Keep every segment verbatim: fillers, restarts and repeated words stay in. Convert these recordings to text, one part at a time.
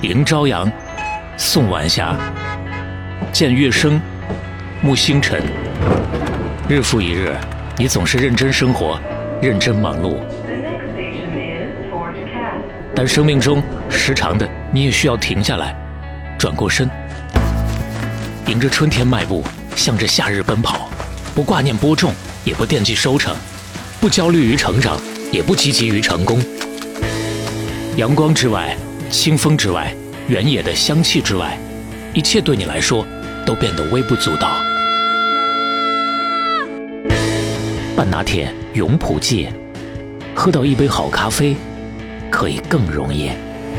迎朝阳，送晚霞，见月升，沐星辰。日复一日，你总是认真生活，认真忙碌。但生命中时常的，你也需要停下来，转过身，迎着春天迈步，向着夏日奔跑，不挂念播种，也不惦记收成，不焦虑于成长，也不积极于成功。阳光之外，清风之外，原野的香气之外，一切对你来说都变得微不足道。半拿铁永璞记，喝到一杯好咖啡可以更容易。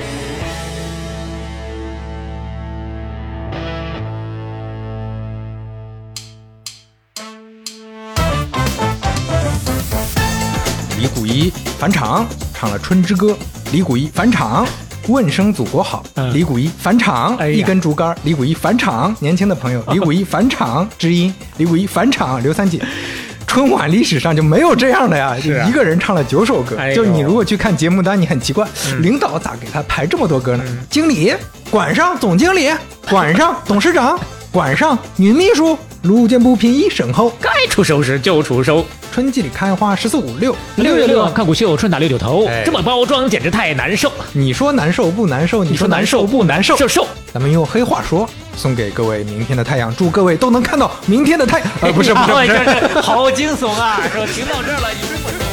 李谷一返场唱了《春之歌》，李谷一返场问声祖国好，嗯、李谷一返场、哎、一根竹竿，李谷一返场年轻的朋友，李谷一返场知音，李谷一返场刘三姐。春晚历史上就没有这样的呀，就一个人唱了九首歌、哎、就你如果去看节目单，你很奇怪、嗯、领导咋给他排这么多歌呢、嗯、经理管上总经理管上董事长管上女秘书，路见不平一声吼， 该出手时就出手。 春季里开花十四五六， 六月六看股秀，春打六九头、哎、这么包装简直太难受。 你说难受不难受？ 你说难受不难受？就受。 咱们用黑话说，送给各位明天的太阳，祝各位都能看到明天的太阳。呃，不是不是不是， 好惊悚啊！说听到这儿了，你是不是？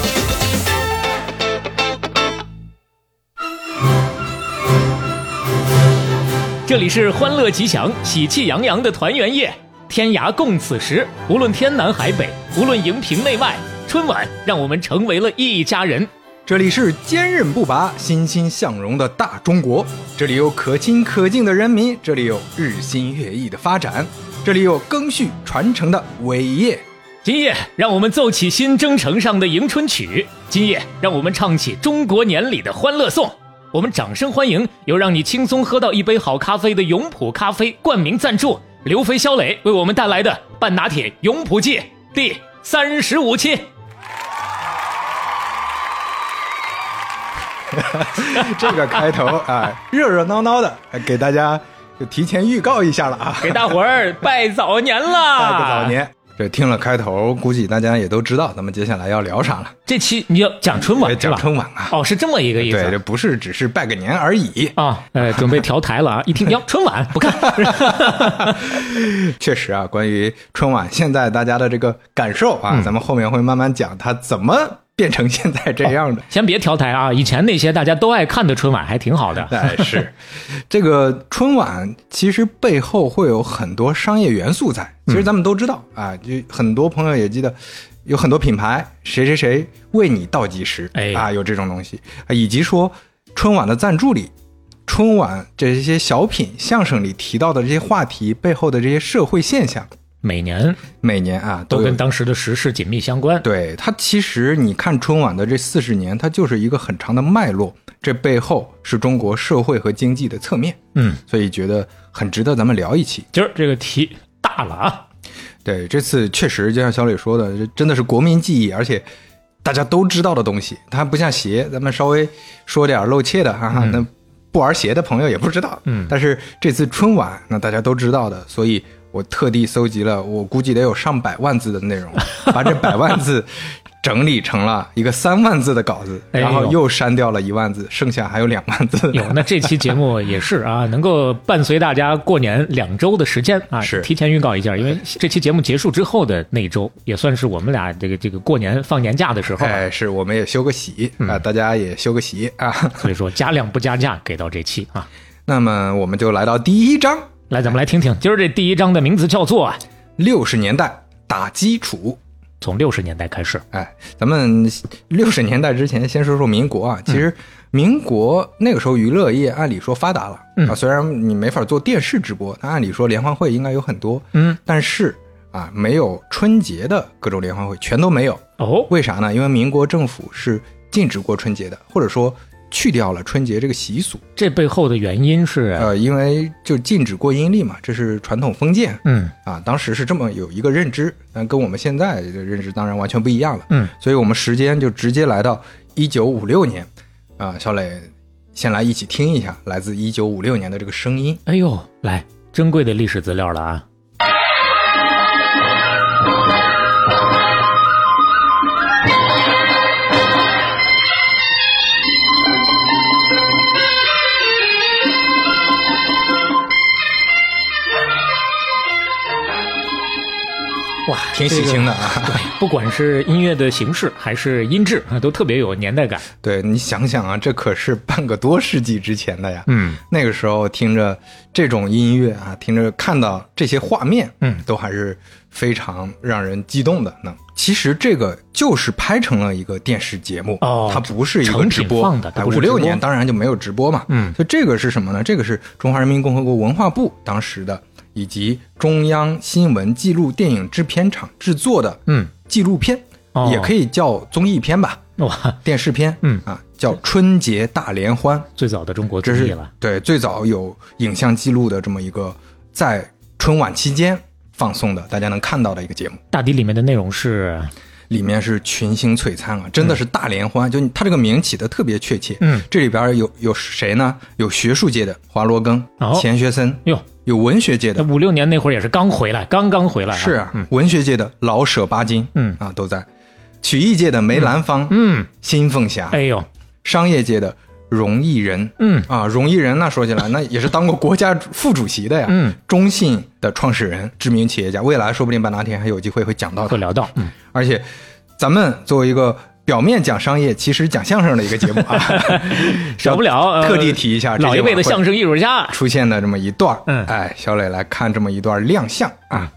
这里是欢乐吉祥、喜气洋洋的团圆夜。天涯共此时，无论天南海北，无论荧屏内外，春晚让我们成为了一家人。 这里是坚韧不拔、欣欣向荣的大中国，这里有可亲可敬的人民，这里有日新月异的发展，这里有更续传承的伟业。 今夜让我们奏起新征程上的迎春曲，今夜让我们唱起中国年里的欢乐颂。我们掌声欢迎由让你轻松喝到一杯好咖啡的永璞咖啡冠名赞助，刘飞、肖磊为我们带来的半拿铁永璞记第三十五期。 这个开头啊，热热闹闹的，给大家就提前预告一下了啊， 给大伙儿拜早年了， 拜个早年。这听了开头，估计大家也都知道咱们接下来要聊啥了。 这期你要讲春晚， 讲春晚啊？ 哦，是这么一个意思。 对，这不是只是拜个年而已啊。呃，准备调台了啊！一听要春晚，不看。 确实啊，关于春晚现在大家的这个感受啊，嗯、咱们后面会慢慢讲它怎么变成现在这样的、哦、 先别调台啊，以前那些大家都爱看的春晚还挺好的。 哎，是这个春晚其实背后会有很多商业元素在，其实咱们都知道、嗯、啊，就很多朋友也记得有很多品牌谁谁谁为你倒计时、哎、啊，有这种东西，以及说春晚的赞助里，春晚这些小品相声里提到的这些话题背后的这些社会现象， 每年每年啊都跟当时的时事紧密相关。 对，它其实你看春晚的这四十年，它就是一个很长的脉络，这背后是中国社会和经济的侧面。嗯，所以觉得很值得咱们聊一期。 今儿这个题大了啊！ 对，这次确实就像小磊说的，真的是国民记忆，而且大家都知道的东西。它不像鞋，咱们稍微说点露怯的哈哈、嗯，那不玩鞋的朋友也不知道。嗯，但是这次春晚那大家都知道的，所以我特地搜集了我估计得有上百万字的内容，把这百万字整理成了一个三万字的稿子，然后又删掉了一万字，剩下还有两万字。 有，那这期节目也是啊，能够伴随大家过年两周的时间啊， 是提前预告一下，因为这期节目结束之后的那一周，也算是我们俩这个这个过年放年假的时候、啊。 哎，是我们也休个喜、嗯、啊，大家也休个喜啊， 所以说加量不加价，给到这期啊。 那么我们就来到第一章。 来，咱们来听听，今儿这第一章的名字叫做六十年代打基础。 从六十年代开始， 哎，咱们六十年代之前先说说民国啊。其实民国那个时候娱乐业按理说发达了、嗯、啊，虽然你没法做电视直播，但按理说联欢会应该有很多，嗯，但是啊，没有春节的各种联欢会全都没有。哦，为啥呢？因为民国政府是禁止过春节的，或者说去掉了春节这个习俗。 这背后的原因是呃，因为就禁止过阴历嘛，这是传统封建。嗯啊，当时是这么有一个认知，但跟我们现在的认知当然完全不一样了。嗯，所以我们时间就直接来到一九五六年啊，小磊先来一起听一下来自一九五六年的这个声音。 哎呦，来，珍贵的历史资料了啊！哇， 挺喜庆的啊！ 这个、对，不管是音乐的形式还是音质啊，都特别有年代感。 对，你想想啊，这可是半个多世纪之前的呀。 嗯， 那个时候听着这种音乐啊，听着看到这些画面， 嗯， 都还是非常让人激动的呢。其实这个就是拍成了一个电视节目， 哦， 它不是一个直播。 放的， 哎，五六年当然就没有直播嘛。 嗯， 所以这个是什么呢？这个是中华人民共和国文化部当时的。以及中央新闻纪录电影制片厂制作的嗯纪录片、 嗯， 也可以叫综艺片吧， 哇， 电视片， 嗯啊，叫《春节大联欢》， 最早的中国综艺了， 对，最早有影像记录的这么一个在春晚期间放送的，大家能看到的一个节目。 大抵里面的内容是。 里面是群星璀璨啊，真的是大联欢，嗯、就它这个名起的特别确切。 嗯， 这里边有有谁呢？有学术界的华罗庚、 哦、 钱学森， 哟， 有文学界的， 五六年那会儿也是刚回来，刚刚回来、啊。 是啊、 嗯， 文学界的老舍巴金， 嗯啊都在。曲艺界的梅兰芳， 嗯， 辛凤霞， 哎呦， 商业界的荣毅仁， 嗯啊，荣毅仁那说起来，那也是当过国家副主席的呀。 嗯， 中信的创始人，知名企业家，未来说不定半拿天还有机会会讲到的， 会聊到。嗯， 而且。咱们作为一个表面讲商业，其实讲相声的一个节目啊， 少不了、呃、 特地提一下老一辈的相声艺术家出现的这么一段。 嗯， 哎，小磊来看这么一段亮相啊。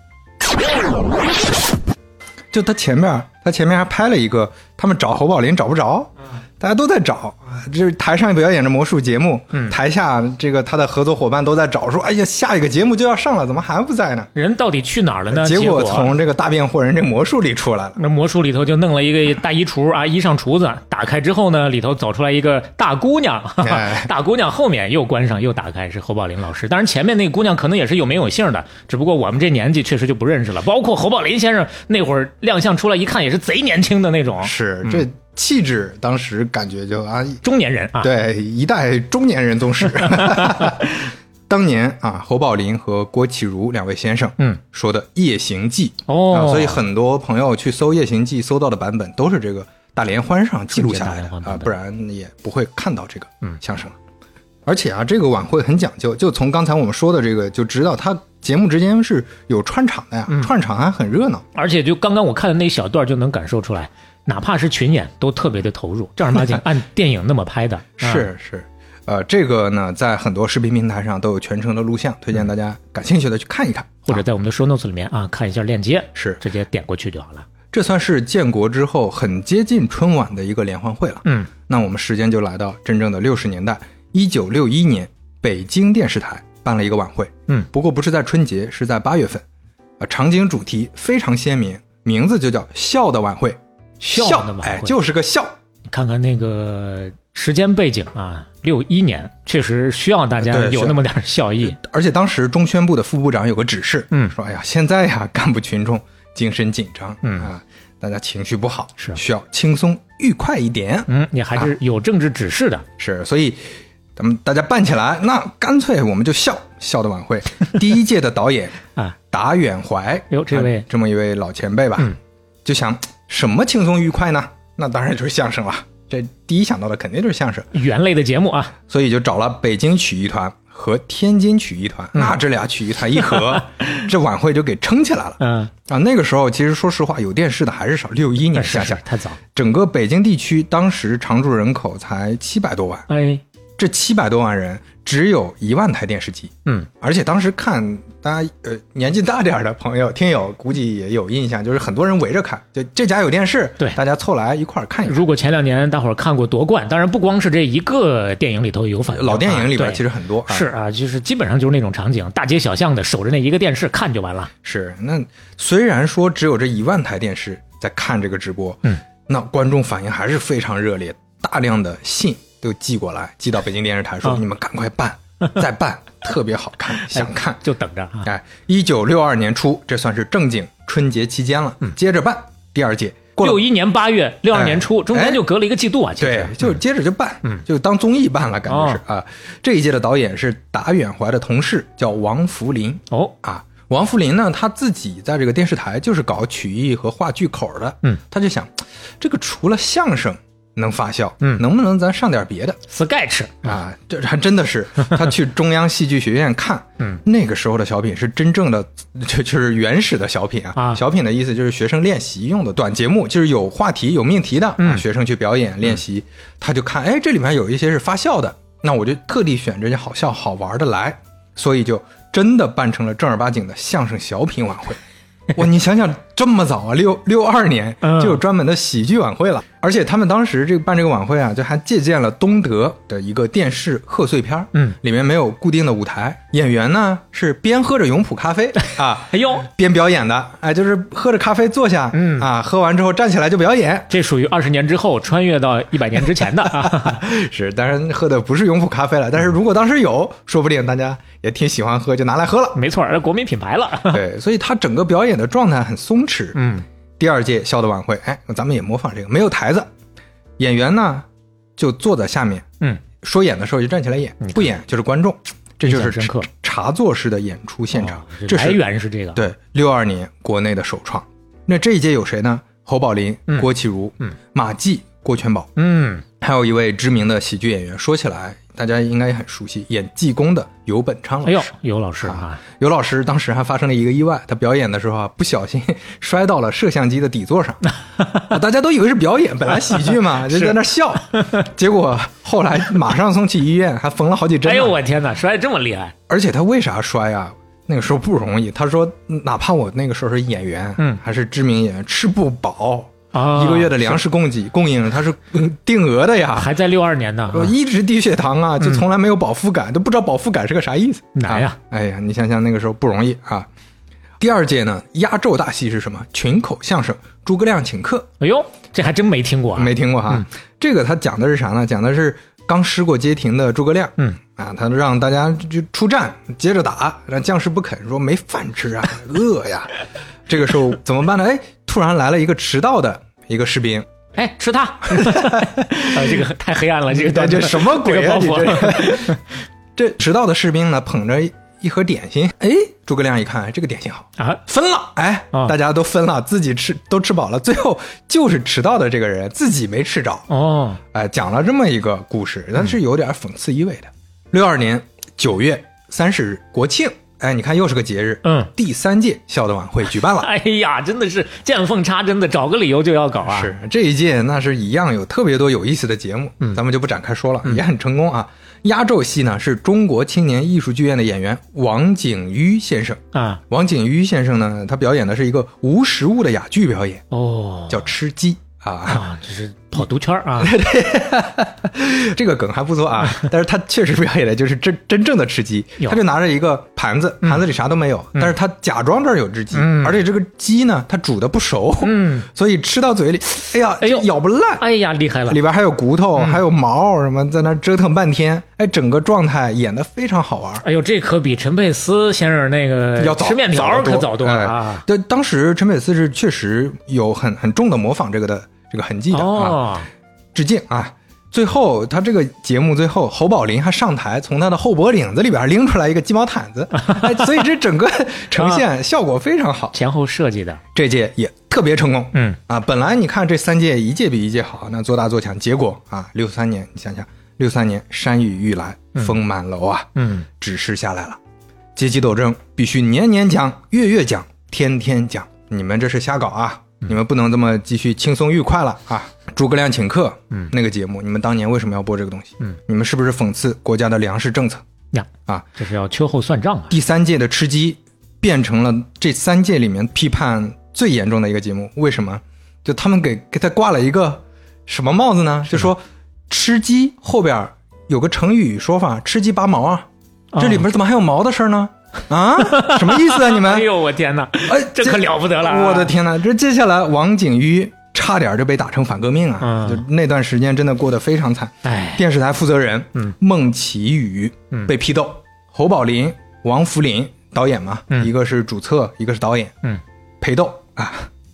就他前面，他前面还拍了一个，他们找侯宝林找不着，大家都在找。这台上表演着魔术节目， 嗯， 台下这个他的合作伙伴都在找，说：“哎呀，下一个节目就要上了，怎么还不在呢？ 人到底去哪儿了呢？” 结果从这个大辩护人这魔术里出来了。 那魔术里头就弄了一个大衣橱啊，衣裳橱子打开之后呢，里头走出来一个大姑娘，哈哈哎、 大姑娘后面又关上又打开，是侯宝林老师。当然前面那个姑娘可能也是有名有姓的，只不过我们这年纪确实就不认识了。包括侯宝林先生那会儿亮相出来一看也是贼年轻的那种， 是这。嗯气质当时感觉就啊， 中年人啊， 对，一代中年人宗师。当年啊，侯宝林和郭启儒两位先生，嗯，说的《夜行记》 哦、 啊，所以很多朋友去搜《夜行记》搜到的版本都是这个大联欢上记录下来的啊，不然也不会看到这个相声了。嗯、而且啊，这个晚会很讲究，就从刚才我们说的这个就知道，它节目之间是有串场的呀，嗯、串场还很热闹。 而且就刚刚我看的那一小段就能感受出来。哪怕是群演都特别的投入，正儿八经按电影那么拍的。 是是，呃，这个呢，在很多视频平台上都有全程的录像，推荐大家感兴趣的去看一看， 或者在我们的 show notes 里面啊看一下链接， 是直接点过去就好了。 这算是建国之后很接近春晚的一个联欢会了。 嗯， 那我们时间就来到真正的六十年代，一九六一年，北京电视台办了一个晚会。 嗯， 不过不是在春节，是在八月份。啊，场景主题非常鲜明，名字就叫笑的晚会。 笑的晚会， 哎，就是个笑。 你看看那个时间背景啊，六一年确实需要大家有那么点笑意。 而且当时中宣部的副部长有个指示， 嗯， 说哎呀，现在呀，干部群众精神紧张， 嗯啊，大家情绪不好， 是需要轻松愉快一点。 嗯，你还是有政治指示的， 啊、是，所以咱们大家办起来，那干脆我们就笑笑的晚会。第一届的导演啊， 达远怀， 哟，这位、 啊、这么一位老前辈吧， 嗯， 就想。什么轻松愉快呢？那当然就是相声了。这第一想到的肯定就是相声， 原类的节目啊。 所以就找了北京曲艺团和天津曲艺团，嗯、那这俩曲艺团一合，这晚会就给撑起来了。 嗯啊，那个时候其实说实话，有电视的还是少。六一年想想太早， 整个北京地区当时常住人口才七百多万。 哎， 这七百多万人只有一万台电视机。 嗯， 而且当时看。大家呃年纪大点的朋友听友估计也有印象，就是很多人围着看，就这家有电视， 对， 大家凑来一块儿看一看。 如果前两年大伙儿看过夺冠，当然不光是这一个电影里头有反应， 老电影里边其实很多， 是啊，就是基本上就是那种场景，大街小巷的守着那一个电视看就完了。 是，那虽然说只有这一万台电视在看这个直播， 嗯， 那观众反应还是非常热烈，大量的信都寄过来，寄到北京电视台说、哦、你们赶快办。再办特别好看，想看、 哎、就等着啊！ 哎，一九六二年初，这算是正经春节期间了。嗯，接着办第二届过了六一年八月，六二年初，中间就隔了一个季度啊。其实对，就接着就办，嗯，就当综艺办了，感觉是、哦、啊。这一届的导演是达远怀的同事，叫王福林。 哦啊，王福林呢，他自己在这个电视台就是搞曲艺和话剧口的， 嗯， 他就想，这个除了相声能发酵， 嗯， 能不能咱上点别的 sketch 啊？这还真的是他去中央戏剧学院看， 嗯， 那个时候的小品是真正的，就就是原始的小品啊。 啊小品的意思就是学生练习用的短节目，就是有话题有命题的， 嗯啊、学生去表演练习。嗯、他就看，哎，这里面有一些是发酵的，那我就特地选这些好笑好玩的来，所以就真的办成了正儿八经的相声小品晚会。哇，你想想，这么早啊，六六二年就有专门的喜剧晚会了，嗯、而且他们当时这个办这个晚会啊，就还借鉴了东德的一个电视贺岁片， 嗯， 里面没有固定的舞台，演员呢是边喝着永璞咖啡啊， 哎呦， 边表演的，哎，就是喝着咖啡坐下，嗯啊，喝完之后站起来就表演， 这属于二十年之后穿越到一百年之前的， 是，当然喝的不是永璞咖啡了，但是如果当时有，说不定大家也挺喜欢喝，就拿来喝了， 没错，国民品牌了， 对，所以他整个表演的状态很松弛， 嗯。 第二届笑的晚会，哎，咱们也模仿这个，没有台子，演员呢就坐在下面， 嗯， 说演的时候就站起来演，不演就是观众，这就是茶茶座式的演出现场。 哦、这来源是这个， 对，六二年国内的首创。那这一届有谁呢？侯宝林、 嗯、 郭启儒、 嗯、 马季、郭全宝， 嗯， 还有一位知名的喜剧演员，说起来大家应该也很熟悉，演济公的尤本昌老师。 哎呦，尤老师啊， 尤老师当时还发生了一个意外，他表演的时候啊，不小心摔到了摄像机的底座上，大家都以为是表演，本来喜剧嘛，就在那笑，结果后来马上送去医院，还缝了好几针。 哎呦，我天哪，摔得这么厉害！ 而且他为啥摔啊？那个时候不容易，他说哪怕我那个时候是演员， 嗯， 还是知名演员，吃不饱。 啊， 一个月的粮食供给供应，它是定额的呀， 还在六二年呢， 我一直低血糖啊，就从来没有饱腹感，嗯、都不知道饱腹感是个啥意思。 难呀、 啊！哎呀，你想想那个时候不容易啊。第二届呢，压轴大戏是什么？群口相声，诸葛亮请客。 哎呦，这还真没听过、啊， 没听过哈。嗯、这个他讲的是啥呢？讲的是刚失过街亭的诸葛亮， 嗯啊，他让大家就出战，接着打，让将士不肯，说没饭吃啊，饿呀。这个时候怎么办呢？哎，突然来了一个迟到的一个士兵， 哎，是他，啊，这个太黑暗了，这个这什么鬼啊？ 这个这这迟到的士兵呢，捧着一盒点心，哎，诸葛亮一看，这个点心好啊， 分了，哎， 啊、 大家都分了，自己吃都吃饱了，最后就是迟到的这个人自己没吃着， 哦， 哎，讲了这么一个故事，但是有点讽刺意味的。六二年九月三十日，国庆。哎，你看又是个节日， 嗯， 第三届笑的晚会举办了。 哎呀，真的是见缝插针的，找个理由就要搞啊！ 是这一届那是一样有特别多有意思的节目， 嗯， 咱们就不展开说了， 嗯、 也很成功啊。压轴戏呢是中国青年艺术剧院的演员王景瑜先生啊。 王景瑜先生呢，他表演的是一个无实物的哑剧表演， 哦， 叫吃鸡啊啊，这是跑毒圈啊。 这个梗还不错啊，但是他确实表演的就是真真正的吃鸡，他就拿着一个盘子，盘子里啥都没有，嗯、但是他假装这儿有只鸡，嗯、而且这个鸡呢，他煮的不熟， 嗯， 所以吃到嘴里，哎呀，哎呦，咬不烂， 哎呀，厉害了， 里边还有骨头， 嗯、 还有毛，什么在那折腾半天，哎，整个状态演得非常好玩。 哎呦，这可比陈佩斯先生那个要早吃面条可早多了啊！ 哎、对，当时陈佩斯是确实有很很重的模仿这个的这个痕迹的、 哦、 啊，致敬啊。最后他这个节目最后侯宝林还上台，从他的后脖领子里边拎出来一个鸡毛毯子，哎，所以这整个呈现效果非常好， 前后设计的。 这届也特别成功， 嗯啊，本来你看这三届一届比一届好，那做大做强，结果啊，六三年你想想，六三年山雨欲来风满楼啊， 嗯， 指示下来了，阶级斗争必须年年讲，月月讲，天天讲，你们这是瞎搞啊！你们不能这么继续轻松愉快了啊！诸葛亮请客， 嗯， 那个节目，你们当年为什么要播这个东西？ 嗯， 你们是不是讽刺国家的粮食政策呀？ 啊， 这是要秋后算账啊！ 第三届的吃鸡变成了这三届里面批判最严重的一个节目，为什么？就他们给给他挂了一个什么帽子呢？就说吃鸡后边有个成语说法，吃鸡拔毛啊，这里边怎么还有毛的事呢？啊，什么意思啊？你们？ 哎呦，我天哪！哎，这可了不得了、啊！ 我的天哪！这接下来王景瑜差点就被打成反革命啊！ 嗯、 就那段时间真的过得非常惨。 哎， 电视台负责人， 嗯， 孟启宇被批斗，嗯、侯宝林、王福林导演嘛， 嗯、 一个是主策，一个是导演， 嗯， 陪斗啊。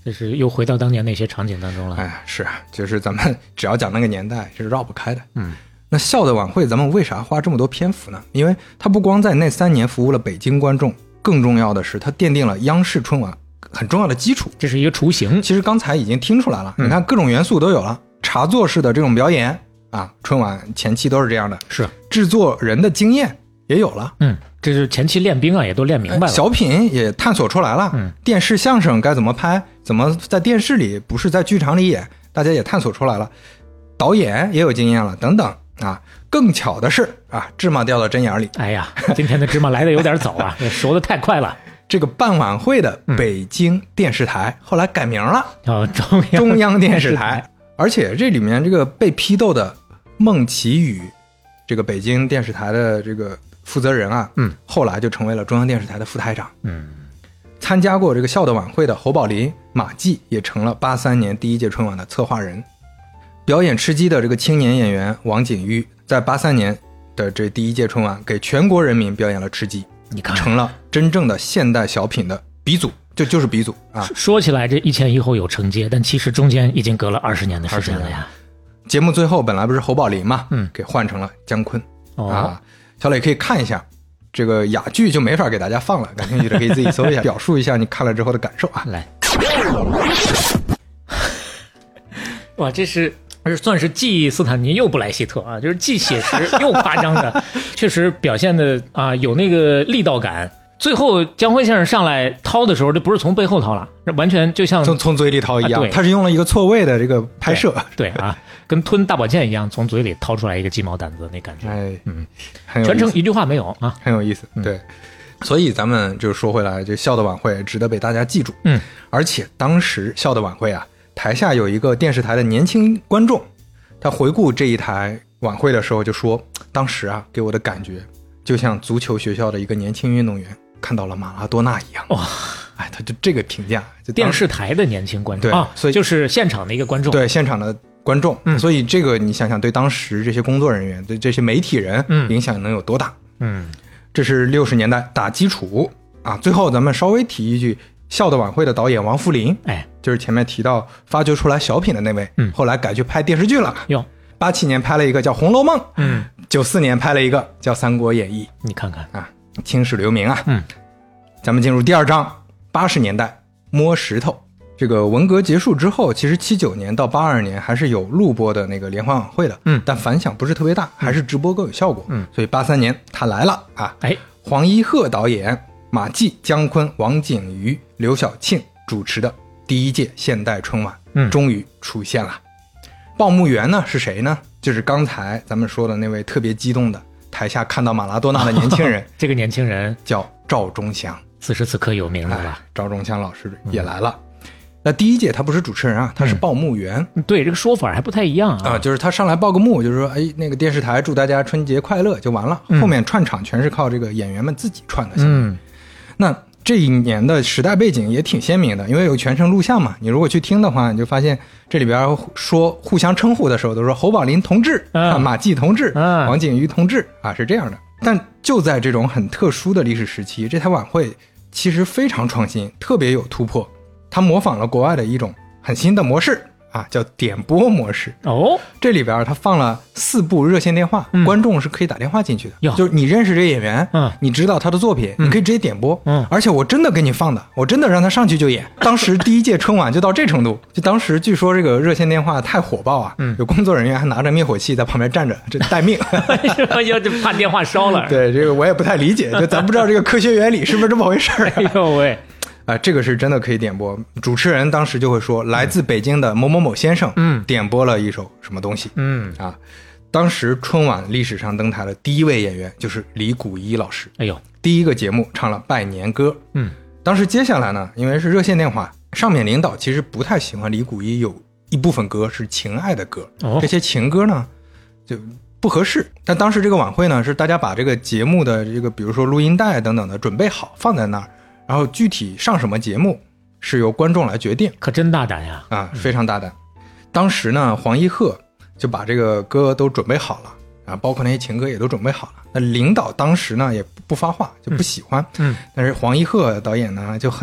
这是又回到当年那些场景当中了。 哎，是啊，就是咱们只要讲那个年代是绕不开的。 嗯， 那笑的晚会咱们为啥花这么多篇幅呢？因为它不光在那三年服务了北京观众，更重要的是它奠定了央视春晚很重要的基础， 这是一个雏形。 其实刚才已经听出来了， 嗯、 你看各种元素都有了，茶座式的这种表演啊，春晚前期都是这样的， 是制作人的经验也有了， 嗯，这是前期练兵啊，也都练明白了。 小品也探索出来了， 嗯， 电视相声该怎么拍，怎么在电视里不是在剧场里演，大家也探索出来了，导演也有经验了，等等啊。更巧的是啊，芝麻掉到针眼里。 哎呀，今天的芝麻来的有点早啊，熟的太快了。 这个办晚会的北京电视台、嗯、后来改名了， 哦，中央中央电视台。而且这里面这个被批斗的孟启宇，这个北京电视台的这个负责人啊， 嗯， 后来就成为了中央电视台的副台长。 嗯， 参加过这个笑的晚会的侯宝林、马季也成了八三年第一届春晚的策划人。表演吃鸡的这个青年演员王景瑜，在八三年的这第一届春晚给全国人民表演了吃鸡， 你看成了真正的现代小品的鼻祖，就就是鼻祖啊！ 说起来这一前一后有承接，但其实中间已经隔了二十年的时间了呀。 节目最后本来不是侯宝林嘛， 嗯， 给换成了姜昆、 哦、 啊。小磊可以看一下这个哑剧，就没法给大家放了，感兴趣的可以自己搜一下，表述一下你看了之后的感受啊。 来，哇，这是。这算是既斯坦尼又布莱希特啊，就是既写实又夸张的，确实表现的啊有那个力道感。最后姜昆先生上来掏的时候，这不是从背后掏了，完全就像从从嘴里掏一样， 啊、 他是用了一个错位的这个拍摄， 对, 对啊，跟吞大宝剑一样，从嘴里掏出来一个鸡毛掸子那感觉， 哎， 嗯， 全程一句话没有啊， 很有意思，对。嗯，所以咱们就说回来，这笑的晚会值得被大家记住， 嗯， 而且当时笑的晚会啊。台下有一个电视台的年轻观众，他回顾这一台晚会的时候就说，当时啊给我的感觉就像足球学校的一个年轻运动员看到了马拉多纳一样。 哇、哦， 哎，他就这个评价，就电视台的年轻观众， 对啊，所以就是现场的一个观众， 对现场的观众， 嗯， 所以这个你想想，对当时这些工作人员，对这些媒体人， 嗯， 影响能有多大？ 嗯， 这是六十年代打基础啊。最后咱们稍微提一句。笑的晚会的导演王扶林， 哎， 就是前面提到发掘出来小品的那位， 嗯， 后来改去拍电视剧了。 哟， 八七年拍了一个叫《红楼梦》， 嗯， 九四年拍了一个叫《三国演义》。 你看看啊，青史留名啊。 嗯， 咱们进入第二章，八十年代摸石头。这个文革结束之后，其实七九年到八二年还是有录播的那个联欢晚会的， 嗯， 但反响不是特别大，还是直播更有效果。 嗯， 所以八三年他来了啊， 哎， 黄一鹤导演。马季、姜昆、王景瑜、刘晓庆主持的第一届现代春晚， 嗯， 终于出现了。报幕员呢是谁呢？就是刚才咱们说的那位特别激动的台下看到马拉多纳的年轻人。 这个年轻人叫赵忠祥， 此时此刻有名了吧？ 哎、赵忠祥老师也来了。嗯、那第一届他不是主持人啊，他是报幕员。 嗯、对，这个说法还不太一样啊。 啊，就是他上来报个幕，就是说，哎，那个电视台祝大家春节快乐就完了， 嗯、 后面串场全是靠这个演员们自己串的。 嗯。 那这一年的时代背景也挺鲜明的，因为有全程录像嘛。你如果去听的话，你就发现这里边说互相称呼的时候都说侯宝林同志、 嗯、 马季同志、 嗯、 王景瑜同志啊，是这样的。但就在这种很特殊的历史时期，这台晚会其实非常创新，特别有突破。它模仿了国外的一种很新的模式啊，叫点播模式。 哦， 这里边它放了四部热线电话、 嗯、 观众是可以打电话进去的， 就是你认识这个演员， 嗯， 你知道他的作品、嗯、你可以直接点播， 嗯， 而且我真的给你放的，我真的让他上去就演。当时第一届春晚就到这程度，就当时据说这个热线电话太火爆啊， 嗯， 有工作人员还拿着灭火器在旁边站着，这待命， 要就怕电话烧了。 对，这个我也不太理解，就咱不知道这个科学原理是不是这么回事、啊。 哎呦喂！ 啊，这个是真的可以点播。主持人当时就会说，来自北京的某某某先生， 嗯， 点播了一首什么东西， 嗯啊，当时春晚历史上登台的第一位演员就是李谷一老师。 哎呦， 第一个节目唱了拜年歌。 嗯， 当时接下来呢，因为是热线电话，上面领导其实不太喜欢李谷一有一部分歌是情爱的歌， 哦， 这些情歌呢就不合适。但当时这个晚会呢，是大家把这个节目的这个比如说录音带等等的准备好放在那儿。然后具体上什么节目是由观众来决定， 可真大胆呀！ 啊，非常大胆。嗯、当时呢，黄一鹤就把这个歌都准备好了，啊，包括那些情歌也都准备好了。那领导当时呢也不发话，就不喜欢。 嗯， 但是黄一鹤导演呢就很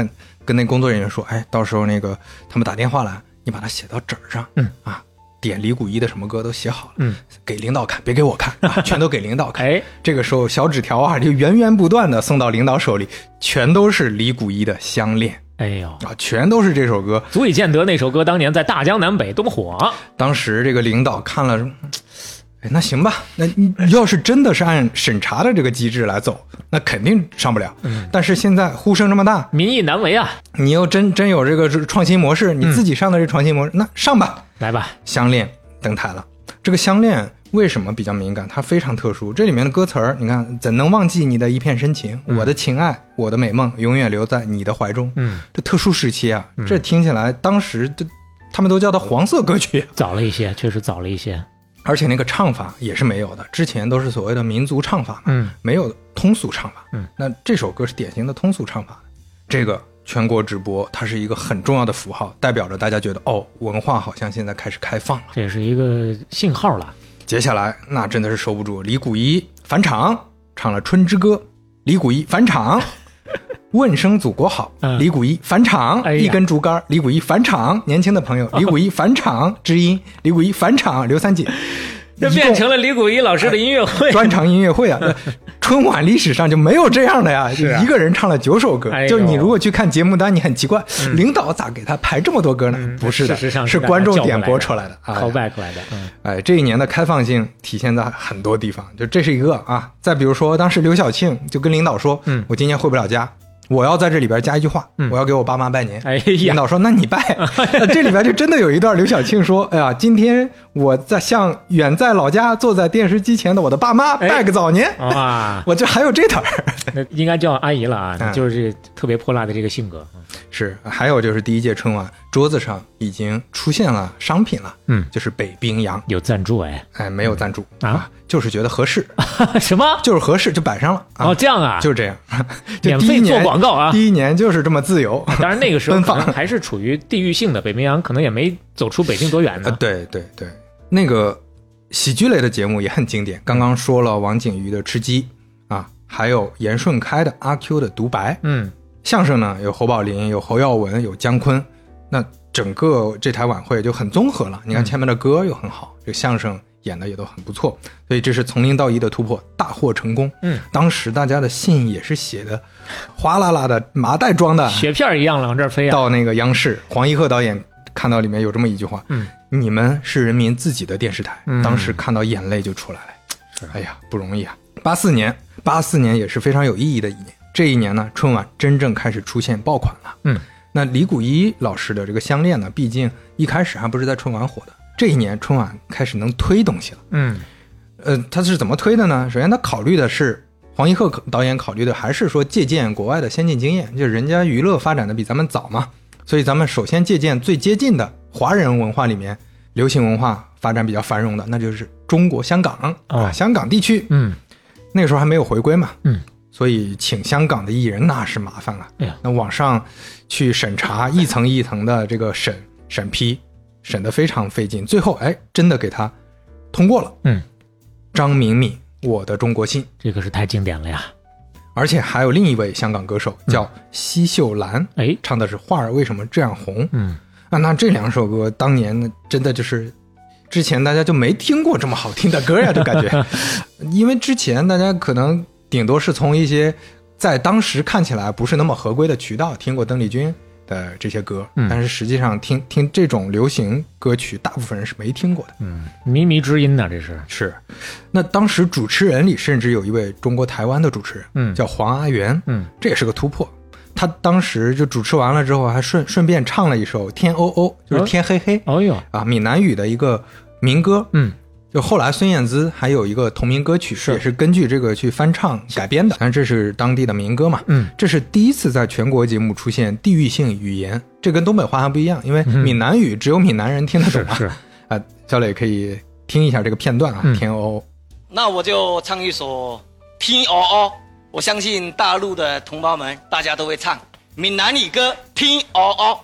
跟那工作人员说，哎，到时候那个他们打电话来，你把它写到纸上， 嗯啊，点李谷一的什么歌都写好了， 嗯， 给领导看，别给我看啊，全都给领导看。 哎， 这个时候小纸条啊就源源不断的送到领导手里，全都是李谷一的《相恋》。 哎呦啊，全都是这首歌， 足以见得那首歌当年在大江南北多么火。 当时这个领导看了，哎，那行吧，那你要是真的是按审查的这个机制来走，那肯定上不了。嗯，但是现在呼声这么大， 民意难为啊！ 你又真真有这个创新模式，你自己上的这创新模式，嗯、那上吧， 来吧。 相恋登台了，这个相恋为什么比较敏感？它非常特殊，这里面的歌词儿，你看，怎能忘记你的一片深情、嗯、我的情爱，我的美梦永远留在你的怀中。 嗯， 这特殊时期啊，嗯、这听起来当时就他们都叫它黄色歌曲， 早了一些，确实早了一些。 而且那个唱法也是没有的，之前都是所谓的民族唱法嘛， 嗯， 没有通俗唱法。 嗯， 那这首歌是典型的通俗唱法，这个全国直播，它是一个很重要的符号，代表着大家觉得哦，文化好像现在开始开放了， 这也是一个信号了。 接下来那真的是收不住，李谷一返场唱了《春之歌》，李谷一返场问声祖国好， 嗯、 李谷一返场、哎、一根竹竿，李谷一返场年轻的朋友，李谷一返场知音，李谷一返场刘三姐， 这变成了李谷一老师的音乐会、 哎、专场音乐会啊！春晚历史上就没有这样的呀， 啊、 就一个人唱了九首歌。 哎、 就你如果去看节目单，你很奇怪， 嗯、 领导咋给他排这么多歌呢？ 嗯、 不是的， 事实上是观众点播出来的 ，call back 来的。嗯， 哎，这一年的开放性体现在很多地方，就这是一个啊。再比如说，当时刘晓庆就跟领导说：“嗯，我今年回不了家。”我要在这里边加一句话、嗯、我要给我爸妈拜年。 哎呀， 领导说那你拜这里边就真的有一段刘晓庆说，哎呀，今天我在向远在老家坐在电视机前的我的爸妈拜个早年、 哎、啊， 我这还有这段那应该叫阿姨了啊、嗯、就是特别泼辣的这个性格。 是，还有就是第一届春晚桌子上已经出现了商品了， 嗯， 就是北冰洋， 有赞助。哎哎，没有赞助、 嗯、啊， 就是觉得合适什么就是合适就摆上了、 啊、哦这样啊， 就是这样免费做广告啊， 第一年就是这么自由。 当然那个时候可能还是处于地域性的，北冰洋可能也没走出北京多远呢、 呃、对对对，那个喜剧类的节目也很经典，刚刚说了王景瑜的吃鸡啊，还有严顺开的阿 Q 的独白。 嗯， 相声呢有侯宝林，有侯耀文，有姜昆，那整个这台晚会就很综合了。你看前面的歌又很好，这相声演的也都很不错，所以这是从零到一的突破，大获成功。 嗯，当时大家的信也是写的哗啦啦的，麻袋装的， 雪片一样往这儿飞啊。 到那个央视，黄一鹤导演看到里面有这么一句话， 嗯， 你们是人民自己的电视台。 嗯、 当时看到眼泪就出来了，是，哎呀，不容易啊。八四年，八四年也是非常有意义的一年。这一年呢，春晚真正开始出现爆款了。 嗯， 那李谷一老师的这个相恋呢，毕竟一开始还不是在春晚火的。这一年春晚开始能推东西了。 嗯， 呃，他是怎么推的呢？首先他考虑的是黄一鹤导演考虑的还是说借鉴国外的先进经验，就是人家娱乐发展的比咱们早嘛，所以咱们首先借鉴最接近的华人文化里面流行文化发展比较繁荣的，那就是中国香港、哦、啊，香港地区。 嗯， 那个时候还没有回归嘛。 嗯， 所以请香港的艺人那是麻烦了。 哎呀， 那网上去审查，一层一层的这个审审批。审得非常费劲，最后哎，真的给他通过了。 嗯， 张明敏，我的中国心， 这个是太经典了呀。 而且还有另一位香港歌手叫奚秀兰， 哎、嗯， 唱的是《花儿为什么这样红》。 嗯， 啊，那这两首歌当年真的就是之前大家就没听过这么好听的歌呀，就感觉，因为之前大家可能顶多是从一些在当时看起来不是那么合规的渠道听过邓丽君的这些歌， 嗯， 但是实际上听听这种流行歌曲，大部分人是没听过的。 嗯，靡靡之音呢，这是是。那当时主持人里甚至有一位中国台湾的主持人， 嗯， 叫黄阿元， 嗯， 这也是个突破。他当时就主持完了之后，还顺顺便唱了一首《天欧欧》，就是天黑黑， 哦哟啊，闽南语的一个民歌， 嗯。 就后来孙燕姿还有一个同名歌曲，是也是根据这个去翻唱改编的，但这是当地的民歌嘛。 嗯， 这是第一次在全国节目出现地域性语言，这跟东北话还不一样，因为闽南语只有闽南人听得懂嘛。 是啊，小磊可以听一下这个片段啊， 嗯、 天欧。 那我就唱一首天欧欧，我相信大陆的同胞们大家都会唱闽南语歌天欧欧。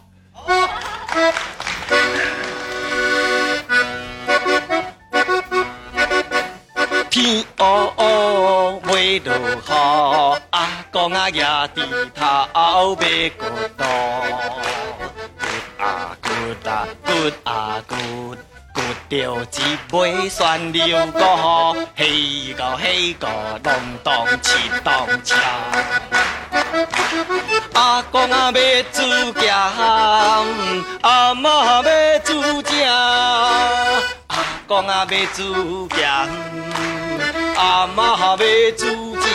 天黑黑，袂落雨，阿公啊举伫头尾骨头，骨啊骨啊骨啊骨，骨着一尾旋流鼓，嘿高嘿高，隆咚七咚锵。阿公啊要煮咸，阿嬷要煮正，阿公啊要煮咸，阿嬷要煮正。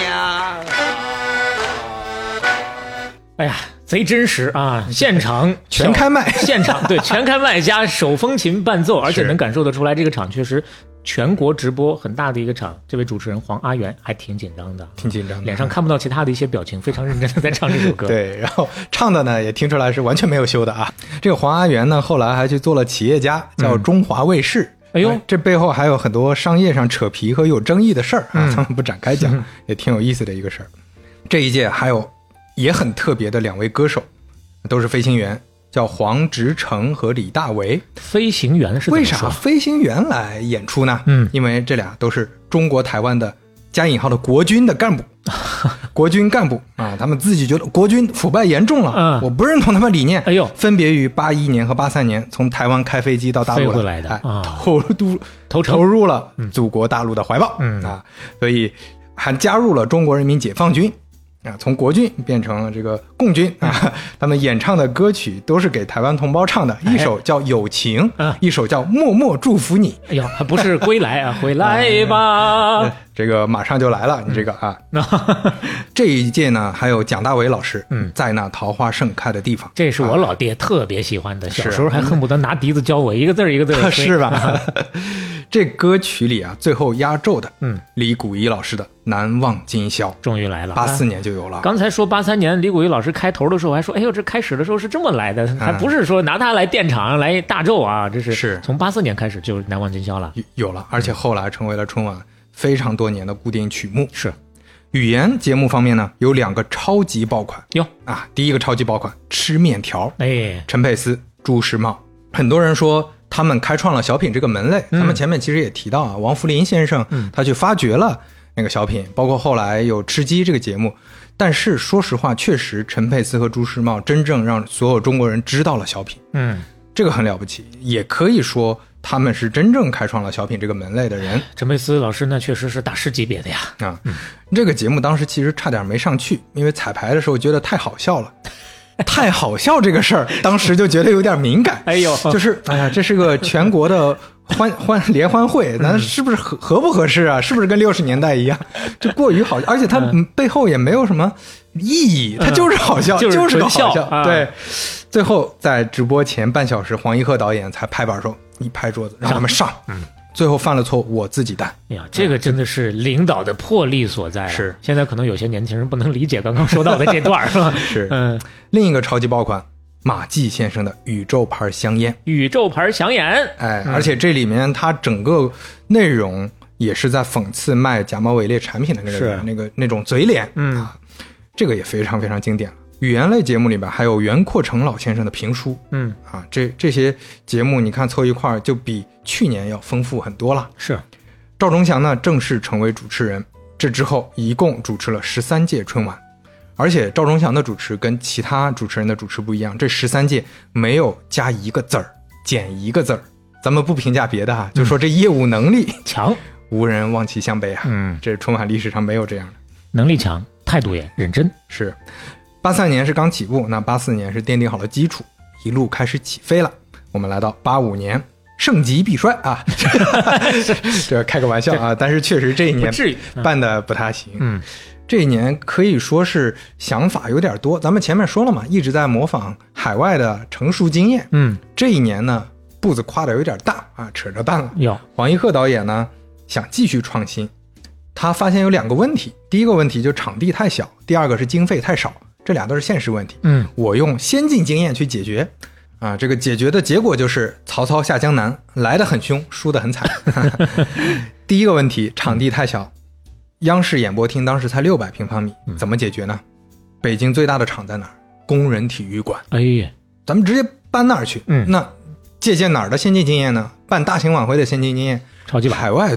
哎呀，贼真实啊！现场全开麦， 现场对全开麦加手风琴伴奏，而且能感受得出来，这个场确实全国直播很大的一个场。这位主持人黄阿元还挺紧张的， 挺紧张的， 脸上看不到其他的一些表情，非常认真的在唱这首歌。 对，然后唱的呢也听出来是完全没有修的啊。这个黄阿元呢，后来还去做了企业家，叫中华卫视。嗯哎呦， 这背后还有很多商业上扯皮和有争议的事儿啊， 嗯、 咱们不展开讲，嗯、也挺有意思的一个事儿。这一届还有也很特别的两位歌手，都是飞行员，叫黄直成和李大为。 飞行员是为啥飞行员来演出呢？ 嗯， 因为这俩都是中国台湾的加引号的国军的干部，国军干部啊，他们自己觉得国军腐败严重了， 嗯， 我不认同他们理念。 哎呦， 分别于八一年和八三年从台湾开飞机到大陆来的， 哎啊、 投入投投入了祖国大陆的怀抱， 嗯啊，所以还加入了中国人民解放军。啊，从国军变成了这个共军啊！他们演唱的歌曲都是给台湾同胞唱的，一首叫《友情》， 哎、 一首叫《默默祝福你》。 哎呦，还不是归来啊，回来吧！ 呃、这个马上就来了，你这个啊。 嗯、 这一届呢，还有蒋大为老师， 嗯， 在那桃花盛开的地方， 这是我老爹特别喜欢的，啊、小时候还恨不得拿笛子教我，一个字一个字是吧？这歌曲里啊，最后压轴的， 嗯， 李谷一老师的《难忘今宵》 终于来了， 八四年就有了。 刚才说八三年李谷一老师开头的时候还说，哎呦，这开始的时候是这么来的，还不是说拿他来垫场来大奏啊，这是是从八四年开始就《难忘今宵》了， 有了，而且后来成为了春晚非常多年的固定曲目。 是， 语言节目方面呢，有两个超级爆款哟啊，第一个超级爆款吃面条， 哎， 陈佩斯、朱时茂，很多人说他们开创了小品这个门类， 嗯、 他们前面其实也提到啊，王福林先生、嗯、他去发掘了那个小品，包括后来有吃鸡这个节目。但是说实话，确实陈佩斯和朱时茂真正让所有中国人知道了小品， 嗯， 这个很了不起，也可以说他们是真正开创了小品这个门类的人。 陈佩斯老师呢，确实是大师级别的呀。 啊、嗯，这个节目当时其实差点没上去，因为彩排的时候觉得太好笑了。太好笑这个事儿，当时就觉得有点敏感。 哎呦， 就是哎呀，这是个全国的欢欢联欢会，咱是不是合合不合适啊？是不是跟六十年代一样？这过于好笑，而且它背后也没有什么意义，它就是好笑， 嗯、 就是个好笑。 啊、 对，最后在直播前半小时，黄一鹤导演才拍板说：“一拍桌子，让他们上。”嗯。最后犯了错误，我自己担。 哎呀，这个真的是领导的魄力所在、啊。 是， 现在可能有些年轻人不能理解刚刚说到的这段是吧？ 是， 嗯。 另一个超级爆款，马季先生的宇宙牌香烟。 宇宙牌香烟， 哎，嗯、而且这里面它整个内容也是在讽刺卖假冒伪劣产品的那个那个那种嘴脸， 嗯、 啊，这个也非常非常经典。语言类节目里边还有袁阔成老先生的评书， 嗯啊，这这些节目你看凑一块就比去年要丰富很多了。 是， 赵忠祥呢正式成为主持人，这之后一共主持了十三届春晚，而且赵忠祥的主持跟其他主持人的主持不一样，这十三届没有加一个字儿，减一个字儿。咱们不评价别的啊，就说这业务能力强、嗯， 无人望其项背啊。 嗯， 这春晚历史上没有这样的， 能力强，态度也认真。 是。八三年是刚起步，那八四年是奠定好了基础，一路开始起飞了。我们来到八五年，盛极必衰啊，这开个玩笑啊，但是确实这一年办的不太行。 嗯， 这一年可以说是想法有点多。咱们前面说了嘛，一直在模仿海外的成熟经验。 嗯， 这一年呢，步子跨的有点大啊，扯着蛋了。 有黄一鹤导演呢，想继续创新，他发现有两个问题，第一个问题就场地太小，第二个是经费太少。这俩都是现实问题， 嗯， 我用先进经验去解决，啊，这个解决的结果就是曹操下江南，来得很凶，输得很惨。第一个问题，场地太小，央视演播厅当时才六百平方米，怎么解决呢？北京最大的场在哪儿？工人体育馆。 哎呀， 咱们直接搬那儿去。 嗯， 那借鉴哪儿的先进经验呢？办大型晚会的先进经验， 超级海外团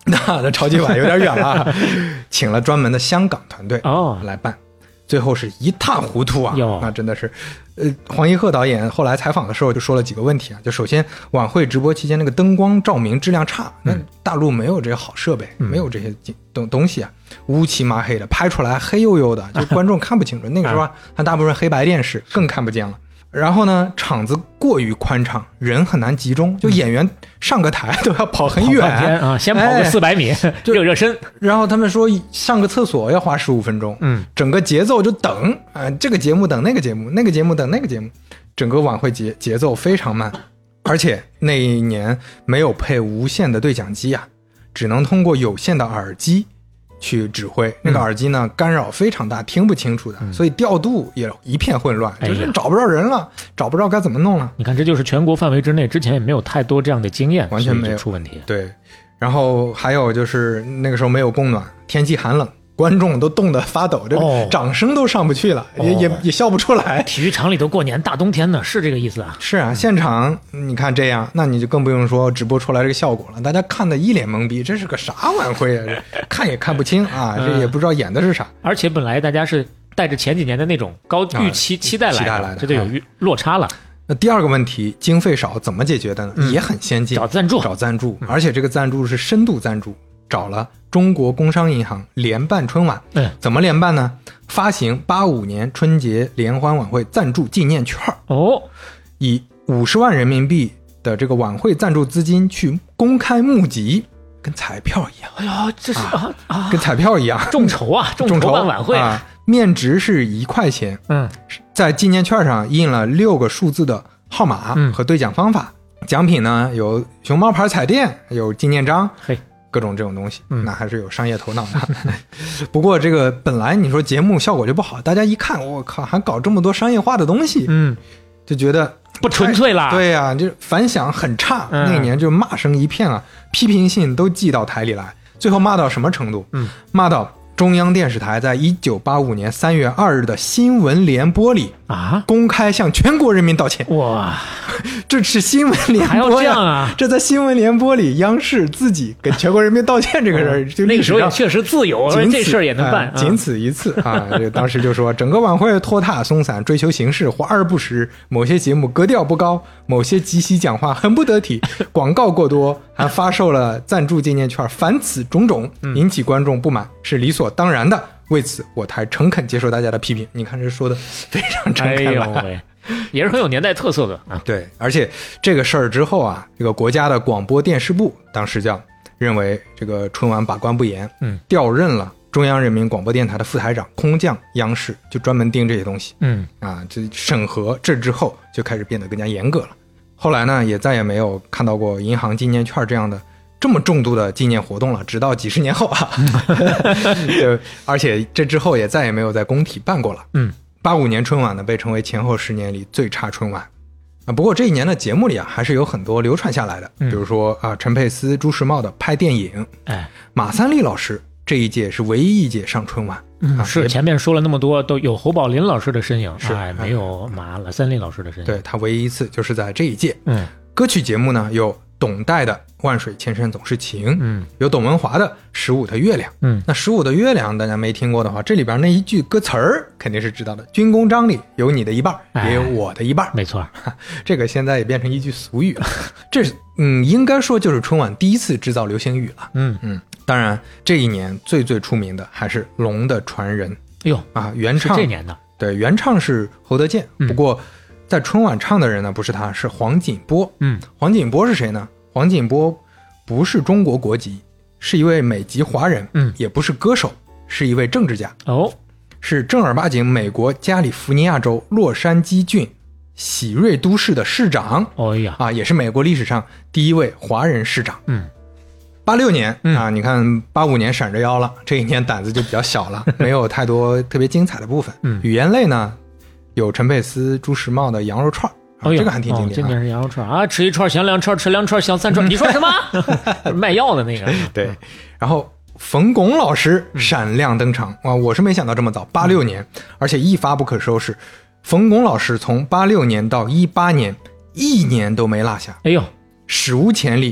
那那超级碗有点远了，请了专门的香港团队哦来办，最后是一塌糊涂啊！ 哟那真的是，呃，黄一鹤导演后来采访的时候就说了几个问题啊，就首先晚会直播期间那个灯光照明质量差，那大陆没有这些好设备， 嗯、 没有这些东东西啊，乌漆麻黑的，拍出来黑黝黝的，就观众看不清楚。那个时候还大部分黑白电视，更看不见了。然后呢，场子过于宽敞，人很难集中，就演员上个台都要跑很远啊，先跑个四百米热热身。 然后他们说上个厕所要花十五分钟， 嗯， 整个节奏就等啊、呃，这个节目等那个节目，那个节目等那个节目，整个晚会节节奏非常慢，而且那一年没有配无线的对讲机啊，只能通过有线的耳机去指挥，那个耳机呢、嗯、干扰非常大，听不清楚的、嗯、所以调度也一片混乱、哎、就是找不着人了，找不着该怎么弄了。 你看这就是全国范围之内之前也没有太多这样的经验， 完全没有出问题。 对，然后还有就是那个时候没有供暖，天气寒冷，观众都冻得发抖，这个掌声都上不去了、哦、也也也笑不出来。 体育场里都过年大冬天的，是这个意思啊？ 是啊，现场你看这样，那你就更不用说直播出来这个效果了，大家看得一脸懵逼，这是个啥晚会啊？看也看不清啊，这也不知道演的是啥、嗯。 而且本来大家是带着前几年的那种高预期、啊、期待来的， 期待来的， 这就有落差了。 那第二个问题，经费少怎么解决的呢？嗯、也很先进， 找赞助， 找赞助，而且这个赞助是深度赞助。找了中国工商银行联办春晚， 嗯， 怎么联办呢？发行八五年春节联欢晚会赞助纪念券， 哦， 以五十万人民币的这个晚会赞助资金去公开募集，跟彩票一样。 哎呀，这是啊啊， 跟彩票一样， 众筹啊，众筹办晚会啊，面值是一块钱， 嗯， 在纪念券上印了六个数字的号码和兑奖方法，嗯、奖品呢有熊猫牌彩电，有纪念章， 嘿。 各种这种东西，那还是有商业头脑的。不过这个本来你说节目效果就不好，大家一看，我靠，还搞这么多商业化的东西， 嗯， 就觉得不纯粹啦。 对呀、啊，就反响很差。嗯、那年就骂声一片啊，批评信都寄到台里来，最后骂到什么程度？ 嗯， 骂到中央电视台在一九八五年三月二日的新闻联播里啊， 公开向全国人民道歉。 哇， 这是新闻联播呀， 还要这样啊？ 这在新闻联播里，央视自己跟全国人民道歉这个事儿、嗯，就那个时候也确实自由，这事儿也能办， 仅此一次啊！这当时就说整个晚会拖沓松散，追求形式，华而不实，某些节目格调不高，某些即席讲话很不得体，广告过多，还发售了赞助纪念券，凡此种种引起观众不满，是理所当然的。为此，我台诚恳接受大家的批评。你看这说的非常诚恳了。 哎也是很有年代特色的啊。 对，而且这个事儿之后啊，这个国家的广播电视部当时叫认为这个春晚把关不严， 嗯， 调任了中央人民广播电台的副台长，空降央视，就专门盯这些东西， 嗯啊，这审核这之后就开始变得更加严格了。后来呢，也再也没有看到过银行纪念券这样的这么重度的纪念活动了，直到几十年后啊，就而且这之后也再也没有在工体办过了。 嗯。 八五年春晚呢，被称为前后十年里最差春晚啊。不过这一年的节目里啊，还是有很多流传下来的， 嗯、 比如说啊，陈佩斯、朱时茂的拍电影， 哎， 马三立老师这一届是唯一一届上春晚， 嗯， 啊、 是前面说了那么多，都有侯宝林老师的身影， 是、 哎、没有马三立老师的身影， 对他唯一一次就是在这一届。 嗯， 歌曲节目呢有董代的万水千山总是情， 嗯， 有董文华的十五的月亮， 嗯， 那十五的月亮大家没听过的话，这里边那一句歌词儿肯定是知道的，军功章里有你的一半，也有我的一半， 哎、没错， 这个现在也变成一句俗语了。这嗯，应该说就是春晚第一次制造流行语了。 嗯嗯，当然这一年最最出名的还是《龙的传人》。 哎呦啊，原唱是这年的， 对，原唱是侯德健， 嗯、 不过在春晚唱的人呢不是他，是黄锦波。 嗯， 黄锦波是谁呢？黄锦波不是中国国籍，是一位美籍华人， 嗯， 也不是歌手，是一位政治家。 哦， 是正儿八经美国加利福尼亚州洛杉矶郡喜瑞都市的市长。 哦呀， 啊，也是美国历史上第一位华人市长。 嗯， 八六年、 嗯、 啊，你看八五年闪着腰了，这一年胆子就比较小了，没有太多特别精彩的部分。 嗯， 语言类呢，有陈佩斯、朱时茂的羊肉串。 哦、 这个还挺经典、啊哦、 今年是羊肉串啊，吃一串想两串，吃两串想三串。你说什么？卖药的那个。 对，然后冯巩老师闪亮登场、嗯、哇！我是没想到这么早，八六年、嗯，而且一发不可收拾。冯巩老师从八六年到一八年，一年都没落下。 哎呦， 史无前例，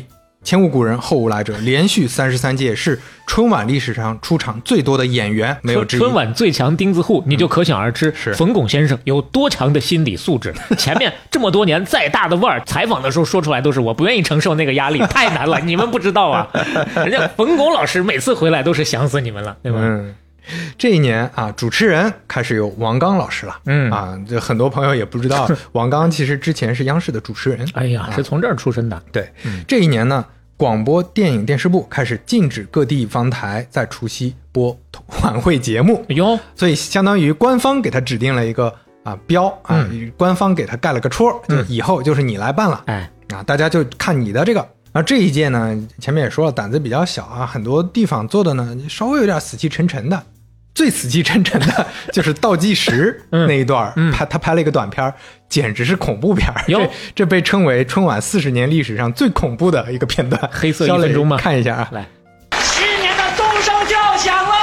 前无古人后无来者，连续三十三届是春晚历史上出场最多的演员，没有之一。 春晚最强钉子户，你就可想而知， 是冯巩先生有多强的心理素质。前面这么多年再大的腕儿，采访的时候说出来都是我不愿意承受那个压力，太难了，你们不知道啊。人家冯巩老师每次回来都是想死你们了，对吧？ 嗯。这一年啊，主持人开始有王刚老师了。 嗯啊，这很多朋友也不知道，王刚其实之前是央视的主持人。 哎呀， 啊、 是从这儿出身的。 对、 嗯， 这一年呢，广播电影电视部开始禁止各地方台在除夕播晚会节目。 哟， 所以相当于官方给他指定了一个啊标啊、嗯，官方给他盖了个戳，就以后就是你来办了。 哎、 嗯，啊，大家就看你的这个。而这一届呢，前面也说了，胆子比较小啊，很多地方做的呢稍微有点死气沉沉的。最死气沉沉的就是倒计时那一段， 嗯嗯、 拍他拍了一个短片，简直是恐怖片。 这这被称为春晚四十年历史上最恐怖的一个片段。 黑色一分钟吗？ 看一下啊， 来， 新年的钟声就要响喽！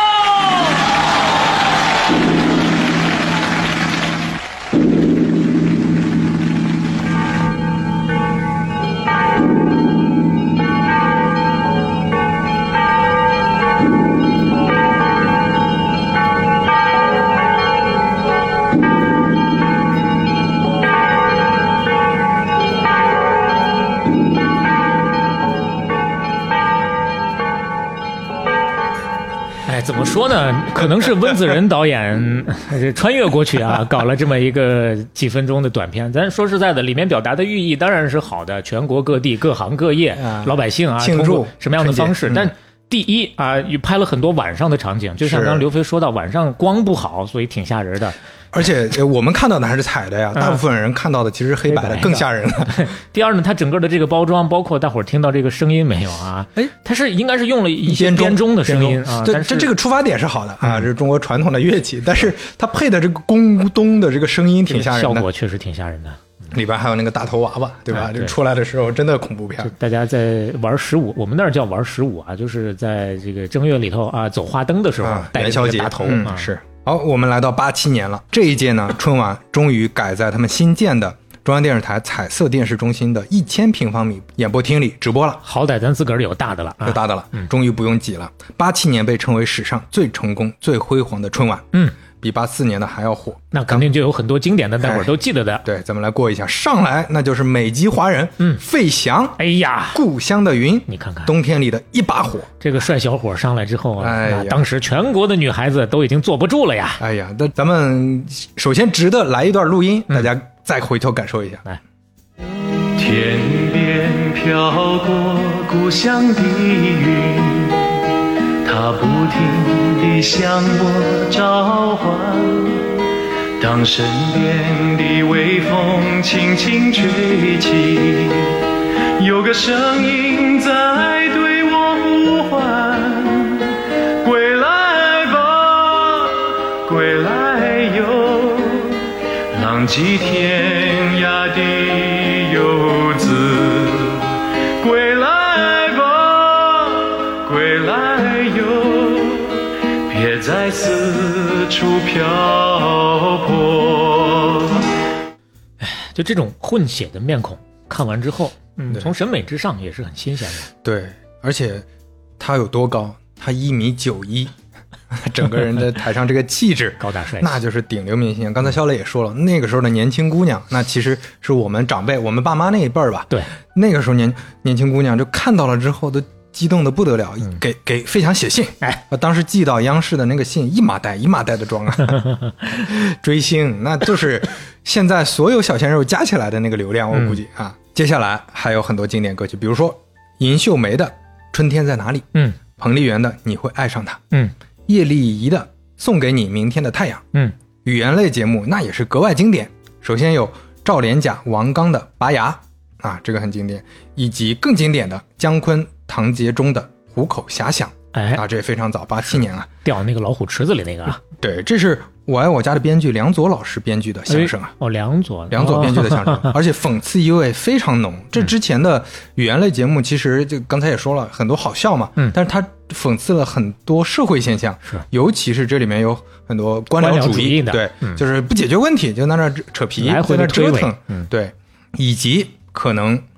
怎么说呢？可能是温子仁导演穿越过去啊，搞了这么一个几分钟的短片。咱说实在的，里面表达的寓意当然是好的，全国各地各行各业、啊、老百姓啊， 庆祝什么样的方式？嗯、但第一啊，拍了很多晚上的场景，就像刚刚刘飞说到，晚上光不好，所以挺吓人的。 而且我们看到的还是彩的呀，大部分人看到的其实黑白的，更吓人了。 第二呢，它整个的这个包装，包括大伙儿听到这个声音没有啊？哎，它是应该是用了一些编钟的声音啊。 对，这这个出发点是好的啊，这是中国传统的乐器，但是它配的这个宫咚的这个声音挺吓人的， 效果确实挺吓人的。 里边还有那个大头娃娃，对吧？哎、对，这出来的时候真的恐怖片。 大家在玩十五，我们那儿叫玩十五啊，就是在这个正月里头啊，走花灯的时候， 啊、 戴着大头、 嗯、 啊。 是。好，我们来到八七年了。这一届呢，春晚终于改在他们新建的中央电视台彩色电视中心的一千平方米演播厅里直播了。 好歹咱自个儿有大的了， 有大的了，嗯、终于不用挤了。八七年被称为史上最成功、最辉煌的春晚，嗯，比八四年的还要火。 那肯定就有很多经典的，待会儿都记得的。 对，咱们来过一下。上来那就是美籍华人，嗯，费翔。 哎呀， 故乡的云， 你看看， 冬天里的一把火。 这个帅小伙上来之后啊， 哎呀， 当时全国的女孩子都已经坐不住了呀。 哎呀，那咱们首先值得来一段录音，嗯、大家再回头感受一下。 来， 天边飘过故乡的云，它不停地向我召唤。当身边的微风轻轻吹起，有个声音在对我呼唤，归来吧，归来哟，浪迹天涯的游子，归来吧，归来哟，别再四处漂泊。 就这种混血的面孔，看完之后，嗯，从审美之上也是很新鲜的。 对，而且他有多高？他一米九一，整个人的台上这个气质高大帅气， 那就是顶流明星。刚才肖磊也说了，那个时候的年轻姑娘，那其实是我们长辈、我们爸妈那一辈儿吧。 对， 那个时候年年轻姑娘就看到了之后都激动的不得了，嗯、给给费翔写信。哎，当时寄到央视的那个信一麻袋一麻袋的装啊，追星那就是现在所有小鲜肉加起来的那个流量，我估计、嗯、啊。接下来还有很多经典歌曲，比如说尹秀梅的《春天在哪里》，嗯，彭丽媛的《你会爱上他》，嗯，叶丽仪的《送给你明天的太阳》，嗯，语言类节目那也是格外经典。首先有赵连甲、王刚的《拔牙》啊，这个很经典，以及更经典的姜昆、唐杰忠的《虎口遐想》。哎啊，这也非常早，八七年啊， 掉那个老虎池子里那个啊。 对，这是我爱我家的编剧梁左老师编剧的相声啊。 哎、哦，梁左， 梁左编剧的相声，哦、而且讽刺意味非常浓。这之前的语言类节目其实就刚才也说了很多好笑嘛，嗯，但是他讽刺了很多社会现象，是，尤其是这里面有很多官僚主义的，对、嗯，就是不解决问题就在那扯皮， 来回的折腾，嗯，对，以及可能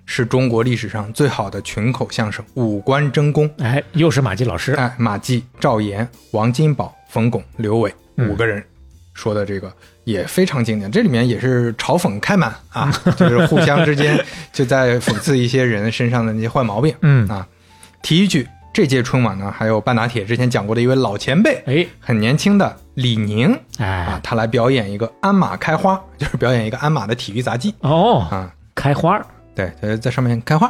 是中国历史上最好的群口相声，五官争功。 哎，又是马季老师。 哎，马季、赵岩、王金宝、冯巩、刘伟五个人说的这个也非常经典，这里面也是嘲讽开满啊，就是互相之间就在讽刺一些人身上的那些坏毛病。 嗯啊，提一句，这届春晚呢，还有半打铁之前讲过的一位老前辈， 哎， 很年轻的李宁， 哎啊，他来表演一个鞍马开花，就是表演一个鞍马的体育杂技。 哦啊， 开花， 对，在上面开花。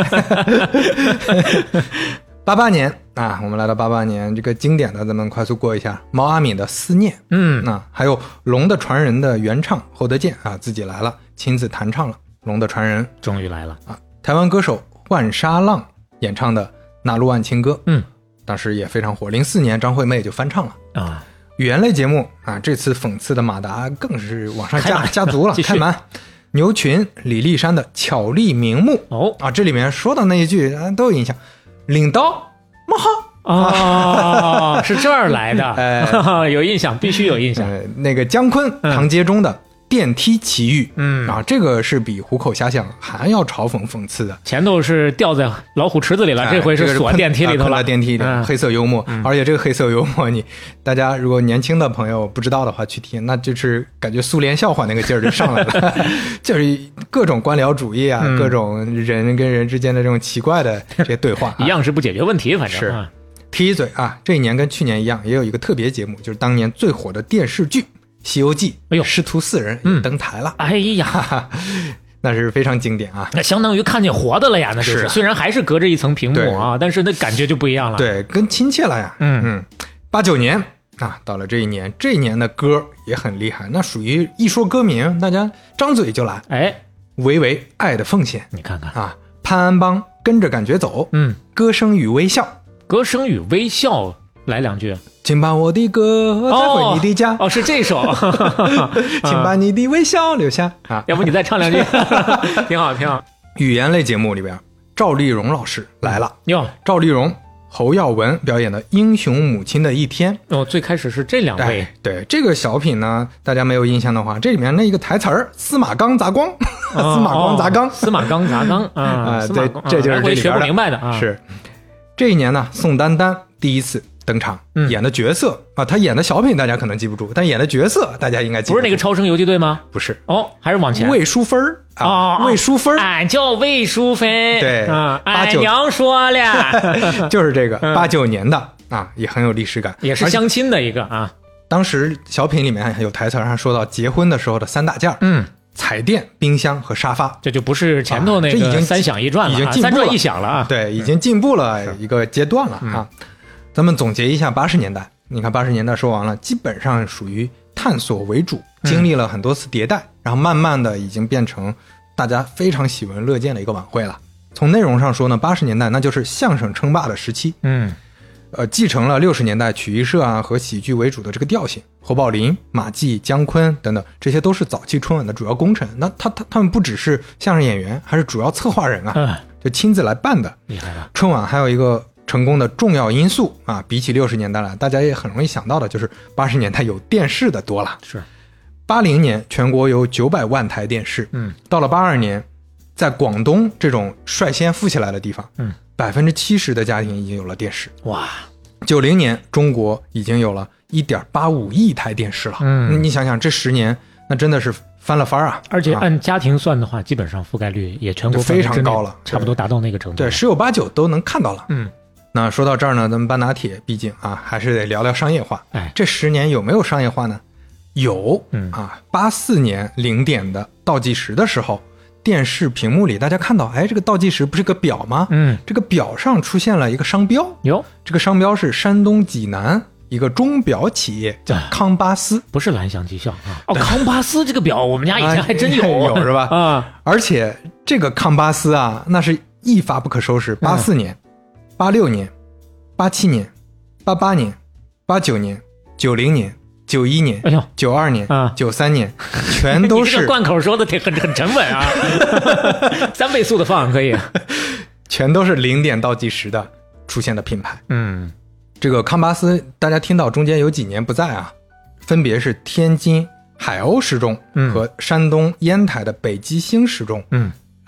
八八年啊，我们来到八八年，这个经典的咱们快速过一下，毛阿敏的《思念》， 嗯， 啊，还有《龙的传人》的原唱侯德健啊，自己来了，亲自弹唱了《龙的传人》， 终于来了啊。台湾歌手万沙浪演唱的《那路岸情歌》， 嗯， 当时也非常火。零四年张惠妹就翻唱了啊。 语言类节目啊，这次讽刺的马达更是往上加加足了，开满。牛群、李丽珊的《巧立名目》 哦啊，这里面说的那一句啊都有印象，领导冒号哦，是这儿来的， 哎、 有印象，必须有印象。 呃、那个姜昆、 嗯、 唐杰忠的电梯奇遇， 嗯啊，这个是比虎口遐想还要嘲讽讽刺的。 前头是掉在老虎池子里了，哎、这回是锁电梯里头了， 啊、电梯里、嗯，黑色幽默、嗯。而且这个黑色幽默，你大家如果年轻的朋友不知道的话，去听，那就是感觉苏联笑话那个劲儿就上来了，就是各种官僚主义啊、嗯，各种人跟人之间的这种奇怪的这些对话，啊、 一样是不解决问题，反正是。啊提一嘴啊，这一年跟去年一样，也有一个特别节目，就是当年最火的电视剧《西游记》， 哎呦， 师徒四人也登台了， 嗯、哎呀， 那是非常经典啊！ 那相当于看见活的了呀，那就是， 是虽然还是隔着一层屏幕啊，但是那感觉就不一样了， 对，更亲切了呀。 嗯嗯，八九年啊，到了这一年，这一年的歌也很厉害，那属于一说歌名，大家张嘴就来。 哎， 维维爱的奉献， 你看看啊，潘安邦跟着感觉走， 嗯， 歌声与微笑。 歌声与微笑，来两句。 请把我的歌带回你的家。 哦，哦是这首。 请把你的微笑留下啊！ 要不你再唱两句，挺好，挺好。 语言类节目里边，赵丽蓉老师来了。 哟， 赵丽蓉、侯耀文表演的《英雄母亲的一天》。 哦，最开始是这两位。 哎、对这个小品呢，大家没有印象的话，这里面那一个台词儿“司马刚砸光”， 哦、 司马光砸缸， 司马刚砸缸啊！ 呃、对，这就是这里边的。 学不明白的啊。 是这一年呢，宋丹丹第一次登场， 嗯、 演的角色啊，他演的小品大家可能记不住，但演的角色大家应该记不住。 不是那个超生游击队吗？ 不是哦，还是往前。 魏淑芬啊， 哦、 魏淑芬， 俺叫魏淑芬。 对啊，俺娘说了， 就是这个八九年的啊，也很有历史感， 也是相亲的一个啊。 当时小品里面还有台词上说到结婚的时候的三大件， 嗯。 彩电、冰箱和沙发， 这就不是前头那个三响一转了， 已经进步了， 三转一响了啊！ 对，已经进步了一个阶段了啊！咱们总结一下八十年代，你看八十年代说完了，基本上属于探索为主，经历了很多次迭代，然后慢慢的已经变成大家非常喜闻乐见的一个晚会了。从内容上说呢，八十年代那就是相声称霸的时期， 嗯。 呃，继承了六十年代曲艺社啊和喜剧为主的这个调性，侯宝林、马季、姜昆等等，这些都是早期春晚的主要功臣。那他他他们不只是相声演员，还是主要策划人啊， 嗯、 就亲自来办的。 厉害了！ 春晚还有一个成功的重要因素啊，比起六十年代来，大家也很容易想到的就是八十年代有电视的多了。 是， 八零年全国有九百万台电视， 嗯， 到了八二年，在广东这种率先富起来的地方， 嗯。 百分之七十的家庭已经有了电视。 哇！ 九零年，中国已经有了一点八五亿台电视了。 嗯， 你想想，这十年那真的是翻了番啊！ 而且按家庭算的话，啊、基本上覆盖率也全国非常高了， 差不多达到那个程度。 对，十有八九都能看到了。 嗯， 那说到这儿呢，咱们半打铁毕竟啊，还是得聊聊商业化。 哎， 这十年有没有商业化呢？有。 嗯啊，八四年零点的倒计时的时候。电视屏幕里，大家看到，哎，这个倒计时不是个表吗？ 嗯， 这个表上出现了一个商标， 有这个商标是山东济南一个钟表企业叫康巴斯， 不是蓝翔技校啊。哦，康巴斯这个表，我们家以前还真有， 有是吧？ 啊， 而且这个康巴斯啊，那是一发不可收拾。八四年、八六年、八七年、八八年、八九年、九零年。九一年， 哎呦， 九二年啊， 九三年，全都是。 你这个贯口说的挺很很沉稳啊，三倍速的放可以， 全都是零点倒计时的出现的品牌。 嗯， 这个康巴斯，大家听到中间有几年不在啊，分别是天津海鸥时钟和山东烟台的北极星时钟。 嗯，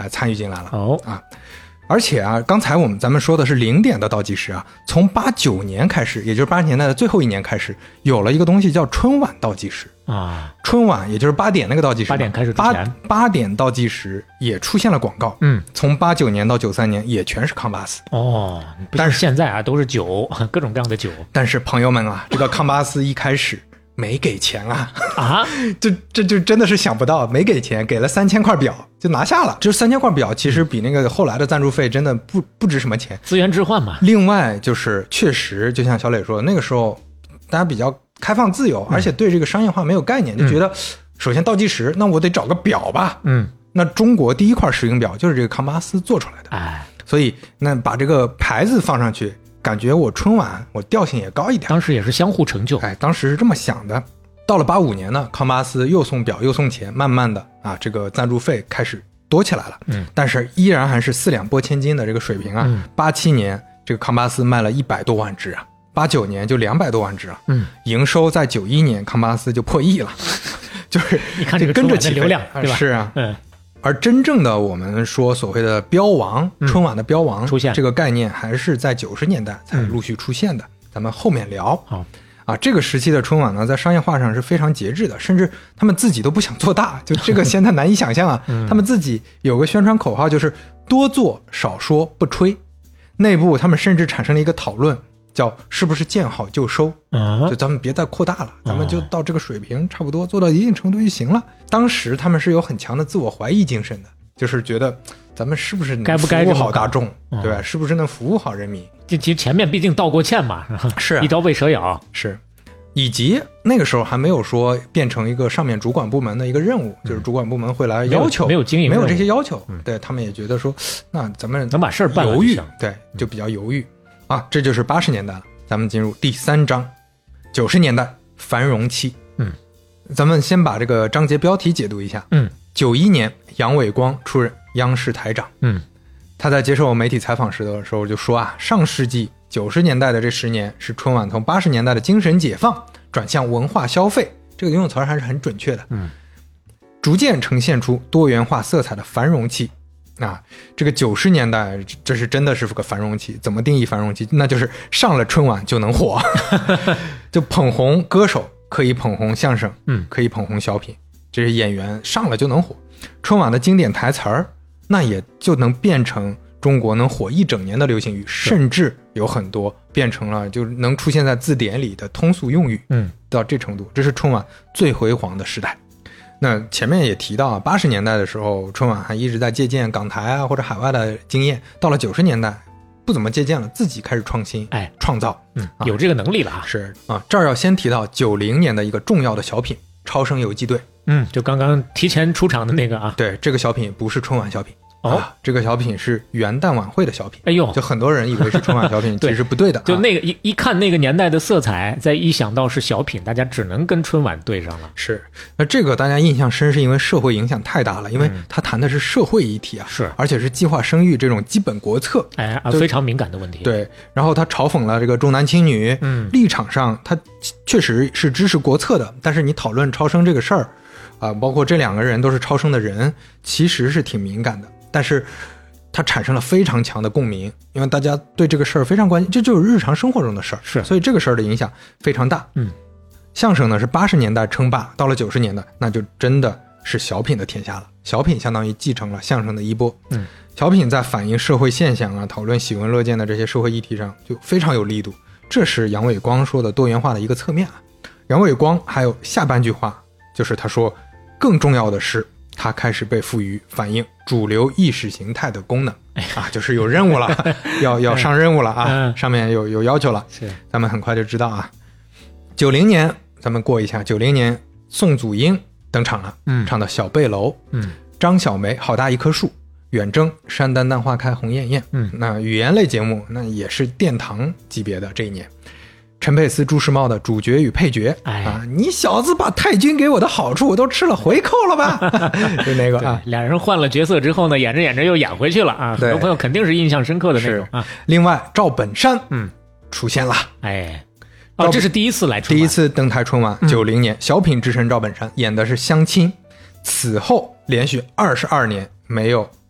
来参与进来了。 哦啊，而且啊，刚才我们咱们说的是零点的倒计时啊，从八九年开始，也就是八十年代的最后一年开始，有了一个东西叫春晚倒计时啊。 春晚也就是八点那个倒计时， 八点开始之前， 八八点倒计时也出现了广告。 嗯， 从八九年到九三年也全是康巴斯。 哦，但是现在啊都是酒，各种各样的酒。 但是朋友们啊，这个康巴斯一开始没给钱啊啊， 这这就真的是想不到，没给钱，给了三千块表就拿下了。这三千块表其实比那个后来的赞助费真的不不值什么钱， 资源置换嘛。 另外就是确实就像小磊说，那个时候大家比较开放自由，而且对这个商业化没有概念，就觉得首先倒计时，那我得找个表吧。 嗯， 那中国第一块石英表就是这个康巴斯做出来的。 哎， 所以那把这个牌子放上去，感觉我春晚我调性也高一点。 当时也是相互成就。 哎，当时是这么想的。到了八五年呢，康巴斯又送表又送钱，慢慢的啊，这个赞助费开始多起来了。 嗯， 但是依然还是四两拨千斤的这个水平啊。八七、嗯、年这个康巴斯卖了一百多万只啊，八九年就两百多万只啊。 嗯， 营收在九一年康巴斯就破亿了，就是你看这个跟着起流量，对吧？ 是啊， 嗯。 而真正的我们说所谓的标王， 嗯、 春晚的标王出现这个概念，还是在九十年代才陆续出现的。嗯、咱们后面聊。 好。 啊，这个时期的春晚呢，在商业化上是非常节制的，甚至他们自己都不想做大，就这个现在难以想象啊。 嗯、 他们自己有个宣传口号，就是多做少说不吹。内部他们甚至产生了一个讨论，叫是不是见好就收， 嗯、 就咱们别再扩大了，咱们就到这个水平，差不多做到一定程度就行了。当时他们是有很强的自我怀疑精神的，就是觉得咱们是不是能服务好大众， 该不该对吧？是不是能服务好人民？ 这其实前面毕竟道过歉嘛， 是、啊、 一朝被蛇咬， 是，以及那个时候还没有说变成一个上面主管部门的一个任务，嗯、就是主管部门会来要求， 没有经营， 没有这些要求， 嗯、 对他们也觉得说，那咱们能把事儿办了， 犹豫，对，就比较犹豫、嗯、啊。这就是八十年代了，咱们进入第三章，九十年代繁荣期。 嗯， 咱们先把这个章节标题解读一下。 嗯， 九一年，杨伟光出任央视台长。 嗯。 他在接受媒体采访时的时候就说啊，上世纪九十年代的这十年是春晚从八十年代的精神解放转向文化消费，这个用词还是很准确的。 嗯， 逐渐呈现出多元化色彩的繁荣期。啊，这个九十年代这是真的是个繁荣期。怎么定义繁荣期？那就是上了春晚就能火，就捧红歌手，可以捧红相声， 嗯， 可以捧红小品，这些演员上了就能火。春晚的经典台词儿，那也就能变成中国能火一整年的流行语，甚至有很多变成了就能出现在字典里的通俗用语。 嗯， 到这程度，这是春晚最辉煌的时代。那前面也提到啊，八十年代的时候，春晚还一直在借鉴港台啊或者海外的经验。到了九十年代，不怎么借鉴了，自己开始创新， 哎， 创造， 嗯，啊、有这个能力了啊。 是啊，这儿要先提到九零年的一个重要的小品《超生游击队》。 嗯，就刚刚提前出场的那个啊。 对，这个小品不是春晚小品。 哦、 啊，这个小品是元旦晚会的小品。 哎呦， 就很多人以为是春晚小品，其实不对的。 就那个一一看那个年代的色彩，再一想到是小品，大家只能跟春晚对上了。 是，那这个大家印象深，是因为社会影响太大了，因为它谈的是社会议题啊， 是， 而且是计划生育这种基本国策， 哎，啊，非常敏感的问题。 对，然后他嘲讽了这个重男轻女， 嗯， 立场上他确实是支持国策的，但是你讨论超生这个事儿啊、呃，包括这两个人都是超生的人，其实是挺敏感的，但是它产生了非常强的共鸣，因为大家对这个事儿非常关心，这就是日常生活中的事儿， 是， 所以这个事儿的影响非常大。 嗯， 相声呢是八十年代称霸，到了九十年代，那就真的是小品的天下了。小品相当于继承了相声的衣钵。 嗯， 小品在反映社会现象啊，讨论喜闻乐见的这些社会议题上就非常有力度，这是杨伟光说的多元化的一个侧面啊。杨伟光还有下半句话，就是他说，更重要的是，它开始被赋予反映主流意识形态的功能，啊，就是有任务了，要要上任务了啊，上面有有要求了， 是， 咱们很快就知道啊。九零年，咱们过一下，九零年宋祖英登场了， 嗯， 唱的小背篓， 嗯， 张小梅好大一棵树，远征山丹丹花开红艳艳， 嗯， 那语言类节目那也是殿堂级别的这一年。陈佩斯、朱时茂的主角与配角， 哎啊，你小子把太君给我的好处我都吃了，回扣了吧？就那个啊， 俩人换了角色之后呢，演着演着又演回去了啊，很多朋友肯定是印象深刻的那种啊。 另外，赵本山嗯出现了， 哎，哦，这是第一次来春晚， 第一次登台春晚，九零年、嗯、小品之神赵本山演的是相亲，此后连续二十二年没有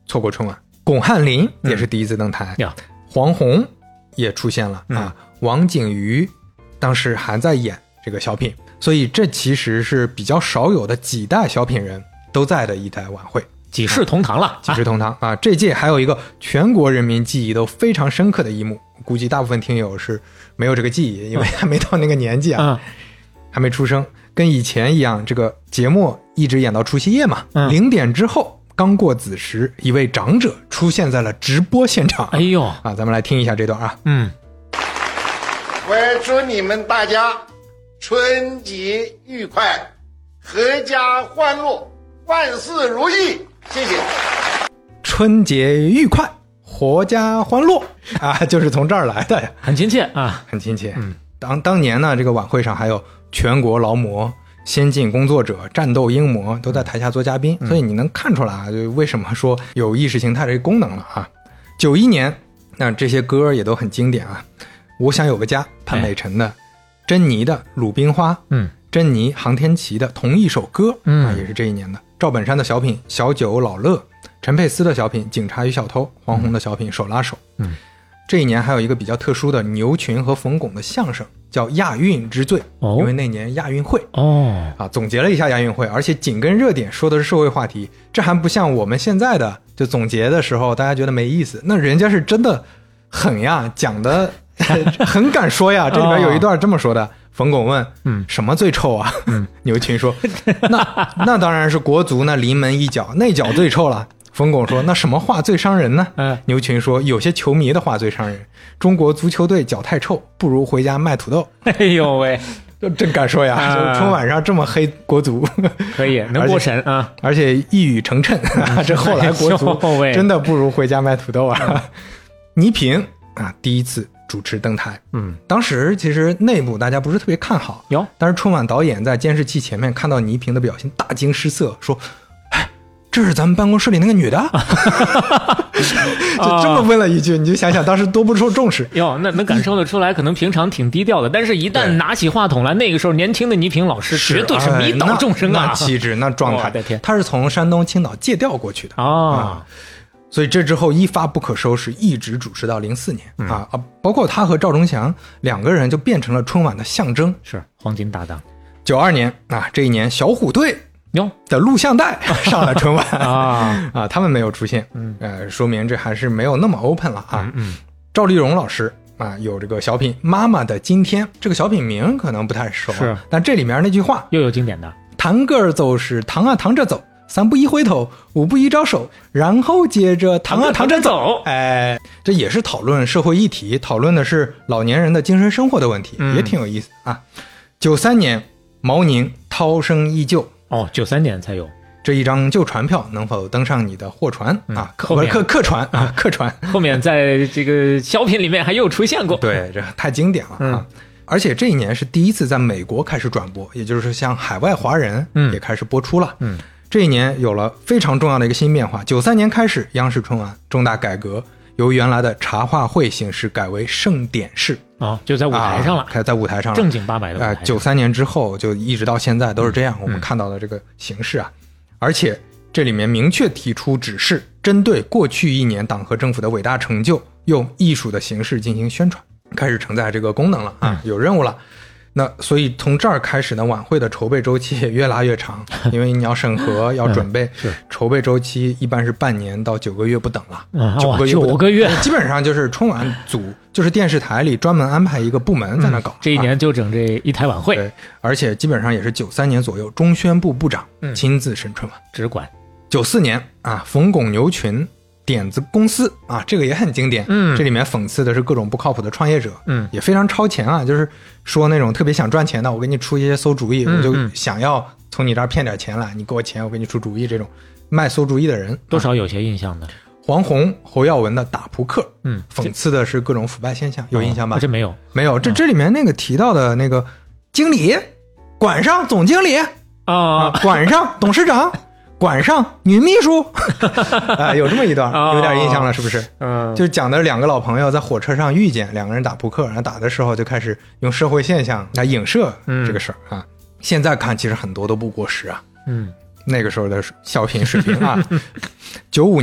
错过春晚。巩汉林也是第一次登台， 嗯、 黄宏也出现了、 嗯、 啊，王景瑜当时还在演这个小品，所以这其实是比较少有的几代小品人都在的一台晚会， 几世同堂了， 啊、几世同堂啊！这届还有一个全国人民记忆都非常深刻的一幕，估计大部分听友是没有这个记忆，因为还没到那个年纪啊， 嗯、 还没出生，跟以前一样，这个节目一直演到除夕夜嘛，零、嗯、点之后。刚过子时，一位长者出现在了直播现场。 哎呦啊，咱们来听一下这段啊。 嗯， 我祝你们大家春节愉快，阖家欢乐，万事如意。谢谢。 春节愉快，阖家欢乐啊，就是从这儿来的呀， 很亲切啊， 很亲切。嗯，当当年呢，这个晚会上还有全国劳模。先进工作者、战斗英模都在台下做嘉宾、嗯、所以你能看出来啊，就为什么说有意识形态这个功能了啊。九一年那这些歌也都很经典啊，我想有个家，潘美辰的、哎、珍妮的鲁冰花，嗯，珍妮航天旗的同一首歌，嗯、啊，也是这一年的。赵本山的小品小酒老乐，陈佩斯的小品警察与小偷，黄宏的小品手拉手，嗯，这一年还有一个比较特殊的牛群和冯巩的相声叫亚运之最、哦、因为那年亚运会哦啊，总结了一下亚运会，而且紧跟热点说的是社会话题，这还不像我们现在的就总结的时候大家觉得没意思，那人家是真的狠呀，讲的很敢说呀。这里边有一段这么说的，冯巩问嗯什么最臭啊、嗯、牛群说那那当然是国足那临门一脚，那脚最臭了。冯巩说那什么话最伤人呢、嗯、牛群说有些球迷的话最伤人，中国足球队脚太臭，不如回家卖土豆。 哎呦喂， 就真敢说呀、啊、春晚上这么黑国足， 可以能过审啊， 而且一语成谶、嗯、这后来国足真的不如回家卖土豆啊、嗯、倪萍啊第一次主持登台，嗯，当时其实内部大家不是特别看好，有，但是春晚导演在监视器前面看到倪萍的表现大惊失色，说这是咱们办公室里那个女的就这么问了一句、啊、你就想想当时多不受重视哟，那能感受得出来可能平常挺低调的，但是一旦拿起话筒来，那个时候年轻的倪萍老师绝对是迷倒众生啊、 哎、那, 那气质那状态，他是从山东青岛借调过去的啊、嗯， 所以这之后一发不可收拾，一直主持到零四年、嗯、啊，包括他和赵忠祥两个人就变成了春晚的象征， 是黄金搭档。 九二年啊，这一年小虎队的录像带上了春晚啊啊，他们没有出现，嗯，呃，说明这还是没有那么 open 了啊。嗯，嗯赵丽蓉老师啊，有这个小品《妈妈的今天》，这个小品名可能不太熟， 是， 但这里面那句话又有经典的， 弹个儿走是弹啊弹着走，三步一回头，五步一招手，然后接着弹啊弹着走，哎，这也是讨论社会议题，讨论的是老年人的精神生活的问题，嗯、也挺有意思啊。九三年，毛宁涛声依旧。哦，九三年才有这一张旧船票能否登上你的货船、嗯、啊？客客客船啊，客船。 后面在这个小品里面还又出现过。 对，这太经典了啊！嗯、而且这一年是第一次在美国开始转播，也就是像海外华人也开始播出了。嗯，这一年有了非常重要的一个新变化。九三年开始，央视春晚重大改革，由原来的茶话会形式改为盛典式。 哦，就在舞台上了， 开、啊、在舞台上了， 正经八百的舞台上。 九、呃、三年之后就一直到现在都是这样、嗯、我们看到的这个形式啊、嗯，而且这里面明确提出指示，针对过去一年党和政府的伟大成就，用艺术的形式进行宣传，开始承载这个功能了啊、嗯，有任务了。那所以从这儿开始呢，晚会的筹备周期也越拉越长，因为你要审核要准备、嗯、是筹备周期一般是半年到九个月不等了、 嗯、 九个月不等九个月基本上就是春晚组就是电视台里专门安排一个部门在那搞、嗯、 这一年就整这一台晚会、 啊、对，而且基本上也是九三年左右中宣部部长亲自审春晚、嗯、 只管。 九四年啊，冯巩牛群点子公司啊，这个也很经典。嗯，这里面讽刺的是各种不靠谱的创业者，嗯，也非常超前啊，就是说那种特别想赚钱的，我给你出一些馊主意，嗯、我就想要从你这儿骗点钱来，你给我钱，我给你出主意，这种卖馊主意的人， 多少有些印象的。啊、 黄宏、侯耀文的打扑克，嗯，讽刺的是各种腐败现象，有印象吧？ 这没有， 没有。这这里面那个提到的那个经理，管上总经理啊、啊，管上董事长。管上女秘书啊，有这么一段，有点印象了，是不是？嗯，就讲的两个老朋友在火车上遇见，两个人打扑克，然后打的时候就开始用社会现象来影射这个事儿、嗯、啊。现在看其实很多都不过时啊，嗯，那个时候的小品水平啊。九五年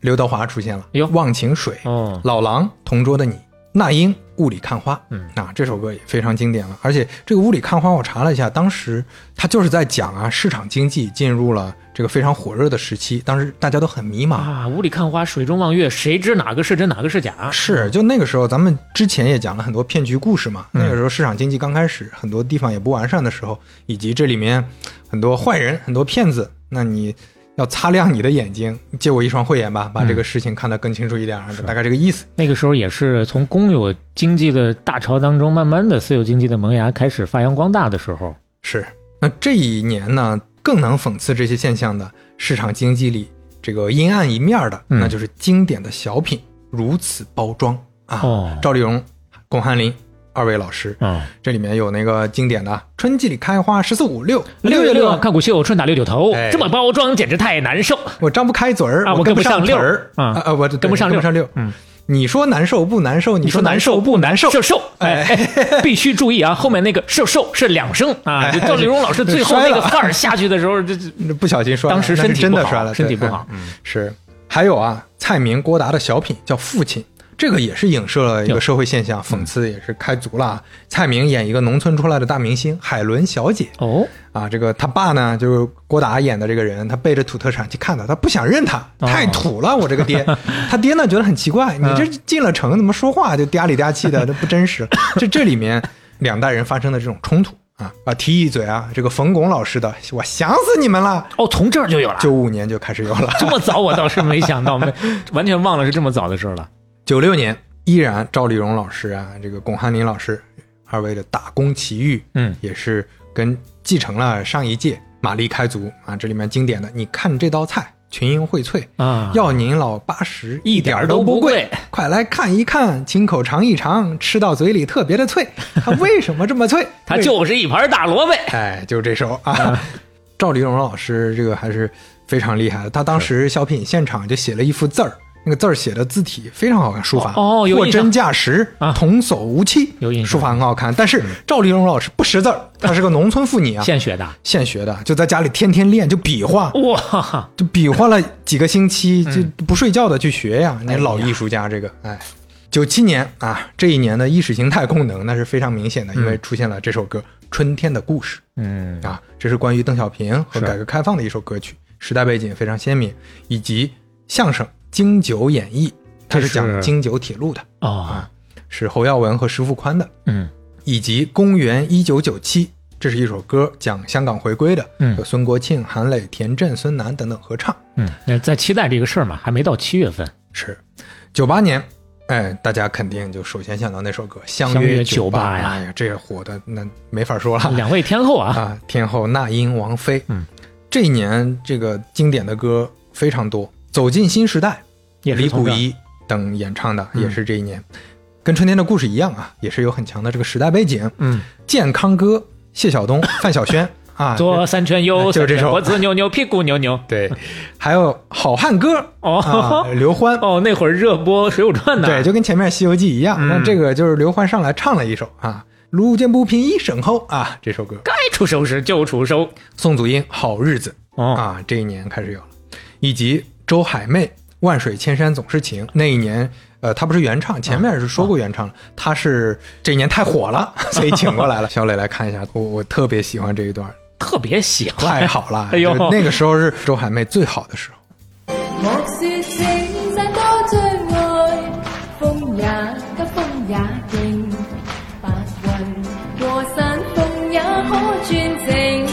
刘德华出现了， 哟忘情水， 哦， 老狼同桌的你，那英雾里看花， 嗯啊，这首歌也非常经典了。而且这个雾里看花，我查了一下，当时它就是在讲啊，市场经济进入了这个非常火热的时期，当时大家都很迷茫啊，雾里看花，水中望月，谁知哪个是真，哪个是假？ 是，就那个时候，咱们之前也讲了很多骗局故事嘛。 嗯、 那个时候市场经济刚开始，很多地方也不完善的时候，以及这里面很多坏人、很多骗子，那你要擦亮你的眼睛，借我一双慧眼吧，把这个事情看得更清楚一点，嗯、大概这个意思。 那个时候也是从公有经济的大潮当中，慢慢的私有经济的萌芽开始发扬光大的时候。 是，那这一年呢，更能讽刺这些现象的市场经济里这个阴暗一面的， 嗯、 那就是经典的小品如此包装啊。 哦， 赵丽蓉、巩汉林二位老师， 嗯， 这里面有那个经典的春季里开花十四五六， 六月六看谷秀，春打六九头， 哎、 这么包装简直太难受。 我张不开嘴儿， 啊， 我跟不上六儿啊啊，我跟不上六， 跟不上六。 嗯， 你说难受不难受？ 你说难受不难受？ 受受，哎，必须注意啊，后面那个受受是两声啊。就赵丽蓉老师最后那个范儿下去的时候，这这不小心摔了， 当时身体真的摔了， 身体不好。 嗯，是。还有啊，蔡明、郭达的小品叫《父亲》。这个也是影射了一个社会现象，讽刺也是开足了。蔡明演一个农村出来的大明星海伦小姐， 哦， 啊，这个他爸呢，就是郭达演的这个人，他背着土特产去看他，他不想认他，太土了，我这个爹。他爹呢觉得很奇怪，你这进了城怎么说话就嗲里嗲气的，这不真实。这这里面两代人发生的这种冲突啊啊，提一嘴啊，这个冯巩老师的，我想死你们了。 哦，从这儿就有了， 九五年就开始有了， 这么早我倒是没想到，没完全忘了是这么早的事了。 九六年。依然赵丽蓉老师啊，这个巩汉林老师二位的打工奇遇， 嗯， 也是跟继承了上一届玛丽开足啊，这里面经典的，你看这道菜群英荟萃啊， 要您老八十一点都不贵， 快来看一看，亲口尝一尝，吃到嘴里特别的脆。它为什么这么脆？ 它就是一盘大萝卜。 哎，就这首啊，啊赵丽蓉老师这个还是非常厉害的，他当时小品现场就写了一幅字儿。那个字儿写的字体非常好看，书法哦，有货真价实啊， 童叟无欺， 有印象， 书法很好看。但是赵丽蓉老师不识字儿，她是个农村妇女啊， 现学的， 现学的，就在家里天天练，就比划， 哇， 就比划了几个星期，就不睡觉的去学呀。那、嗯、老艺术家这个，哎，九七年啊，这一年的意识形态功能那是非常明显的，因为出现了这首歌《春天的故事》。 嗯啊，这是关于邓小平和改革开放的一首歌曲，时代背景非常鲜明，以及相声《京九演义》。它是讲京九铁路的啊、 哦，是侯耀文和石富宽的， 嗯， 以及公元一九九七，这是一首歌讲香港回归的， 嗯， 有孙国庆、韩磊、田震、孙楠等等合唱， 嗯，那在期待这个事儿嘛，还没到七月份。 是九八年，哎，大家肯定就首先想到那首歌《相约九八》呀， 哎呀，这个火的那没法说了， 两位天后啊， 啊，天后那英、王菲， 嗯， 这一年这个经典的歌非常多，走进新时代，李谷一。等演唱的也是这一年、嗯、跟春天的故事一样啊，也是有很强的这个时代背景。 嗯， 健康歌谢晓东范晓萱啊， 左三圈右就是这首脖子扭扭屁股扭扭。 对，还有好汉歌哦、 啊，刘欢哦，那会儿热播水浒传呢， 对，就跟前面西游记一样，那、嗯、这个就是刘欢上来唱了一首啊，路见不平一声吼啊，这首歌该出手时就出手。 宋祖英好日子、 哦、 啊，这一年开始有了，以及周海媚万水千山总是情，那一年呃，他不是原唱，前面是说过原唱了、啊、他是这一年太火了所以请过来了小磊来看一下，我我特别喜欢这一段， 特别喜欢， 太好了， 哎呦， 那个时候是周海媚最好的时候。莫說青山多障礙，風也急風也勁，白雲過山峰也可轉正，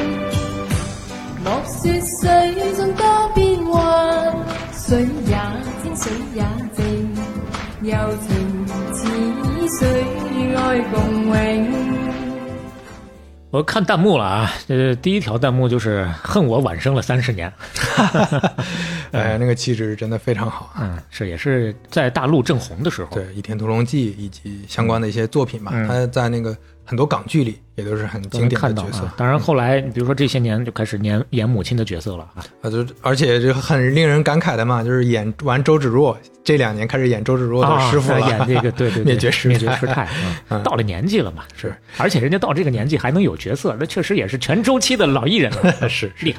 莫說水中多變幻，水也清水也靜，柔情似水愛共榮。我看弹幕了啊，这第一条弹幕就是恨我晚生了三十年。 哎，那个气质真的非常好啊。 嗯，是也是在大陆正红的时候， 对《倚天屠龙记》以及相关的一些作品吧， 嗯、 他在那个很多港剧里也都是很经典的角色。 啊、当然后来比如说这些年就开始演演母亲的角色了啊， 啊，就而且就很令人感慨的嘛，就是演完周芷若，这两年开始演周芷若的师傅了， 啊、演这个对对对灭绝师灭绝师太、嗯，到了年纪了嘛， 是， 而且人家到这个年纪还能有角色，那确实也是全周期的老艺人了， 是厉害。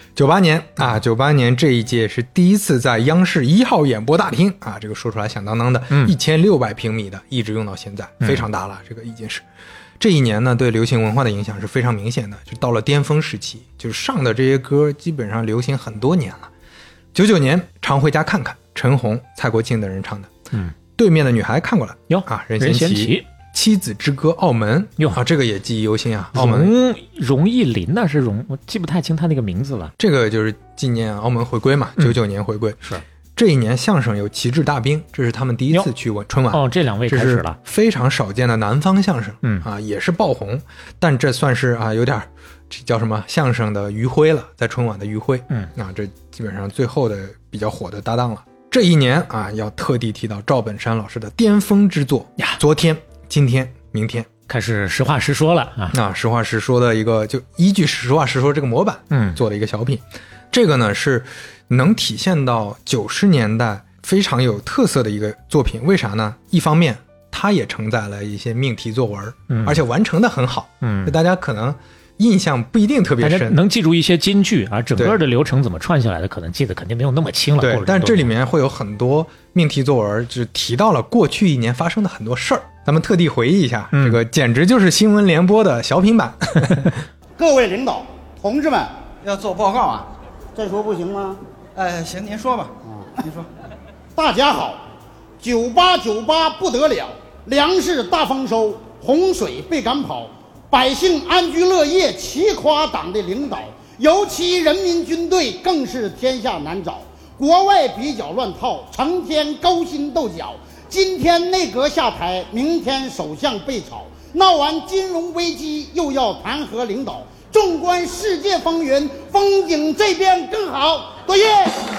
九八年啊，九八年这一届是第一次在央视一号演播大厅啊，这个说出来响当当的，一千六百平米的，一直用到现在，非常大了，这个已经是。这一年呢，对流行文化的影响是非常明显的，就到了巅峰时期，就是上的这些歌基本上流行很多年了。九九年，常回家看看，陈红、蔡国庆等人唱的。嗯，对面的女孩看过了哟啊，任贤齐。妻子之歌澳门哟啊，这个也记忆犹新啊。澳门容容易林那是容，我记不太清他那个名字了。 这个就是纪念澳门回归嘛，九九、嗯、年回归是。 这一年相声有旗帜大兵，这是他们第一次去春晚哦，这两位开始了， 非常少见的南方相声，嗯啊也是爆红，但这算是啊有点这叫什么相声的余晖了，在春晚的余晖，嗯啊这基本上最后的比较火的搭档了。这一年啊要特地提到赵本山老师的巅峰之作呀，昨天、今天、明天。 开始实话实说了啊！ 啊，实话实说的一个，就依据实话实说这个模板，嗯，做的一个小品。这个呢是能体现到九十年代非常有特色的一个作品。为啥呢？一方面，它也承载了一些命题作文，嗯，而且完成的很好，嗯，大家可能印象不一定特别深， 大家能记住一些金句啊，整个的流程怎么串下来的，可能记得肯定没有那么清了。 对，但这里面会有很多命题作文，就提到了过去一年发生的很多事儿。咱们特地回忆一下，嗯、这个简直就是新闻联播的小品版。 各位领导、同志们， 要做报告啊？ 这说不行吗？ 呃，行，您说吧。 啊，您说。大家好，九八九八不得了，粮食大丰收，洪水被赶跑，百姓安居乐业，齐夸党的领导，尤其人民军队更是天下难找。国外比较乱套，成天勾心斗角。今天内阁下台，明天首相被炒，闹完金融危机又要弹劾领导。纵观世界风云，风景这边更好。多谢。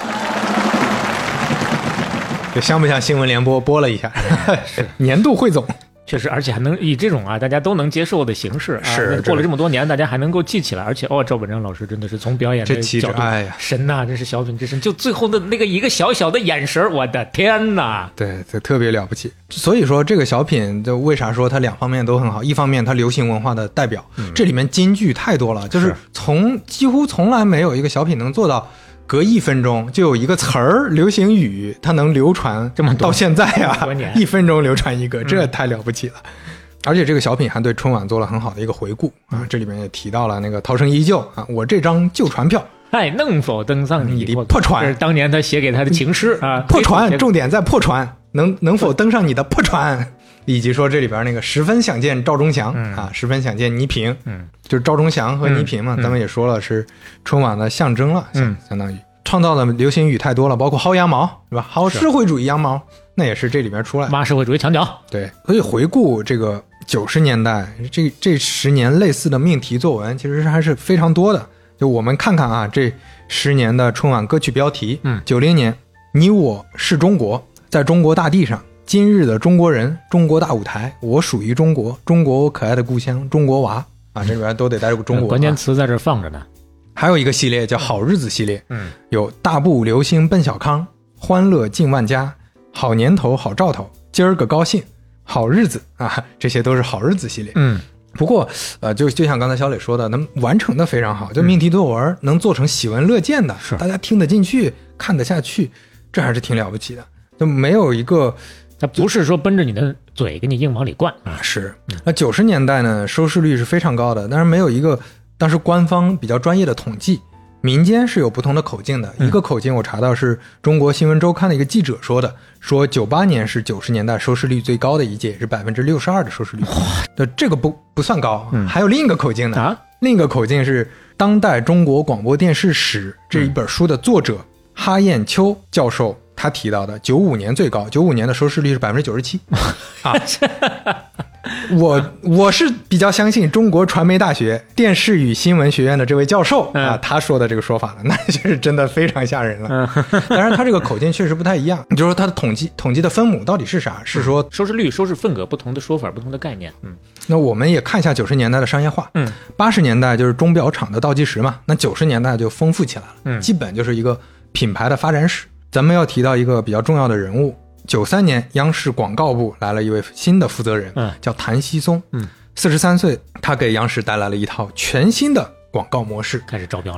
这像不像新闻联播播了一下？是年度汇总。 确实，而且还能以这种啊大家都能接受的形式啊， 是过了这么多年，大家还能够记起来。而且哦，赵本山老师真的是从表演这气质，哎呀， 神呐、啊，真是小品之神。就最后的那个一个小小的眼神，我的天呐！ 对，这特别了不起。所以说这个小品，就为啥说它两方面都很好？一方面它流行文化的代表，嗯、这里面金句太多了，就是从几乎从来没有一个小品能做到。隔一分钟就有一个词儿，流行语，它能流传这么到现在啊，一分钟流传一个，这太了不起了。嗯、而且这个小品还对春晚做了很好的一个回顾啊，这里面也提到了那个涛声依旧啊，我这张旧船票， 哎，能否登上你的破船？ 这是当年他写给他的情诗啊， 破船，重点在破船，能能否登上你的破船？以及说这里边那个十分想见赵忠祥、嗯、啊，十分想见倪萍，嗯，就是赵忠祥和倪萍嘛，嗯、咱们也说了是春晚的象征了，嗯，相当于创造的流行语太多了，包括薅羊毛，是吧？薅社会主义羊毛，那也是这里边出来的， 挖社会主义墙角。 对，所以回顾这个九十年代这这十年类似的命题作文，其实还是非常多的。就我们看看啊，这十年的春晚歌曲标题，嗯，九零年，你我是中国，在中国大地上。今日的中国人，中国大舞台，我属于中国，中国我可爱的故乡，中国娃啊，这里边都得带着个中国、啊。 关键词在这放着呢。 还有一个系列叫好日子系列，嗯，有大步流星奔小康，欢乐进万家，好年头好兆头，今儿个高兴，好日子啊，这些都是好日子系列。嗯，不过呃，就就像刚才小磊说的，能完成的非常好，就命题作文、嗯、能做成喜闻乐见的，是大家听得进去，看得下去，这还是挺了不起的。就没有一个。 它不是说奔着你的嘴给你硬往里灌啊！ 是，那九十年代呢，收视率是非常高的，但是没有一个当时官方比较专业的统计，民间是有不同的口径的。嗯、一个口径我查到是中国新闻周刊的一个记者说的，说九八年是九十年代收视率最高的一届，是百分之六十二的收视率。那这个不不算高，嗯、还有另一个口径呢。啊，另一个口径是《当代中国广播电视史》这一本书的作者、嗯、哈燕秋教授。他提到的九五年最高，九五年的收视率是百分之九十七啊。我我是比较相信中国传媒大学电视与新闻学院的这位教授、嗯、啊，他说的这个说法了，那就是真的非常吓人了。嗯、当然，他这个口径确实不太一样。你就说他的统计统计的分母到底是啥？是说、 嗯、收视率、收视份额不同的说法、不同的概念。嗯， 那我们也看一下九十年代的商业化。嗯，八十年代就是钟表厂的倒计时嘛，那九十年代就丰富起来了。嗯，基本就是一个品牌的发展史。咱们要提到一个比较重要的人物，九三年央视广告部来了一位新的负责人，嗯，叫谭熙松，嗯，四十三岁，他给央视带来了一套全新的广告模式， 开始招标了。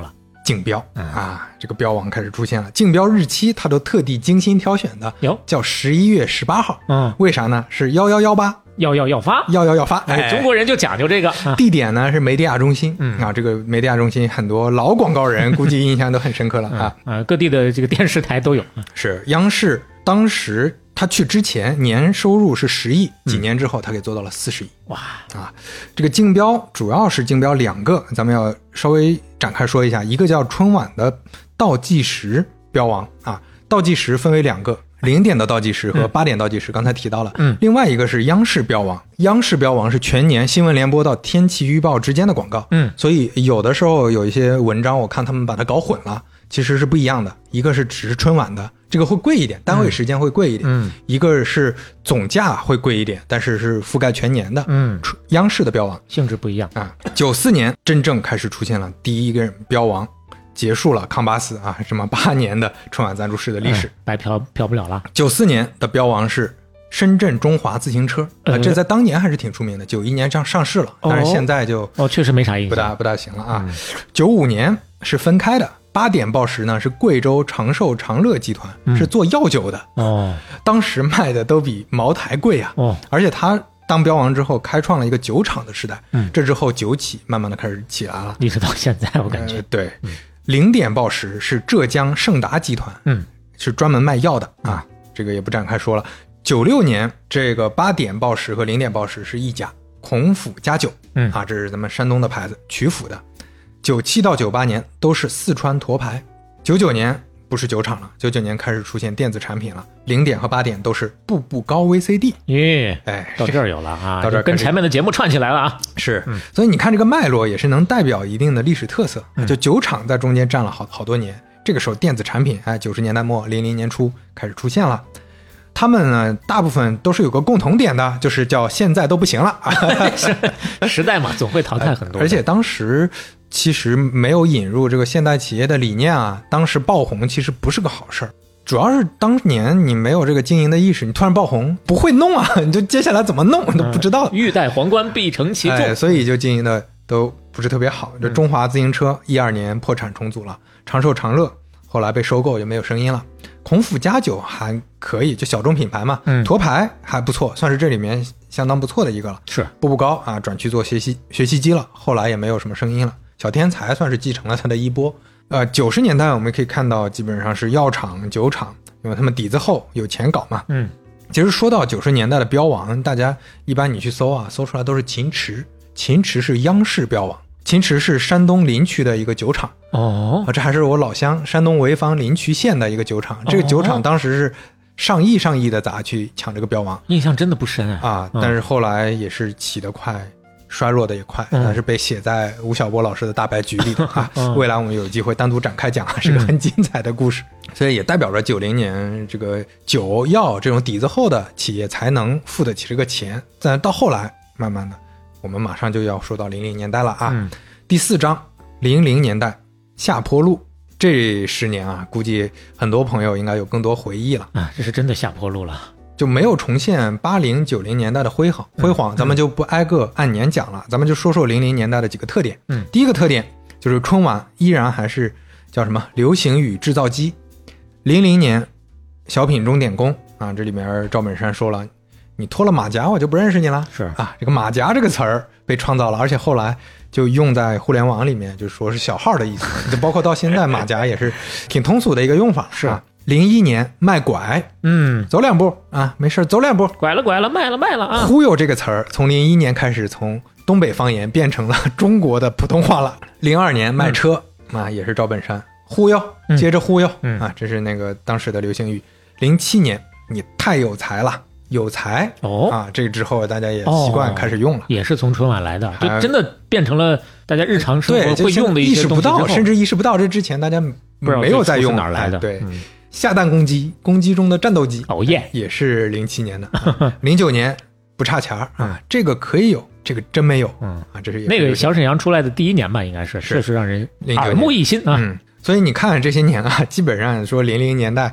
竞标、嗯、啊，这个标王开始出现了。竞标日期它都特地精心挑选的， 有叫十一月十八号。 嗯， 为啥呢？是幺幺幺八。 要要要发， 要要要发！ 哎，中国人就讲究这个。 啊、地点呢是梅地亚中心，嗯啊，这个梅地亚中心很多老广告人估计印象都很深刻了啊、 嗯、啊，各地的这个电视台都有。 是央视当时他去之前年收入是十亿，几年之后他给做到了四十亿。 哇啊，这个竞标主要是竞标两个，咱们要稍微展开说一下，一个叫春晚的倒计时标王啊，倒计时分为两个。零点的倒计时和八点倒计时、嗯、刚才提到了。嗯，另外一个是央视标王，央视标王是全年新闻联播到天气预报之间的广告。嗯，所以有的时候有一些文章我看他们把它搞混了，其实是不一样的。一个是只是春晚的，这个会贵一点，单位时间会贵一点。嗯，一个是总价会贵一点，但是是覆盖全年的。嗯，央视的标王性质不一样啊。九四年真正开始出现了第一个标王。结束了康巴斯啊，这么八年的春晚赞助式的历史， 嗯、白嫖嫖不了了。 九四年的标王是深圳中华自行车，呃、这在当年还是挺出名的。九一年上上市了，但是现在就哦，确实没啥印象， 不大不大行了啊。九五、嗯、年是分开的，八点报时呢是贵州长寿长乐集团、嗯、是做药酒的哦，当时卖的都比茅台贵啊哦，而且他。当标王之后开创了一个酒厂的时代，嗯，这之后酒企慢慢的开始起来了， 一直到现在我感觉、 呃、对、嗯、零点报时是浙江盛达集团，嗯，是专门卖药的啊，这个也不展开说了。九六年这个八点报时和零点报时是一家孔府家酒，嗯啊，这是咱们山东的牌子曲阜的。九七到九八年都是四川沱牌，九九年不是酒厂了，九九年开始出现电子产品了，零点和八点都是步步高 V C D。 耶，哎，到这儿有了啊， 到这儿跟前面的节目串起来了啊。 是、嗯，所以你看这个脉络也是能代表一定的历史特色。嗯、就酒厂在中间占了好好多年，这个时候电子产品，哎，九十年代末零零年初开始出现了。他们呢，大部分都是有个共同点的，就是叫现在都不行了。 时代嘛，总会淘汰很多。 而且当时其实没有引入这个现代企业的理念啊，当时爆红其实不是个好事儿。主要是当年你没有这个经营的意识，你突然爆红不会弄啊，你就接下来怎么弄都不知道。 欲戴皇冠必承其重、 哎，所以就经营的都不是特别好。这中华自行车一二年破产重组了，长寿长乐后来被收购就没有声音了。孔府家酒还可以，就小众品牌嘛，嗯，沱牌还不错，算是这里面相当不错的一个了。 是步步高啊，转去做学习学习机了，后来也没有什么声音了。小天才算是继承了他的衣钵。呃，九十年代我们可以看到，基本上是药厂、酒厂，因为他们底子厚，有钱搞嘛。嗯，其实说到九十年代的标王，大家一般你去搜啊，搜出来都是秦池，秦池是央视标王。秦池是山东临朐的一个酒厂哦，这还是我老乡山东潍坊临朐县的一个酒厂。这个酒厂当时是上亿上亿的砸去抢这个标王， 印象真的不深啊。 啊，但是后来也是起得快，衰落的也快，但、嗯、是被写在吴晓波老师的大白局里的啊。嗯、未来我们有机会单独展开讲，是个很精彩的故事。嗯、所以也代表着九零年这个酒药这种底子厚的企业才能付得起这个钱。但到后来慢慢的。我们马上就要说到零零年代了啊，嗯、第四章零零年代下坡路，这十年啊，估计很多朋友应该有更多回忆了啊，这是真的下坡路了， 就没有重现八零九零年代的辉煌辉煌，咱们就不挨个按年讲了，咱们就说说零零年代的几个特点。嗯，第一个特点就是春晚依然还是叫什么流行语制造机。零零年小品钟点工啊，这里面赵本山说了。你脱了马甲我就不认识你了， 是啊，这个马甲这个词儿被创造了，而且后来就用在互联网里面，就说是小号的意思，就包括到现在马甲也是挺通俗的一个用法。 是啊，零一年卖拐，嗯，走两步啊，没事走两步， 拐了拐了，卖了卖了啊。 忽悠这个词儿从零一年开始从东北方言变成了中国的普通话了。零二年卖车、嗯、啊，也是赵本山忽悠，接着忽悠、嗯、啊，这是那个当时的流行语。零七年你太有才了。有才哦啊，这个之后大家也习惯开始用了， 哦、也是从春晚来的，就真的变成了大家日常生活会用的一些东西。意识不到，甚至意识不到，这之前大家没有在用哪儿来的。 哎、对，嗯、下蛋公鸡，公鸡中的战斗机， 哦耶， 也是零七年的，零九年不差钱啊，这个可以有，这个真没有，嗯啊，这是那个小沈阳出来的第一年吧，应该是，确实让人耳目一新啊。 嗯，所以你看这些年啊，基本上说零零年代。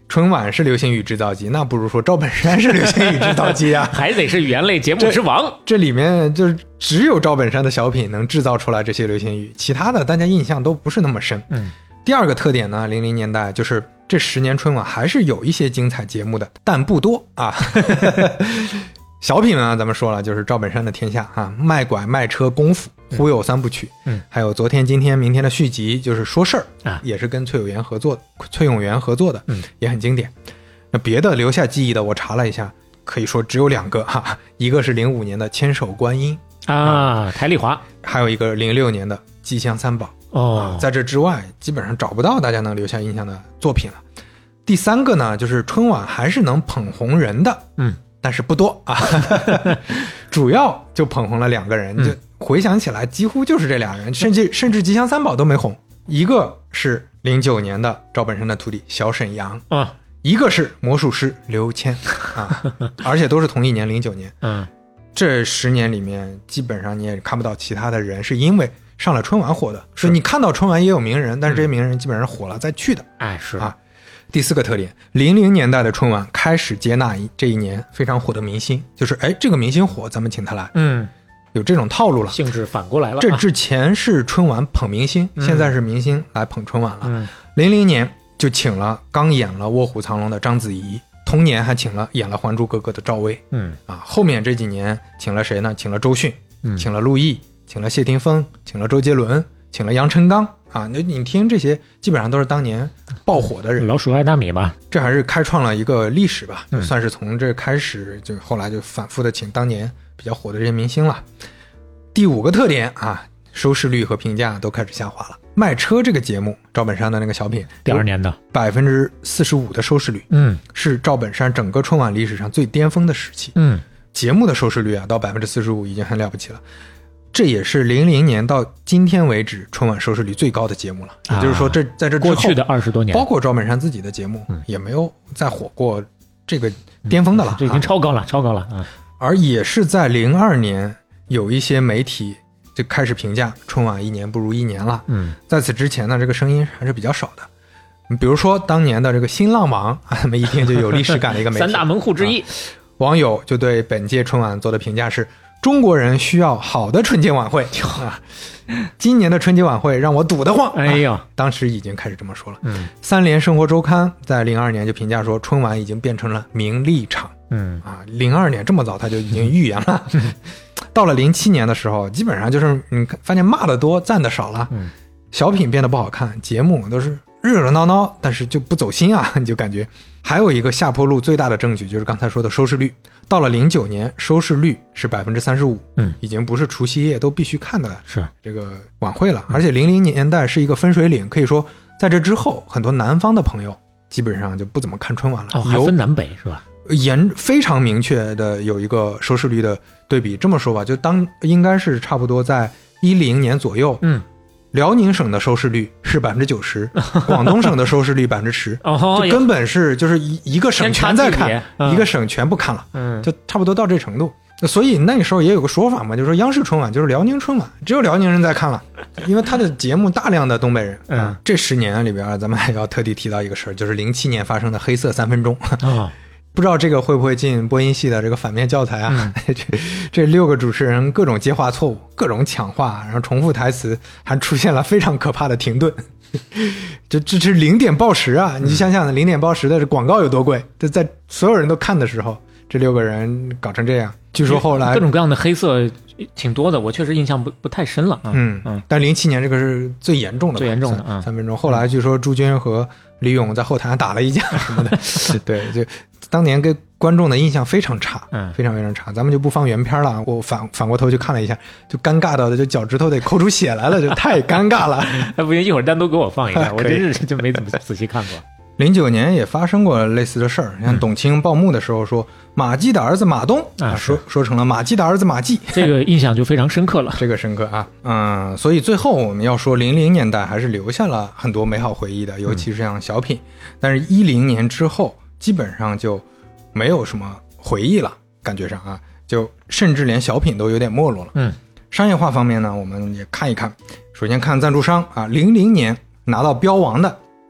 春晚是流行语制造机，那不如说赵本山是流行语制造机啊， 还得是语言类节目之王。 这, 这里面就是只有赵本山的小品能制造出来这些流行语，其他的大家印象都不是那么深。 嗯， 第二个特点呢，零零年代就是这十年春晚还是有一些精彩节目的，但不多啊。小品呢，咱们说了，就是赵本山的天下啊，卖拐卖车功夫忽悠三部曲， 嗯， 还有昨天今天明天的续集，就是说事儿啊， 也是跟崔永元合作的，崔永元合作的， 嗯， 也很经典。那别的留下记忆的，我查了一下，可以说只有两个哈，一个是零五年的千手观音啊，台丽华， 还有一个零六年的吉祥三宝。 哦、 啊，在这之外，基本上找不到大家能留下印象的作品了。第三个呢，就是春晚还是能捧红人的， 嗯。 但是不多啊，主要就捧红了两个人，就回想起来几乎就是这俩人，甚至甚至吉祥三宝都没红。一个是零九年的赵本山的徒弟小沈阳啊， 一个是魔术师刘谦啊，而且都是同一年零九年。 嗯， 这十年里面基本上你也看不到其他的人是因为上了春晚火的，是你看到春晚也有名人，但是这些名人基本上火了再去的。 哎，是啊。第四个特点，零零年代的春晚开始接纳这一年非常火的明星，就是哎，这个明星火，咱们请他来， 嗯， 有这种套路了， 性质反过来了。 这之前是春晚捧明星， 嗯、 现在是明星来捧春晚了。 嗯， 零零年就请了刚演了《卧虎藏龙》的章子怡，同年还请了演了《还珠格格》的赵薇。 嗯啊，后面这几年请了谁呢？请了周迅， 嗯、 请了陆毅，请了谢霆锋，请了周杰伦，请了杨臣刚。啊，你你听这些基本上都是当年爆火的人， 老鼠爱大米吧， 这还是开创了一个历史吧， 嗯、 就算是从这开始，就后来就反复的请当年比较火的这些明星了。第五个特点啊，收视率和评价都开始下滑了。卖车这个节目，赵本山的那个小品， 第二年的百分之四十五的收视率， 嗯， 是赵本山整个春晚历史上最巅峰的时期。 嗯， 节目的收视率啊，到百分之四十五已经很了不起了。这也是零零年到今天为止春晚收视率最高的节目了，也就是说这在这之后过去的二十多年， 包括赵本山自己的节目、 嗯、 也没有再火过这个巅峰的了， 嗯、这已经超高了，啊、超高了啊！ 而也是在零二年，有一些媒体就开始评价春晚一年不如一年了。 嗯， 在此之前呢，这个声音还是比较少的。比如说当年的这个新浪网，咱们一听就有历史感的一个媒体， 三大门户之一、 啊，网友就对本届春晚做的评价是。中国人需要好的春节晚会啊！今年的春节晚会让我堵得慌。 哎呀、 啊，当时已经开始这么说了。 嗯， 三联生活周刊在零二年就评价说，春晚已经变成了名利场。 嗯啊，零二年这么早他就已经预言了。嗯、到了零七年的时候，基本上就是你发现骂的多，赞的少了。 嗯， 小品变得不好看，节目都是热热闹闹，但是就不走心啊，你就感觉。还有一个下坡路最大的证据就是刚才说的收视率。到了零九年，收视率是百分之三十五， 嗯， 已经不是除夕夜都必须看的是这个晚会了。而且零零年代是一个分水岭，可以说在这之后，很多南方的朋友基本上就不怎么看春晚了。 哦，还分南北是吧？ 严非常明确的有一个收视率的对比。这么说吧，就当应该是差不多在一零年左右， 嗯。 辽宁省的收视率是百分之九十，广东省的收视率百分之十，就根本是就是一一个省全在看， 嗯、 一个省全不看了， 嗯， 就差不多到这程度。所以那时候也有个说法嘛，就是说央视春晚就是辽宁春晚，只有辽宁人在看了，因为他的节目大量的东北人。 嗯， 这十年里边，咱们还要特地提到一个事儿，就是零七年发生的黑色三分钟。 哦不知道这个会不会进播音系的这个反面教材啊？ 嗯、 这这六个主持人各种接话错误，各种抢话，然后重复台词，还出现了非常可怕的停顿。就这是零点报时啊！你就想想零点报时的广告有多贵？这在所有人都看的时候，这六个人搞成这样。据说后来各种各样的黑色挺多的，我确实印象不不太深了啊。 嗯嗯，但零七年这个是最严重的， 最严重的啊，三分钟。后来据说朱军和李咏在后台打了一架什么的，对，就当年给观众的印象非常差， 嗯， 非常非常差。咱们就不放原片了，我反反过头去看了一下，就尴尬到的就脚趾头得抠出血来了，就太尴尬了。 那不行，一会儿单独给我放一下，我真是就没怎么仔细看过。 零九年也发生过类似的事儿，像董卿报幕的时候说、嗯、马季的儿子马东啊，说说成了马季的儿子马季， 这个印象就非常深刻了。 这个深刻啊，嗯，所以最后我们要说零零年代还是留下了很多美好回忆的，尤其是像小品。嗯、但是一零年之后基本上就没有什么回忆了，感觉上啊，就甚至连小品都有点没落了。 嗯， 商业化方面呢，我们也看一看。首先看赞助商啊，零零年拿到标王的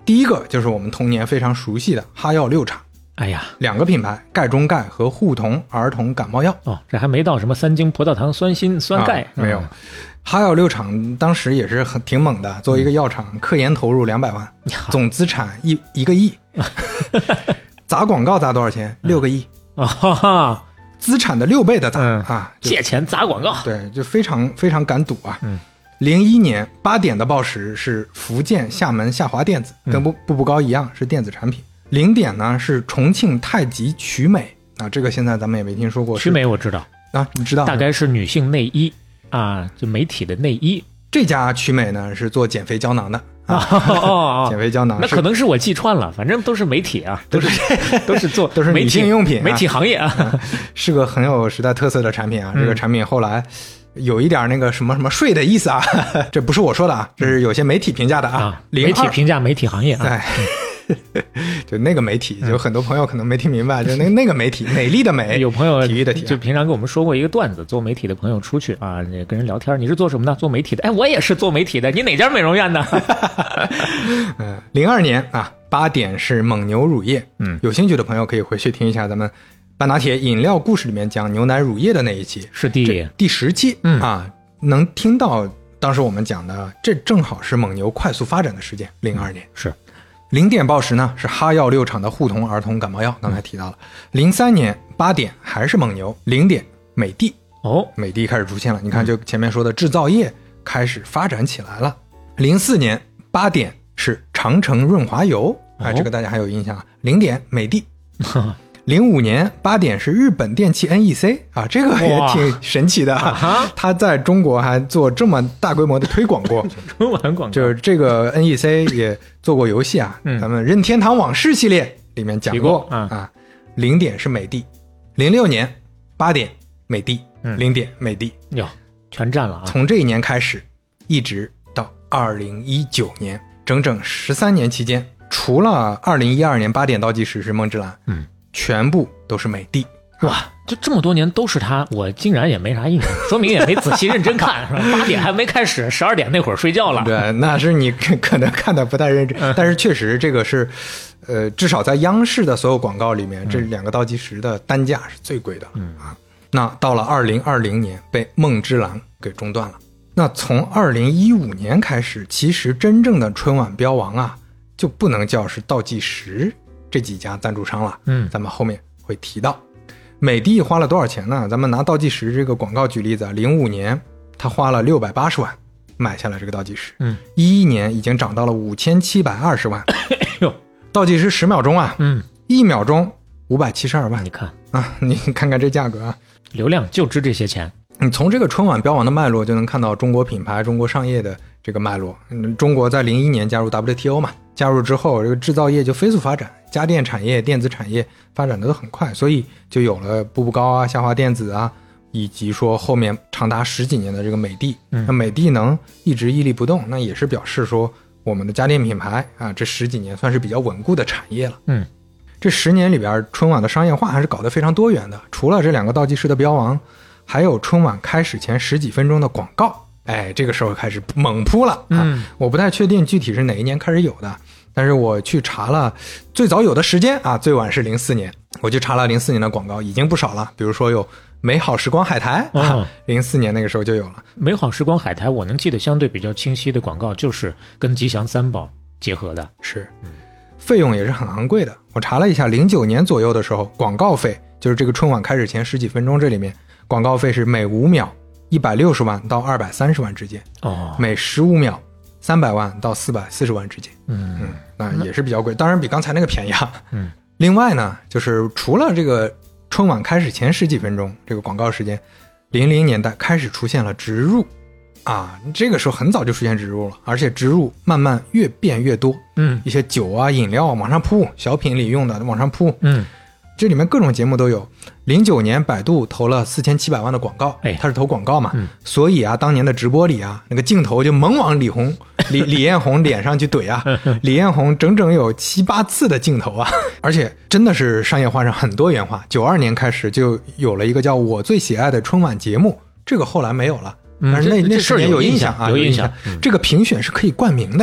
第一个就是我们童年非常熟悉的哈药六厂。 哎呀， 两个品牌，钙中钙和护酮儿童感冒药。 哦，这还没到什么三精葡萄糖酸锌酸钙、 啊、没有。嗯、哈药六厂当时也是很挺猛的，作为一个药厂，嗯、科研投入两百万，总资产一一个亿，砸广告砸多少钱？六个亿啊！哈哈， 资产的六倍的砸、 嗯、 啊！ 借钱砸广告， 对，就非常非常敢赌啊。 嗯。 零一年八点的报时是福建厦门夏华电子，跟步步步高一样是电子产品。零点呢是重庆太极曲美啊，这个现在咱们也没听说过。 曲美我知道啊，你知道？ 大概是女性内衣啊，就美体的内衣。 这家曲美呢是做减肥胶囊的啊，哦哦减肥胶囊。 那可能是我记串了，反正都是媒体啊，都是都是做都是女性用品、啊， 媒体行业啊、 嗯，是个很有时代特色的产品啊。 嗯、 这个产品后来有一点那个什么什么税的意思啊，这不是我说的啊，这是有些媒体评价的啊。 啊媒体评价媒体行业啊。 哎就那个媒体，就很多朋友可能没听明白，就那那个媒体，美丽的美， 有朋友体育的体， 就平常跟我们说过一个段子，做媒体的朋友出去啊，跟人聊天，你是做什么的？做媒体的。哎，我也是做媒体的。你哪家美容院的？ 嗯，零二年啊，八点是蒙牛乳业， 嗯， 有兴趣的朋友可以回去听一下咱们半拿铁饮料故事里面讲牛奶乳业的那一期， 是第第十期， 嗯啊，能听到当时我们讲的，这正好是蒙牛快速发展的时间，零二年、 嗯、是。 零点报时呢是哈药六厂的护酮儿童感冒药，刚才提到了。零三年八点还是蒙牛，零点美的哦， 美的开始出现了。你看，就前面说的制造业开始发展起来了。零四年八点是长城润滑油，哎，这个大家还有印象。零点美的。零五年八点是日本电器 N E C 啊，这个也挺神奇的啊，他在中国还做这么大规模的推广过， 春晚广告就是这个 N E C 也做过游戏啊， 嗯、 咱们任天堂往事系列里面讲过啊。 啊零点是美的，零六年八点美的，零、嗯、点美的， 哟，全占了啊！ 从这一年开始，一直到二零一九年，整整十三年期间，除了二零一二年八点倒计时是梦之蓝， 嗯。 全部都是美的。 哇，就这么多年都是他，我竟然也没啥印象，说明也没仔细认真看。八点还没开始，十二点那会儿睡觉了。 对，那是你可能看的不太认真，嗯、但是确实这个是，呃，至少在央视的所有广告里面，嗯、这两个倒计时的单价是最贵的。 嗯啊，那到了二零二零年被梦之蓝给中断了。那从二零一五年开始，其实真正的春晚标王啊，就不能叫是倒计时这几家赞助商了。 嗯， 咱们后面会提到。美的花了多少钱呢？咱们拿倒计时这个广告举例子，零五年他花了六百八十万买下了这个倒计时， 嗯， 一一年已经涨到了五千七百二十万， 哎呦， 倒计时十秒钟啊， 嗯， 一秒钟五百七十二万， 你看啊，你看看这价格啊， 流量就值这些钱。 你从这个春晚标王的脉络就能看到中国品牌、中国商业的这个脉络。嗯，中国在零一年加入 W T O 嘛，加入之后，这个制造业就飞速发展，家电产业、电子产业发展的都很快，所以就有了步步高啊、夏华电子啊，以及说后面长达十几年的这个美的。 嗯， 那美的能一直屹立不动，那也是表示说我们的家电品牌啊，这十几年算是比较稳固的产业了。 嗯， 这十年里边，春晚的商业化还是搞得非常多元的，除了这两个倒计时的标王。还有春晚开始前十几分钟的广告，哎，这个时候开始猛扑了啊！ 嗯， 我不太确定具体是哪一年开始有的，但是我去查了最早有的时间啊，最晚是零四年，我去查了零四年的广告，已经不少了。比如说有美好时光海苔啊，零四、哦、年那个时候就有了。 美好时光海苔，我能记得相对比较清晰的广告就是跟吉祥三宝结合的， 是，嗯，费用也是很昂贵的。我查了一下，零九年左右的时候，广告费就是这个春晚开始前十几分钟这里面。广告费是每五秒一百六十万到二百三十万之间， 哦， 每十五秒三百万到四百四十万之间， 嗯嗯，那也是比较贵，当然比刚才那个便宜啊。 嗯， 另外呢，就是除了这个春晚开始前十几分钟这个广告时间，零零年代开始出现了植入，啊，这个时候很早就出现植入了，而且植入慢慢越变越多， 嗯， 一些酒啊饮料往上铺，小品里用的往上铺， 嗯。 这里面各种节目都有。零九年百度投了四千七百万的广告， 哎， 它是投广告嘛， 嗯， 所以啊，当年的直播里啊，那个镜头就猛往李红、李李彦宏脸上去怼啊，李彦宏整整有七八次的镜头啊，而且真的是商业化上很多元化。九二年开始就有了一个叫我最喜爱的春晚节目，这个后来没有了， 嗯、 但是那那十年有印象啊， 有印象。 嗯、这个评选是可以冠名的呀。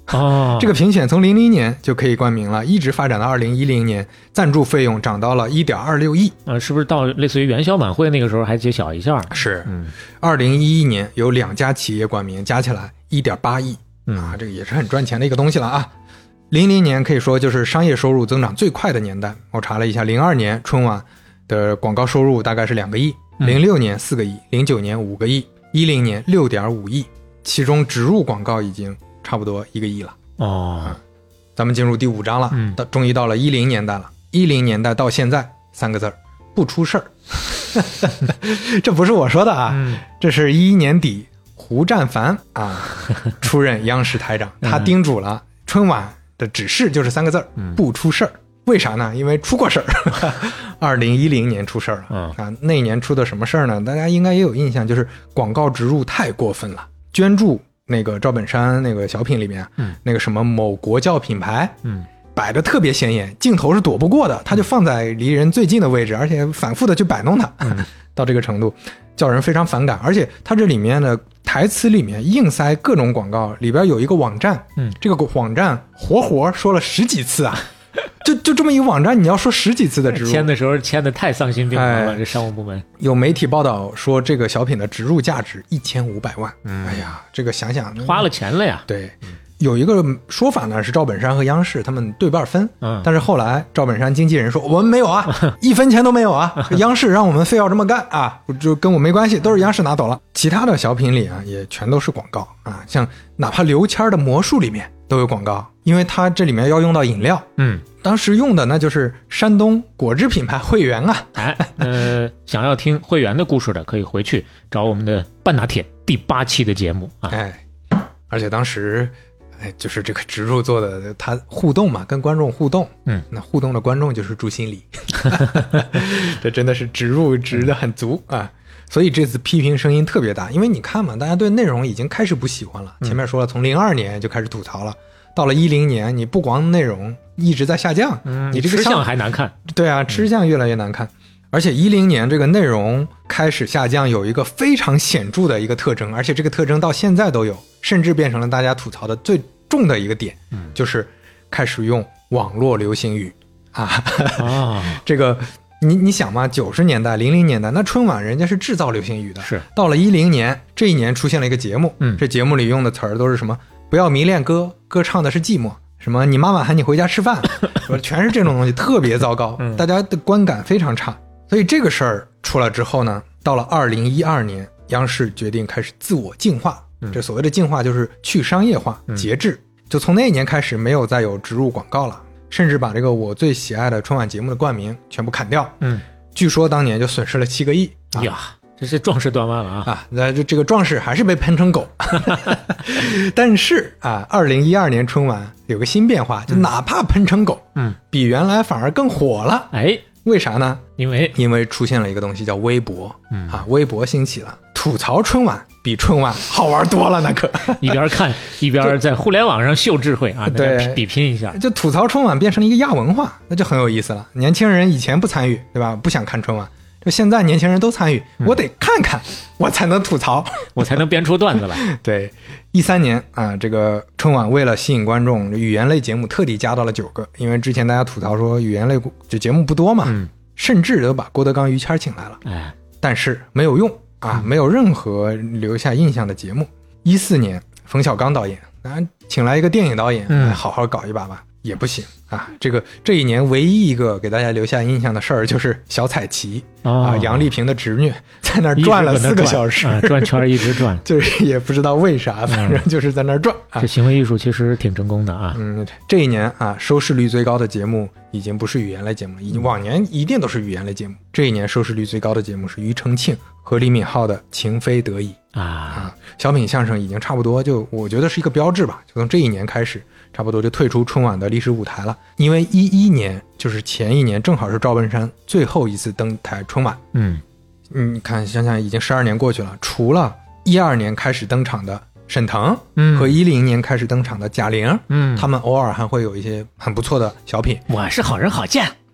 哦， 这个评选从零零年就可以冠名了，一直发展到二零一零年，赞助费用涨到了一点二六亿。 呃，是不是到类似于元宵晚会那个时候还揭晓一下？ 是，嗯，二零一一年有两家企业冠名，加起来一点八亿， 嗯啊，这个也是很赚钱的一个东西了啊。零零年可以说就是商业收入增长最快的年代，我查了一下，零二年春晚的广告收入大概是两个亿，零六年四个亿，零九年五个亿，一零年六点五亿，其中植入广告已经差不多一个亿了。 哦、 嗯，咱们进入第五章了， 嗯， 到终于到了一零年代了。一零年代到现在三个字儿，不出事儿。这不是我说的啊， 嗯、 这是一一年底胡占凡啊出任央视台长，他叮嘱了春晚的指示就是三个字儿， 嗯、 不出事儿。为啥呢？因为出过事儿。二零一零年出事儿了、 嗯、 啊，那年出的什么事儿呢？大家应该也有印象，就是广告植入太过分了，捐助那个赵本山那个小品里面， 嗯， 那个什么某国教品牌， 嗯， 摆的特别显眼，镜头是躲不过的，他就放在离人最近的位置，而且反复的去摆弄它，嗯、到这个程度，叫人非常反感。而且他这里面的台词里面硬塞各种广告，里边有一个网站， 嗯， 这个网站活活说了十几次啊。就就这么一个网站，你要说十几次的植入， 签的时候签的太丧心病狂了、 哎、 这商务部门有媒体报道说这个小品的植入价值一千五百万、嗯、哎呀，这个想想花了钱了呀。 对、嗯、有一个说法呢是赵本山和央视他们对半分， 嗯， 但是后来赵本山经纪人说我们没有啊，一分钱都没有啊，央视让我们非要这么干啊，就跟我没关系，都是央视拿走了。其他的小品里啊也全都是广告啊，像哪怕刘谦的魔术里面都有广告，因为它这里面要用到饮料， 嗯， 当时用的那就是山东果汁品牌汇源啊。 哎，呃，想要听汇源的故事的，可以回去找我们的半拿铁第八期的节目啊。 哎，而且当时，哎，就是这个植入做的，他互动嘛，跟观众互动， 嗯， 那互动的观众就是朱心理，这真的是植入植的很足啊。所以这次批评声音特别大，因为你看嘛，大家对内容已经开始不喜欢了。前面说了，从零二年就开始吐槽了，到了一零年，你不光内容一直在下降， 嗯， 你这个吃相还难看。 对啊，吃相越来越难看。嗯、而且一零年这个内容开始下降，有一个非常显著的一个特征，而且这个特征到现在都有，甚至变成了大家吐槽的最重的一个点， 嗯、 就是开始用网络流行语啊。 啊这个。你你想嘛，九十年代、零零年代，那春晚人家是制造流行语的。 是到了一零年，这一年出现了一个节目， 嗯， 这节目里用的词儿都是什么？不要迷恋歌，歌唱的是寂寞。什么？你妈妈喊你回家吃饭，说全是这种东西，特别糟糕， 嗯、 大家的观感非常差。所以这个事儿出来之后呢，到了二零一二年，央视决定开始自我净化。嗯、这所谓的净化就是去商业化、 嗯、 节制。就从那一年开始，没有再有植入广告了，甚至把这个我最喜爱的春晚节目的冠名全部砍掉。 嗯。 据说当年就损失了七个亿、 啊、呀，这是壮士断腕了啊！ 啊，那这这个壮士还是被喷成狗。但是啊，二零一二年春晚有个新变化，就哪怕喷成狗， 嗯， 比原来反而更火了。 哎， 为啥呢？ 因为因为出现了一个东西叫微博， 嗯啊，微博兴起了，吐槽春晚比春晚好玩多了，那可一边看一边在互联网上秀智慧啊， 对， 比拼一下。 就吐槽春晚变成了一个亚文化，那就很有意思了。年轻人以前不参与，对吧？不想看春晚，就现在年轻人都参与，我得看看，嗯、我才能吐槽， 我才能编出段子来。 对，一三年啊，这个春晚为了吸引观众，语言类节目特地加到了九个，因为之前大家吐槽说语言类就节目不多嘛， 嗯、 甚至都把郭德纲、于谦请来了， 哎， 但是没有用啊，嗯、没有任何留下印象的节目。一四年，冯小刚导演啊，请来一个电影导演， 嗯、 来好好搞一把吧。也不行啊！这个这一年唯一一个给大家留下印象的事儿，就是小彩旗、哦、啊，杨丽萍的侄女在那儿转了四个小时， 转, 啊、转圈一直转， 就是也不知道为啥，反正就是在那儿转。 嗯啊、这行为艺术其实挺成功的啊。 嗯，这一年啊，收视率最高的节目已经不是语言类节目了，已经往年一定都是语言类节目。这一年收视率最高的节目是庾澄庆和李敏镐的《情非得已》 啊啊，小品相声已经差不多，就我觉得是一个标志吧，就从这一年开始。差不多就退出春晚的历史舞台了，因为一一年就是前一年，正好是赵本山最后一次登台春晚。 嗯， 你看，想想已经十二年过去了，除了一二年开始登场的沈腾，嗯，和一零年开始登场的贾玲， 嗯， 他们偶尔还会有一些很不错的小品。 我是好人好见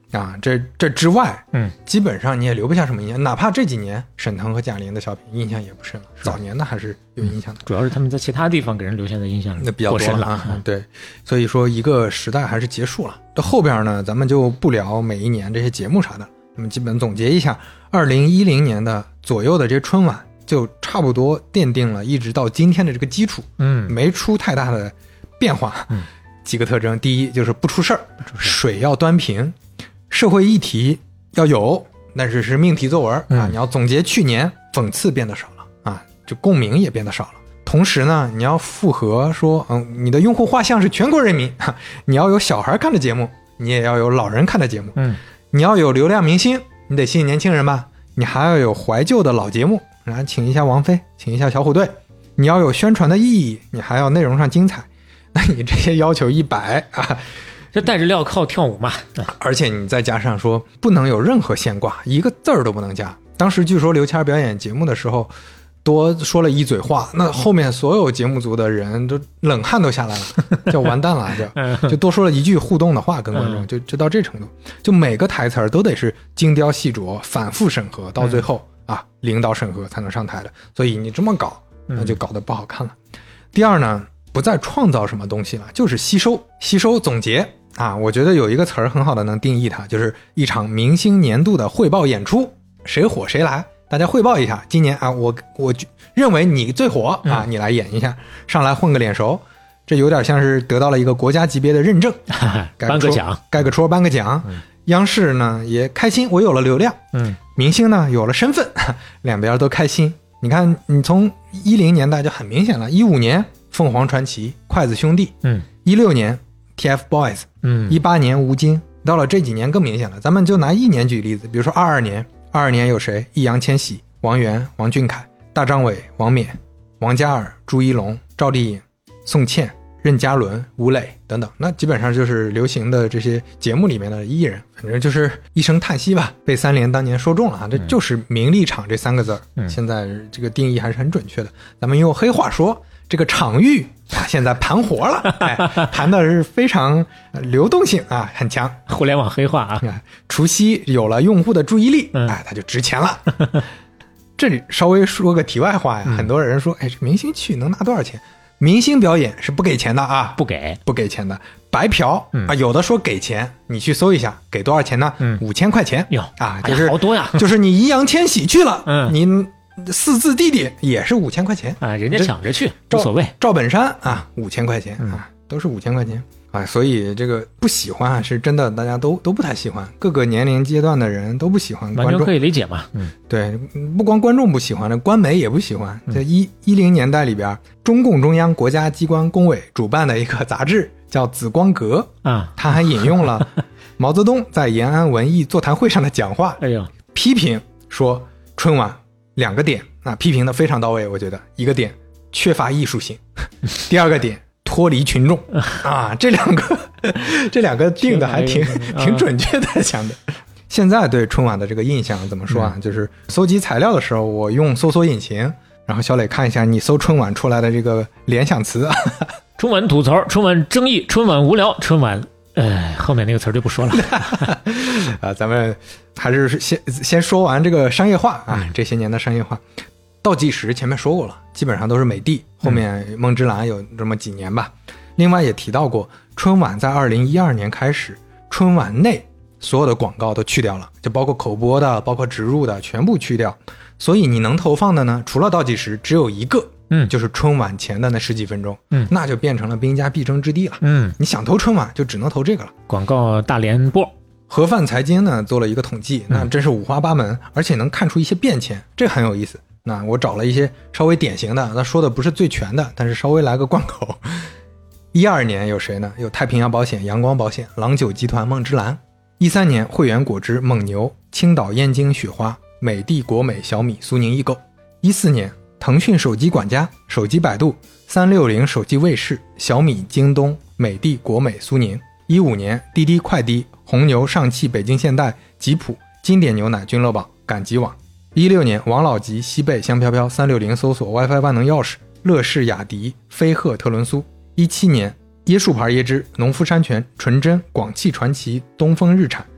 啊，这这之外， 嗯， 基本上你也留不下什么印象。哪怕这几年沈腾和贾玲的小品印象也不深了，早年的还是有印象的。 主要是他们在其他地方给人留下的印象那比较过深了啊、嗯。对，所以说一个时代还是结束了。到后边呢，咱们就不聊每一年这些节目啥的，我们基本总结一下，二零一零年的左右的这些春晚，就差不多奠定了一直到今天的这个基础， 嗯， 没出太大的变化。 嗯， 几个特征，第一就是不出事儿，水要端平，社会议题要有，但是是命题作文、嗯、啊，你要总结去年，讽刺变得少了啊，就共鸣也变得少了。同时呢，你要复合说，嗯，你的用户画像是全国人民，你要有小孩看的节目，你也要有老人看的节目， 嗯， 你要有流量明星，你得吸引年轻人吧，你还要有怀旧的老节目，然后请一下王菲，请一下小虎队，你要有宣传的意义，你还要内容上精彩，那你这些要求一摆啊， 这带着镣铐跳舞嘛， 而且你再加上说不能有任何牵挂，一个字儿都不能加。当时据说刘谦表演节目的时候多说了一嘴话，那后面所有节目组的人都冷汗都下来了，就完蛋了，就就多说了一句互动的话跟观众，就就到这程度，就每个台词都得是精雕细琢，反复审核，到最后啊领导审核才能上台的，所以你这么搞那就搞得不好看了。第二呢，不再创造什么东西了，就是吸收吸收总结啊。我觉得有一个词儿很好的能定义它，就是一场明星年度的汇报演出，谁火谁来，大家汇报一下，今年啊，我我认为你最火啊，你来演一下，上来混个脸熟，这有点像是得到了一个国家级别的认证， 颁个奖， 盖个戳，颁个奖。嗯、央视呢也开心，我有了流量， 嗯， 明星呢有了身份，两边都开心。你看，你从一零年代就很明显了，一五年凤凰传奇、筷子兄弟， 嗯， 一六年 T F Boys， 嗯， 一八年吴京，到了这几年更明显了。咱们就拿一年举例子，比如说二二年。二二年有谁？易烊千玺、王源、王俊凯、大张伟、王冕、王嘉尔、朱一龙、赵丽颖、宋茜、任嘉伦、吴磊等等，那基本上就是流行的这些节目里面的艺人，反正就是一声叹息吧，被三联当年说中了啊，这就是名利场这三个字儿、嗯、现在这个定义还是很准确的。咱们用黑话说，这个场域啊现在盘活了，哎，盘的是非常流动性啊很强， 互联网黑话啊。 除夕有了用户的注意力，哎，它就值钱了。这里稍微说个题外话呀，嗯、很多人说，哎，这明星去能拿多少钱？明星表演是不给钱的啊， 不给， 不给钱的，白嫖、嗯、啊。有的说给钱，你去搜一下，给多少钱呢？ 嗯， 五千块钱哟啊，就是、 哎、好多呀， 就是你易烊千玺去了， 嗯， 你四字弟弟也是五千块钱啊，人家抢着去无所谓。 赵本山啊，五千块钱、嗯、啊，都是五千块钱啊，所以这个不喜欢啊，是真的，大家都都不太喜欢，各个年龄阶段的人都不喜欢， 完全可以理解嘛。嗯， 对，不光观众不喜欢，官媒也不喜欢。在一一零年代里边，中共中央国家机关工委主办的一个杂志叫《紫光阁》 啊， 他还引用了毛泽东在延安文艺座谈会上的讲话， 哎呦， 批评说春晚两个点啊，批评的非常到位，我觉得一个点缺乏艺术性，第二个点脱离群众啊，这两个这两个定的还挺挺准确的，想的。现在对春晚的这个印象怎么说啊？嗯、就是搜集材料的时候，我用搜索引擎，然后小磊看一下你搜春晚出来的这个联想词， 春晚吐槽、春晚争议、春晚无聊、春晚。呃，后面那个词儿就不说了啊，咱们还是先先说完这个商业化啊，嗯、这些年的商业化。倒计时前面说过了，基本上都是美的，后面孟芝兰有这么几年吧。嗯、另外也提到过，春晚在二零一二年开始，春晚内所有的广告都去掉了，就包括口播的，包括植入的，全部去掉。所以你能投放的呢，除了倒计时，只有一个。 嗯， 就是春晚前的那十几分钟， 嗯， 那就变成了兵家必争之地了。 嗯， 你想投春晚就只能投这个了。 广告大联播， 盒饭财经呢做了一个统计，那真是五花八门，嗯、而且能看出一些变迁，这很有意思。那我找了一些稍微典型的，那说的不是最全的，但是稍微来个贯口。一二年有谁呢？有太平洋保险、阳光保险、郎酒集团、孟芝兰。一三年汇源果汁、蒙牛、青岛燕京雪花、美的国美、小米、苏宁易购。一四年。腾讯手机管家、手机百度、三六零手机卫士、小米、京东、美的、国美、苏宁。一五年，滴滴快滴、红牛、上汽、北京现代、吉普、经典牛奶、君乐宝、赶集网。一六年，王老吉、西贝、香飘飘、三六零搜索、WiFi 万能钥匙、乐视、雅迪、飞鹤、特仑苏。一七年，椰树牌椰汁、农夫山泉、纯真、广汽传祺、东风日产、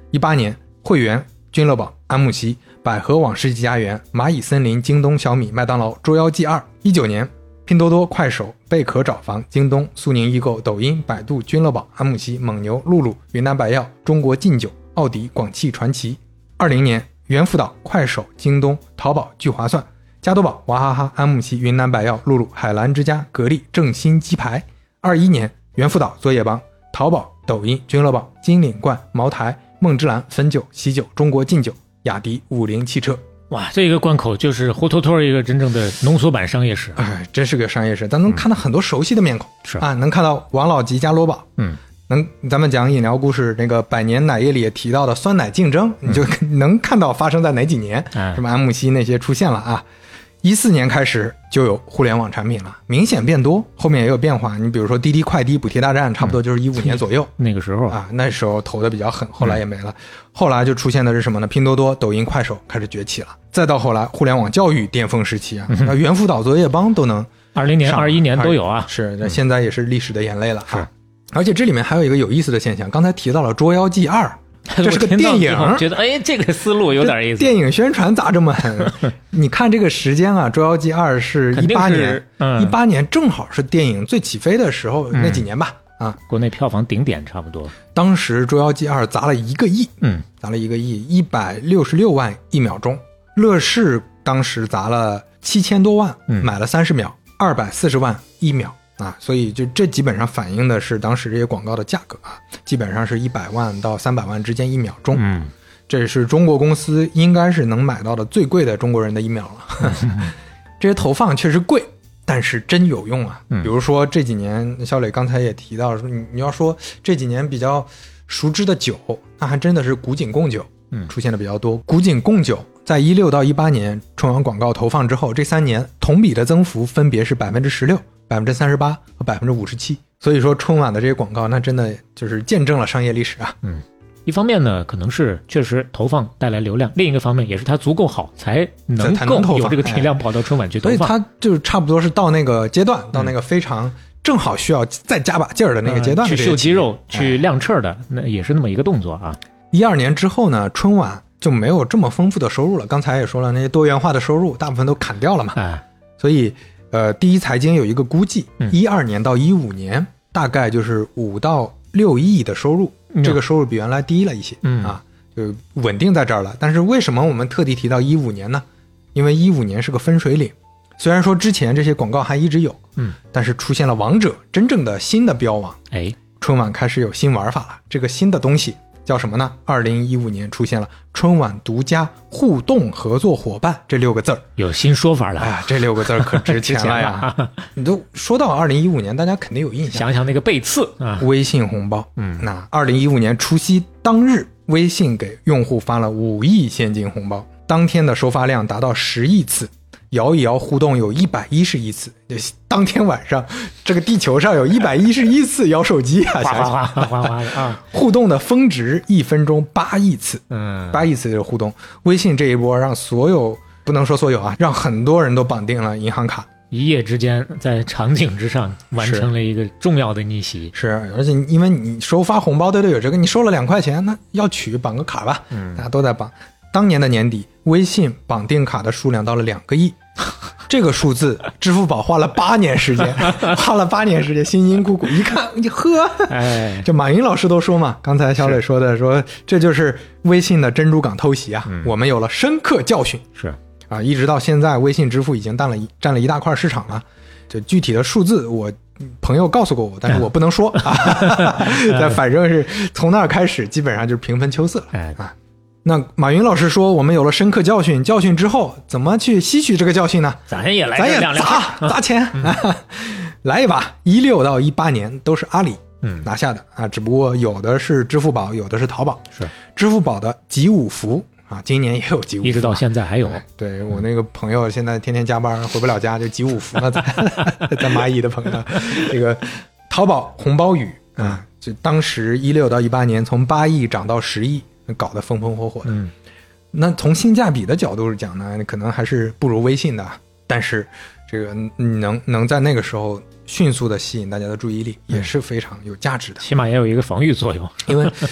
一八年汇源、君乐宝、安慕希、百合网世纪佳缘、蚂蚁森林、京东、小米、麦当劳、捉妖记二。一九年拼多多、快手、贝壳找房、京东、苏宁易购、抖音、百度、君乐宝、安慕希、蒙牛、露露、云南白药、中国劲酒、奥迪、广汽传祺。二零年猿辅导、快手、京东、淘宝、聚划算、加多宝、娃哈哈、安慕希、云南白药、露露、海澜之家、格力、正新鸡排。二一年猿辅导、作业帮、淘宝、抖音、君乐宝、金领冠、茅台、梦之蓝、汾酒、喜酒、中国劲酒、雅迪、五菱汽车。 哇，这个关口就是活脱脱一个真正的浓缩版商业史。 哎，真是个商业史，咱能看到很多熟悉的面孔、嗯、是啊，能看到王老吉加罗宝，嗯，能咱们讲饮料故事那个百年奶业里也提到的酸奶竞争，嗯、你就能看到发生在哪几年，哎、什么安慕希那些出现了啊。一四年开始就有互联网产品了，明显变多，后面也有变化。你比如说滴滴快滴补贴大战，差不多就是一五年左右、 嗯、那个时候啊，那时候投的比较狠，后来也没了、嗯。后来就出现的是什么呢？拼多多、抖音、快手开始崛起了，再到后来互联网教育巅峰时期啊，那、嗯、猿辅导、作业帮都能二零年、二一年都有啊， 是，那现在也是历史的眼泪了、嗯、是。而且这里面还有一个有意思的现象，刚才提到了《捉妖记二》。这是个电影， 觉得哎，这个思路有点意思。 电影宣传咋这么狠？你看这个时间啊，《捉妖记二》是一八年，一八、嗯、年正好是电影最起飞的时候、嗯、那几年吧。啊， 国内票房顶点差不多。 当时《捉妖记二》砸了一个亿，嗯，砸了一个亿，一百六十六万一秒钟。乐视当时砸了七千多万，嗯、买了三十秒，二百四十万一秒。啊，所以就这基本上反映的是当时这些广告的价格啊，基本上是一百万到三百万之间一秒钟。嗯，这是中国公司应该是能买到的最贵的中国人的一秒了。这些投放确实贵，但是真有用啊。嗯、比如说这几年，肖磊刚才也提到，你你要说这几年比较熟知的酒，那还真的是古井贡酒，嗯，出现的比较多。古井贡酒在一六到一八年春晚广告投放之后，这三年同比的增幅分别是百分之十六。百分之三十八和百分之五十七，所以说春晚的这些广告，那真的就是见证了商业历史啊。 嗯，一方面呢，可能是确实投放带来流量；另一个方面，也是它足够好，才能够有这个体量跑到春晚去投放。 所以它就差不多是到那个阶段，到那个非常正好需要再加把劲儿的那个阶段、 嗯，去秀肌肉、去亮翅的，那也是那么一个动作啊。 一二年之后呢，春晚就没有这么丰富的收入了。刚才也说了，那些多元化的收入大部分都砍掉了嘛，哎，所以。呃，第一财经有一个估计，一二年到一五年大概就是五到六亿的收入、嗯，这个收入比原来低了一些，嗯啊，就稳定在这儿了。但是为什么我们特地提到一五年呢？因为一五年是个分水岭，虽然说之前这些广告还一直有，嗯，但是出现了王者，真正的新的标王，哎，春晚开始有新玩法了。这个新的东西叫什么呢？二零一五年出现了春晚独家互动合作伙伴这六个字儿， 有新说法了。 哎呀，这六个字儿可值钱了呀！你都说到二零一五年，大家肯定有印象。 想想那个背刺啊， 微信红包。嗯，那二零一五年除夕当日，微信给用户发了五亿现金红包，当天的收发量达到十亿次。摇一摇互动有一百一十一次，当天晚上这个地球上有一百一十一次摇手机啊！ 哗哗哗哗哗啊！ 互动的峰值一分钟八亿次，嗯，八亿次的互动。微信这一波让所有不能说所有啊，让很多人都绑定了银行卡， 一夜之间在场景之上完成了一个重要的逆袭。 是，而且因为你收发红包都得有这个，你收了两块钱，那要取绑个卡吧，嗯，大家都在绑。当年的年底，微信绑定卡的数量到了两个亿，这个数字，支付宝花了八年时间，花了八年时间，辛辛苦苦一看，你呵，哎，这马云老师都说嘛，刚才小磊说的，说这就是微信的珍珠港偷袭啊，嗯、我们有了深刻教训。 是啊，一直到现在，微信支付已经占了一占了一大块市场了。这具体的数字，我朋友告诉过我，但是我不能说啊。但反正是从那儿开始，基本上就是平分秋色了。哎啊。那马云老师说我们有了深刻教训，教训之后怎么去吸取这个教训呢？ 咱也来咱也砸砸钱、嗯、来一把。一六到一八年都是阿里拿下的、嗯、啊，只不过有的是支付宝，有的是淘宝。 是支付宝的集五福啊，今年也有集五福， 一直到现在还有。 对，我那个朋友现在天天加班回不了家，就集五福了，在在蚂蚁的朋友，这个淘宝红包雨啊，就当时一六到一八年从八亿涨到十亿。搞得风风火火的、嗯、那从性价比的角度讲呢，可能还是不如微信的，但是这个你能能在那个时候迅速的吸引大家的注意力、嗯、也是非常有价值的， 起码也有一个防御作用。 因为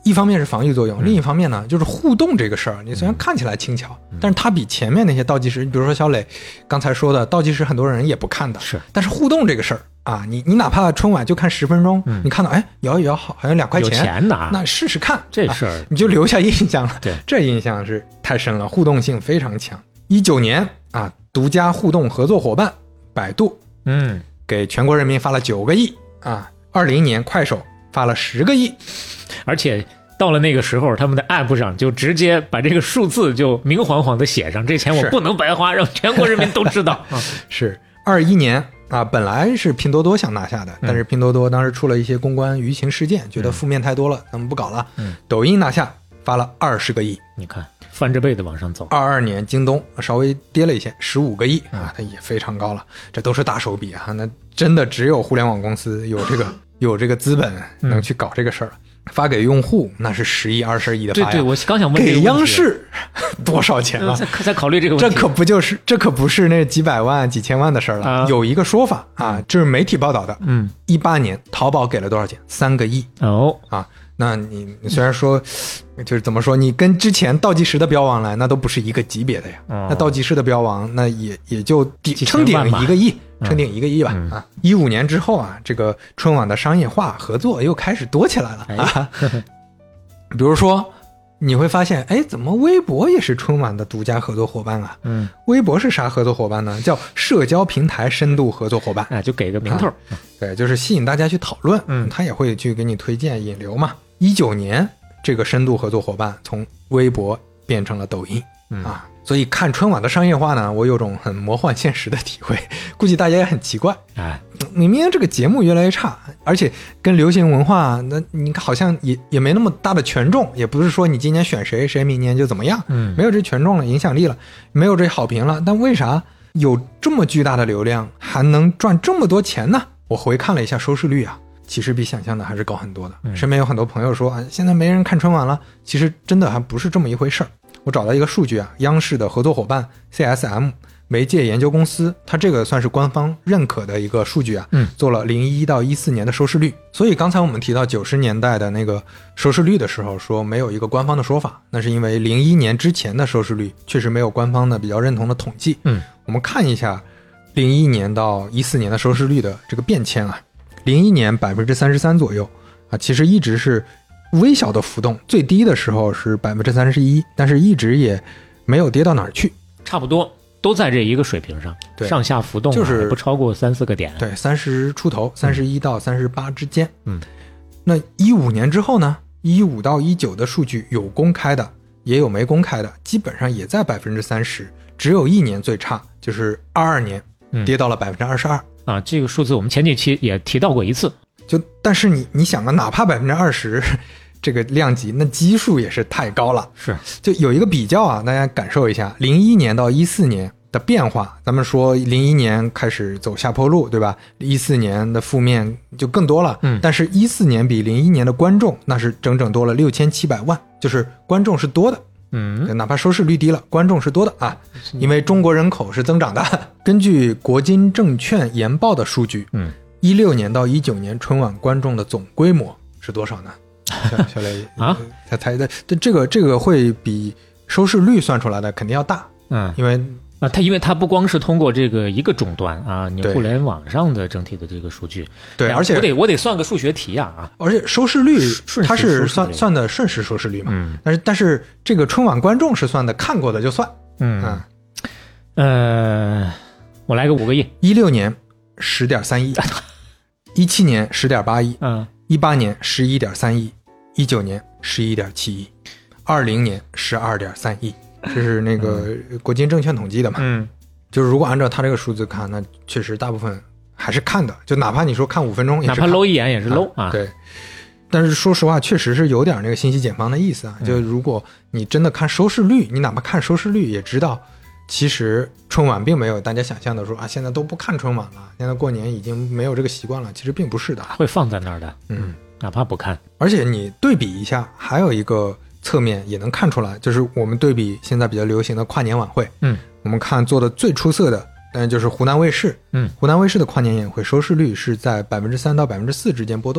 一方面是防御作用，另一方面呢，就是互动这个事儿。你虽然看起来轻巧，但是它比前面那些倒计时，比如说小磊刚才说的倒计时，很多人也不看的。 是， 但是互动这个事儿啊，你你哪怕春晚就看十分钟，嗯、你看到哎摇一摇好，好像两块钱， 有钱拿， 那试试看这事儿、 啊，你就留下印象了。 对， 这印象是太深了，互动性非常强。一九年啊，独家互动合作伙伴百度， 嗯， 给全国人民发了九个亿啊。二零年快手发了十个亿， 而且。到了那个时候，他们的 app 上就直接把这个数字就明晃晃的写上，这钱我不能白花，让全国人民都知道。 是二一年啊，本来是拼多多想拿下的，但是拼多多当时出了一些公关舆情事件，觉得负面太多了，咱们不搞了。嗯，抖音拿下，发了二十个亿， 你看翻着倍的往上走。 二二年京东稍微跌了一些，十五个亿啊，它也非常高了，这都是大手笔啊，那真的只有互联网公司有这个有这个资本能去搞这个事儿了。发给用户那是十亿二十亿的发呀， 对对，我刚想问给央视多少钱了？ 再再考虑这个问题，这可不就是这可不是那几百万几千万的事儿了、啊。有一个说法啊，这是媒体报道的，嗯，一八年淘宝给了多少钱？三个亿哦啊。那你虽然说就是怎么说，你跟之前倒计时的标王来，那都不是一个级别的呀。哦、那倒计时的标王，那也也就顶撑顶一个亿，撑顶一个亿吧。嗯、啊，一五年之后啊，这个春晚的商业化合作又开始多起来了、哎、啊。比如说，你会发现，哎，怎么微博也是春晚的独家合作伙伴啊？嗯，微博是啥合作伙伴呢？叫社交平台深度合作伙伴。 哎，就给个名头、啊。 对，就是吸引大家去讨论。嗯，他也会去给你推荐引流嘛。一九年，这个深度合作伙伴从微博变成了抖音、嗯、啊，所以看春晚的商业化呢，我有种很魔幻现实的体会，估计大家也很奇怪。哎，明明这个节目越来越差，而且跟流行文化，那你好像也也没那么大的权重，也不是说你今年选谁，谁明年就怎么样，嗯，没有这权重了，影响力了，没有这好评了，但为啥有这么巨大的流量，还能赚这么多钱呢？我回看了一下收视率啊。其实比想象的还是高很多的、嗯、身边有很多朋友说啊，现在没人看春晚了，其实真的还不是这么一回事儿。我找到一个数据啊，央视的合作伙伴 C S M 媒介研究公司，它这个算是官方认可的一个数据啊，嗯，做了零一到一四年的收视率。所以刚才我们提到九十年代的那个收视率的时候，说没有一个官方的说法，那是因为零一年之前的收视率确实没有官方的比较认同的统计。嗯，我们看一下零一年到一四年的收视率的这个变迁啊。零一年百分之三十三左右啊，其实一直是微小的浮动，最低的时候是百分之三十一，但是一直也没有跌到哪儿去， 差不多都在这一个水平上，对，上下浮动、啊、就是不超过三四个点， 对，三十出头，三十一到三十八之间。嗯，那一五年之后呢？一五到一九的数据有公开的，也有没公开的，基本上也在百分之三十，只有一年最差，就是二二年，跌到了百分之二十二。 啊，这个数字我们前几期也提到过一次。 就但是你你想啊，哪怕百分之二十这个量级，那基数也是太高了。 是， 就有一个比较啊，大家感受一下，零一年到一四年的变化。咱们说零一年开始走下坡路，对吧？一四年的负面就更多了。嗯，但是一四年比零一年的观众那是整整多了六千七百万，就是观众是多的。嗯，哪怕收视率低了，观众是多的啊，因为中国人口是增长的。根据国金证券研报的数据，嗯，一六年到一九年春晚观众的总规模是多少呢？小小雷啊，他猜的，这个这个会比收视率算出来的肯定要大。嗯，因为啊，它因为它不光是通过这个一个终端啊，你互联网上的整体的这个数据， 对，而且我得我得算个数学题啊啊， 而且收视率它是算算的瞬时收视率嘛，嗯，但是但是这个春晚观众是算的看过的就算，嗯啊， 呃，我来个五个亿， 一六年十点三亿，一七年十点八亿，嗯，一八年十一点三亿，一九年十一点七亿，二零年十二点三亿。这是那个国金证券统计的嘛，嗯，就是如果按照他这个数字看，那确实大部分还是看的，就哪怕你说看五分钟也是看， 哪怕搂一眼也是搂 啊, 啊。对，但是说实话，确实是有点那个信息茧房的意思啊。就如果你真的看收视率，你哪怕看收视率也知道，其实春晚并没有大家想象的说啊，现在都不看春晚了，现在过年已经没有这个习惯了，其实并不是的， 会放在那儿的，嗯，哪怕不看。 而且你对比一下，还有一个侧面也能看出来，就是我们对比现在比较流行的跨年晚会，嗯，我们看做的最出色的，当然就是湖南卫视，嗯，湖南卫视的跨年晚会收视率是在百分之三到百分之四之间波动的，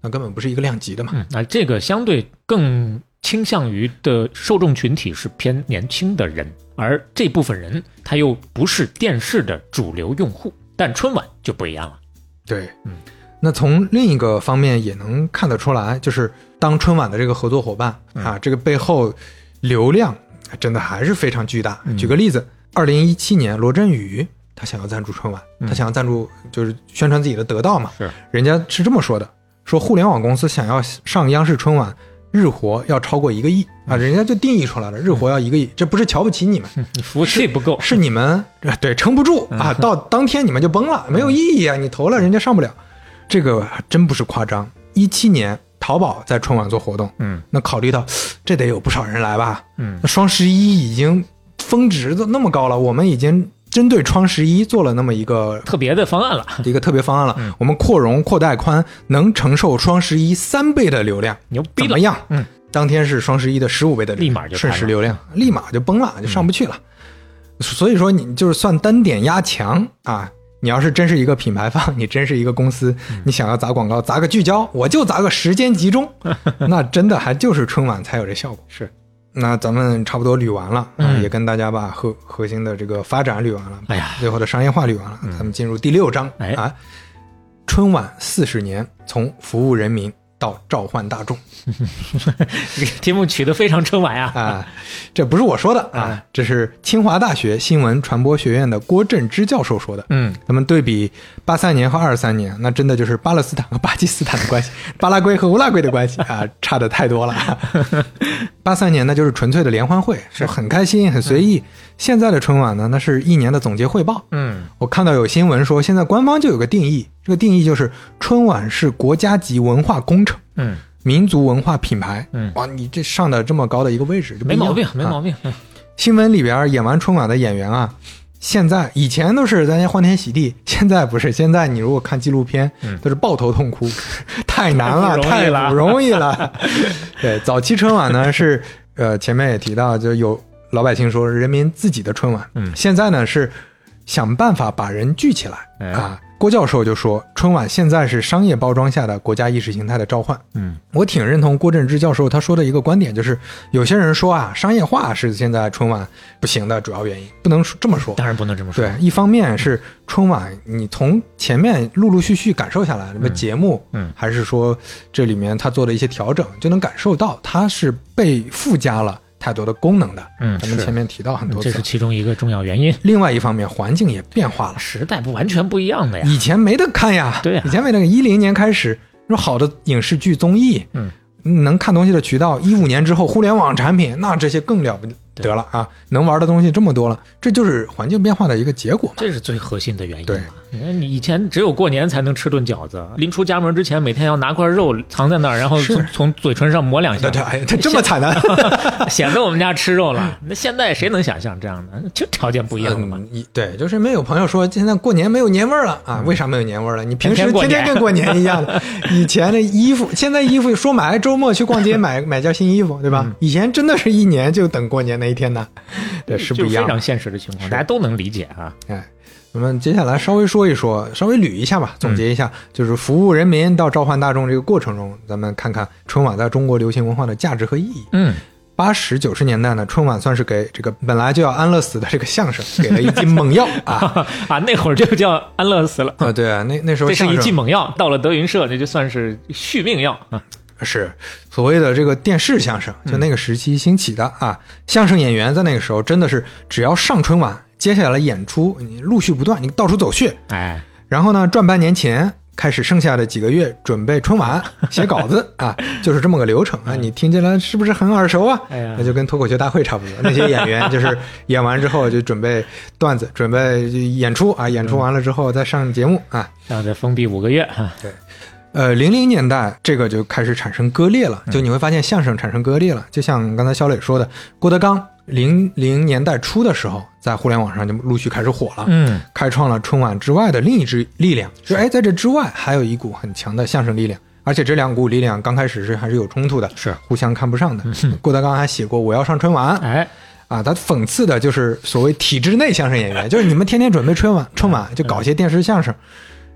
那根本不是一个量级的嘛。 嗯，那这个相对更倾向于的受众群体是偏年轻的人，而这部分人他又不是电视的主流用户，但春晚就不一样了。 对， 嗯， 那从另一个方面也能看得出来，就是当春晚的这个合作伙伴、嗯、啊，这个背后流量真的还是非常巨大。嗯、举个例子，二零一七年罗振宇他想要赞助春晚、嗯，他想要赞助就是宣传自己的得到嘛， 是， 人家是这么说的，说互联网公司想要上央视春晚，日活要超过一个亿啊，人家就定义出来了，日活要一个亿，这不是瞧不起你们， 你服务器不够， 是你们对撑不住啊，到当天你们就崩了，没有意义啊，你投了人家上不了，这个真不是夸张。一七年淘宝在春晚做活动，嗯，那考虑到这得有不少人来吧，嗯，那双十一已经峰值都那么高了，我们已经针对双十一做了那么一个特别的方案了， 一个特别方案了、嗯、我们扩容扩带宽，能承受双十一三倍的流量， 牛逼了， 怎么样？ 嗯， 当天是双十一的十五倍的流量， 立马就瞬时流量，立马就崩了，就上不去了、嗯、所以说你就是算单点压强啊，你要是真是一个品牌方，你真是一个公司、嗯、你想要砸广告砸个聚焦，我就砸个时间集中那真的还就是春晚才有这效果。 是， 那咱们差不多捋完了、嗯、也跟大家把核核心的这个发展捋完了， 哎呀， 最后的商业化捋完了、嗯、咱们进入第六章、哎、啊，春晚四十年，从服务人民到召唤大众这个题目取得非常春晚啊啊，这不是我说的啊，这是清华大学新闻传播学院的郭振之教授说的。嗯，咱们对比八三年和二三年，那真的就是巴勒斯坦和巴基斯坦的关系，巴拉圭和乌拉圭的关系啊，差的太多了。八三年那就是纯粹的联欢会，是很开心很随意、嗯、现在的春晚呢，那是一年的总结汇报。嗯，我看到有新闻说现在官方就有个定义，这个定义就是春晚是国家级文化工程，嗯，民族文化品牌。嗯，哇，你这上的这么高的一个位置， 没毛病没毛病、 啊、新闻里边演完春晚的演员啊，现在以前都是大家欢天喜地，现在不是，现在你如果看纪录片、嗯、都是抱头痛哭，太难了，太不容易了。对，早期春晚呢是呃前面也提到，就有老百姓说人民自己的春晚，嗯，现在呢是想办法把人聚起来、哎、啊。郭教授就说春晚现在是商业包装下的国家意识形态的召唤。嗯，我挺认同郭振之教授他说的一个观点，就是有些人说啊，商业化是现在春晚不行的主要原因，不能这么说， 当然不能这么说。 对，一方面是春晚你从前面陆陆续续感受下来什么节目，嗯，还是说这里面他做的一些调整，就能感受到它是被附加了太多的功能的。嗯，咱们前面提到很多次， 这是其中一个重要原因。 另外一方面，环境也变化了， 时代不完全不一样的呀。 以前没得看呀， 对呀、啊， 以前没得看。一零年开始，说好的影视剧、综艺，嗯，能看东西的渠道，一五年之后互联网产品，那这些更了不得了啊！能玩的东西这么多了，这就是环境变化的一个结果嘛。 这是最核心的原因。 对， 你以前只有过年才能吃顿饺子，临出家门之前每天要拿块肉藏在那儿，然后从从嘴唇上抹两下。 对，哎，这么惨的， 显得我们家吃肉了。那现在谁能想象这样的？就条件不一样了嘛、 嗯。对，就是没有朋友说现在过年没有年味儿了啊？为啥没有年味儿了？你平时天天跟过年一样的。以前的衣服，现在衣服说买周末去逛街买买件新衣服，对吧、嗯？以前真的是一年就等过年那一天呢。对，是不一样， 非常现实的情况，大家都能理解啊。 哎，我们接下来稍微说一说，稍微捋一下吧，总结一下、嗯，就是服务人民到召唤大众这个过程中，咱们看看春晚在中国流行文化的价值和意义。嗯，八十九十年代呢，春晚算是给这个本来就要安乐死的这个相声给了一剂猛药啊啊，那会儿就叫安乐死了啊，对啊，那那时候这是一剂猛药，到了德云社那就算是续命药啊。 是所谓的这个电视相声，就那个时期兴起的、嗯、啊。相声演员在那个时候真的是只要上春晚，接下来演出你陆续不断，你到处走穴，哎，然后呢赚半年钱，开始剩下的几个月准备春晚写稿子啊，就是这么个流程啊。你听起来是不是很耳熟啊？哎呀，那就跟脱口秀大会差不多，那些演员就是演完之后就准备段子，准备演出啊，演出完了之后再上节目啊， 然后再封闭五个月啊。 对。呃，零零年代这个就开始产生割裂了，就你会发现相声产生割裂了，就像刚才小磊说的，郭德纲零零年代初的时候，在互联网上就陆续开始火了，嗯，开创了春晚之外的另一支力量，就哎，在这之外还有一股很强的相声力量，而且这两股力量刚开始是还是有冲突的，是互相看不上的。嗯、郭德纲还写过《我要上春晚》，哎。啊，他讽刺的就是所谓体制内相声演员，就是你们天天准备春晚，春晚就搞些电视相声。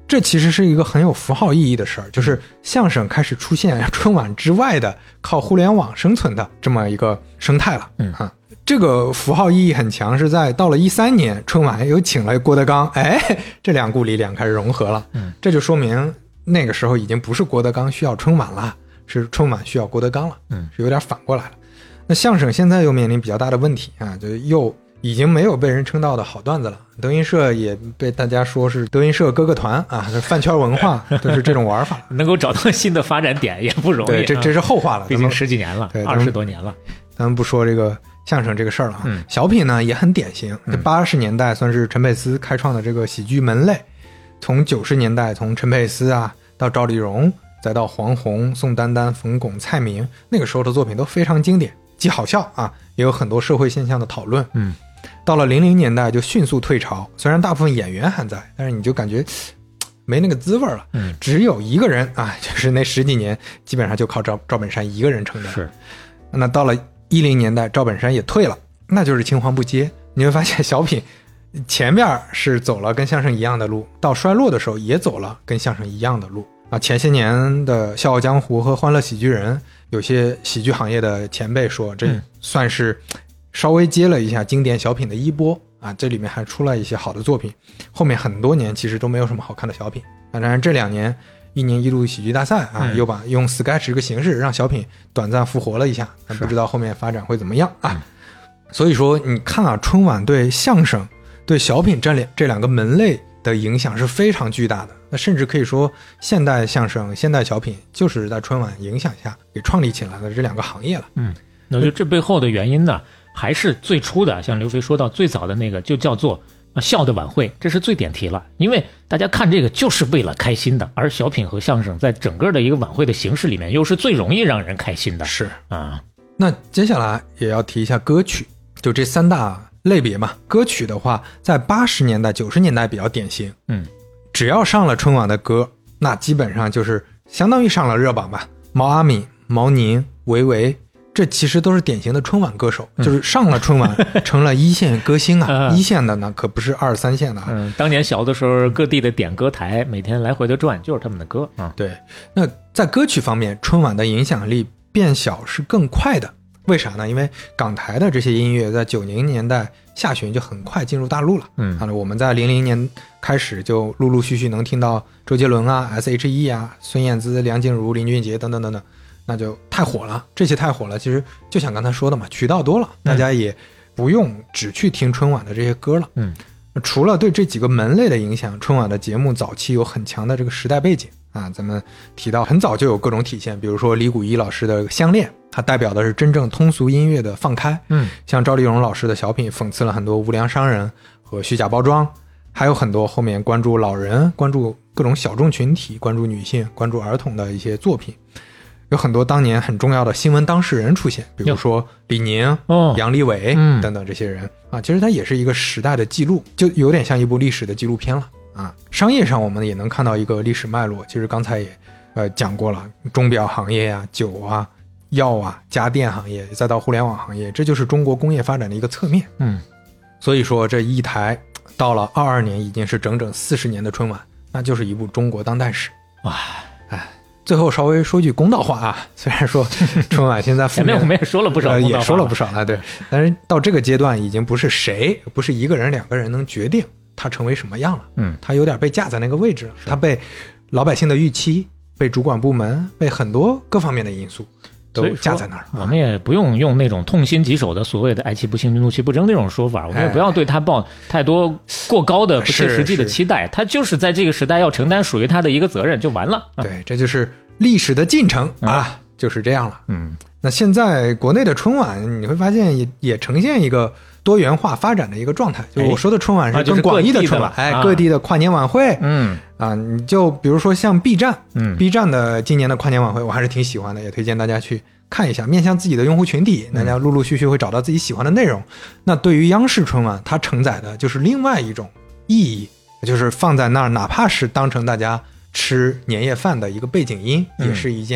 这其实是一个很有符号意义的事儿，就是相声开始出现春晚之外的靠互联网生存的这么一个生态了。 嗯啊，这个符号意义很强，是在到了一三年春晚又请了郭德纲，哎，这两股力量开始融合了。 嗯， 这就说明那个时候已经不是郭德纲需要春晚了，是春晚需要郭德纲了。 嗯， 是有点反过来了。那相声现在又面临比较大的问题啊，就又已经没有被人称道的好段子了。德云社也被大家说是德云社哥哥团啊，饭圈文化都是这种玩法。 能够找到新的发展点也不容易。 对，这这是后话了， 毕竟十几年了，二十多年了。 咱们不说这个相声这个事儿了啊。 嗯， 小品呢也很典型，这八十年代算是陈佩斯开创的这个喜剧门类，从九十年代从陈佩斯啊到赵丽蓉，再到黄宏、宋丹丹、冯巩、蔡明，那个时候的作品都非常经典，既好笑啊，也有很多社会现象的讨论。 嗯， 到了零零年代就迅速退潮，虽然大部分演员还在，但是你就感觉没那个滋味了。 嗯， 只有一个人啊，就是那十几年基本上就靠赵赵本山一个人承担。 是， 那到了一零年代，赵本山也退了，那就是青黄不接。你会发现小品前面是走了跟相声一样的路，到衰落的时候也走了跟相声一样的路啊。前些年的《笑傲江湖》和《欢乐喜剧人》，有些喜剧行业的前辈说，这算是稍微接了一下经典小品的衣钵啊，这里面还出了一些好的作品。后面很多年其实都没有什么好看的小品啊。当然这两年一年一度喜剧大赛啊， 嗯、 又把用 sketch 这个形式让小品短暂复活了一下，不知道后面发展会怎么样啊。嗯、所以说你看啊，春晚对相声对小品这两这两个门类的影响是非常巨大的。那甚至可以说现代相声现代小品就是在春晚影响下给创立起来的这两个行业了。 嗯，那就这背后的原因呢，还是最初的像刘飞说到最早的那个就叫做笑的晚会，这是最点题了。因为大家看这个就是为了开心的，而小品和相声在整个的一个晚会的形式里面又是最容易让人开心的。 是啊， 那接下来也要提一下歌曲，就这三大类别嘛。歌曲的话在八十年代九十年代比较典型。 嗯， 只要上了春晚的歌，那基本上就是相当于上了热榜吧。毛阿敏、毛宁、维维，这其实都是典型的春晚歌手，嗯、就是上了春晚成了一线歌星啊。一线的呢可不是二三线的啊。 嗯，当年小的时候各地的点歌台每天来回的转，就是他们的歌啊。 对，那在歌曲方面，春晚的影响力变小是更快的。为啥呢？因为港台的这些音乐在九零年代下旬就很快进入大陆了。 嗯， 啊，我们在零零年开始就陆陆续续能听到周杰伦啊、S H E 啊、孙燕姿、梁静茹、林俊杰等等等等，那就太火了。这些太火了，其实就像刚才说的嘛，渠道多了，大家也不用只去听春晚的这些歌了。 嗯， 除了对这几个门类的影响，春晚的节目早期有很强的这个时代背景啊。咱们提到很早就有各种体现，比如说李谷一老师的《相恋》。它代表的是真正通俗音乐的放开。 嗯， 像赵丽蓉老师的小品讽刺了很多无良商人和虚假包装，还有很多后面关注老人、关注各种小众群体、关注女性、关注儿童的一些作品。有很多当年很重要的新闻当事人出现，比如说李宁、 哦、 杨利伟、 嗯、 等等这些人啊，其实它也是一个时代的记录，就有点像一部历史的纪录片了啊。商业上我们也能看到一个历史脉络，其实刚才也呃讲过了，钟表行业啊、酒啊、药啊、家电行业，再到互联网行业，这就是中国工业发展的一个侧面。 嗯， 所以说这一台到了二二年已经是整整四十年的春晚，那就是一部中国当代史。 哇， 哎，最后稍微说句公道话啊，虽然说春晚现在前面我们也说了不少公道话、 呃，也说了不少了，对，但是到这个阶段已经不是谁，不是一个人、两个人能决定它成为什么样了。 嗯， 它有点被架在那个位置了，它被老百姓的预期、被主管部门、被很多各方面的因素都架在那儿。 我们也不用用那种痛心疾首的所谓的爱其不幸怒其不争那种说法，我们也不要对他抱太多过高的不切实际的期待，他就是在这个时代要承担属于他的一个责任就完了。 对，这就是历史的进程啊、嗯，就是这样了。 嗯， 那现在国内的春晚你会发现也也呈现一个多元化发展的一个状态，就我说的春晚是更广义的春晚，哎， 哎各地的跨年晚会， 嗯啊，你就比如说像 B 站， 嗯 ，B 站的今年的跨年晚会我还是挺喜欢的，也推荐大家去看一下，面向自己的用户群体，大家陆陆续续会找到自己喜欢的内容。嗯、那对于央视春晚，它承载的就是另外一种意义，就是放在那儿，哪怕是当成大家吃年夜饭的一个背景音， 嗯、 也是一件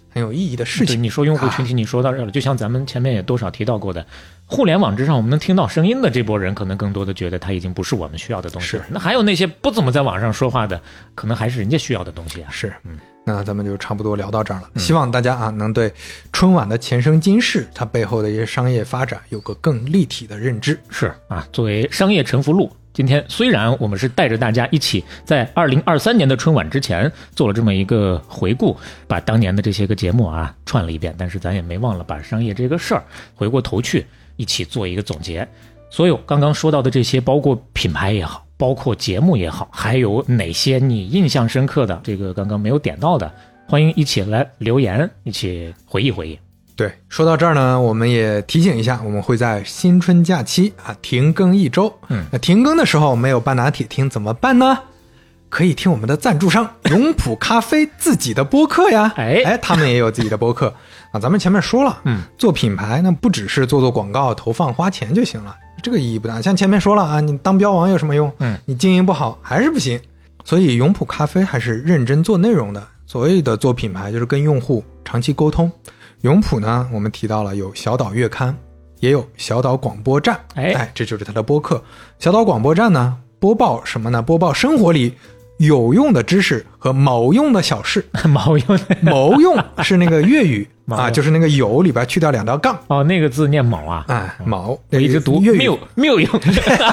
很有意义的事情。 对，你说用户群体，你说到这了，啊，就像咱们前面也多少提到过的，互联网之上我们能听到声音的这波人，可能更多的觉得它已经不是我们需要的东西了。那还有那些不怎么在网上说话的，可能还是人家需要的东西啊。 是，嗯，那咱们就差不多聊到这儿了。嗯，希望大家啊能对春晚的前生今世，它背后的一些商业发展有个更立体的认知。 是啊，作为商业沉浮录，今天虽然我们是带着大家一起在二零二三年的春晚之前做了这么一个回顾，把当年的这些个节目啊串了一遍，但是咱也没忘了把商业这个事儿回过头去一起做一个总结。所有刚刚说到的这些，包括品牌也好，包括节目也好，还有哪些你印象深刻的，这个刚刚没有点到的，欢迎一起来留言，一起回忆回忆。 对，说到这儿呢，我们也提醒一下，我们会在新春假期啊停更一周。嗯，那停更的时候没有半拿铁听怎么办呢？可以听我们的赞助商永璞咖啡自己的播客呀。哎哎，他们也有自己的播客啊。咱们前面说了，嗯，做品牌那不只是做做广告、投放、花钱就行了，这个意义不大。像前面说了啊，你当标王有什么用？嗯，你经营不好还是不行。所以永璞咖啡还是认真做内容的。所谓的做品牌，就是跟用户长期沟通。永璞呢，我们提到了有小岛月刊，也有小岛广播站。哎哎，这就是它的播客。小岛广播站呢，播报什么呢？播报生活里有用的知识和某用的小事。 某用的某用是那个粤语啊，就是那个有里边去掉两道杠。 哦，那个字念某啊。 哎，某， 我一直读粤语谬谬用。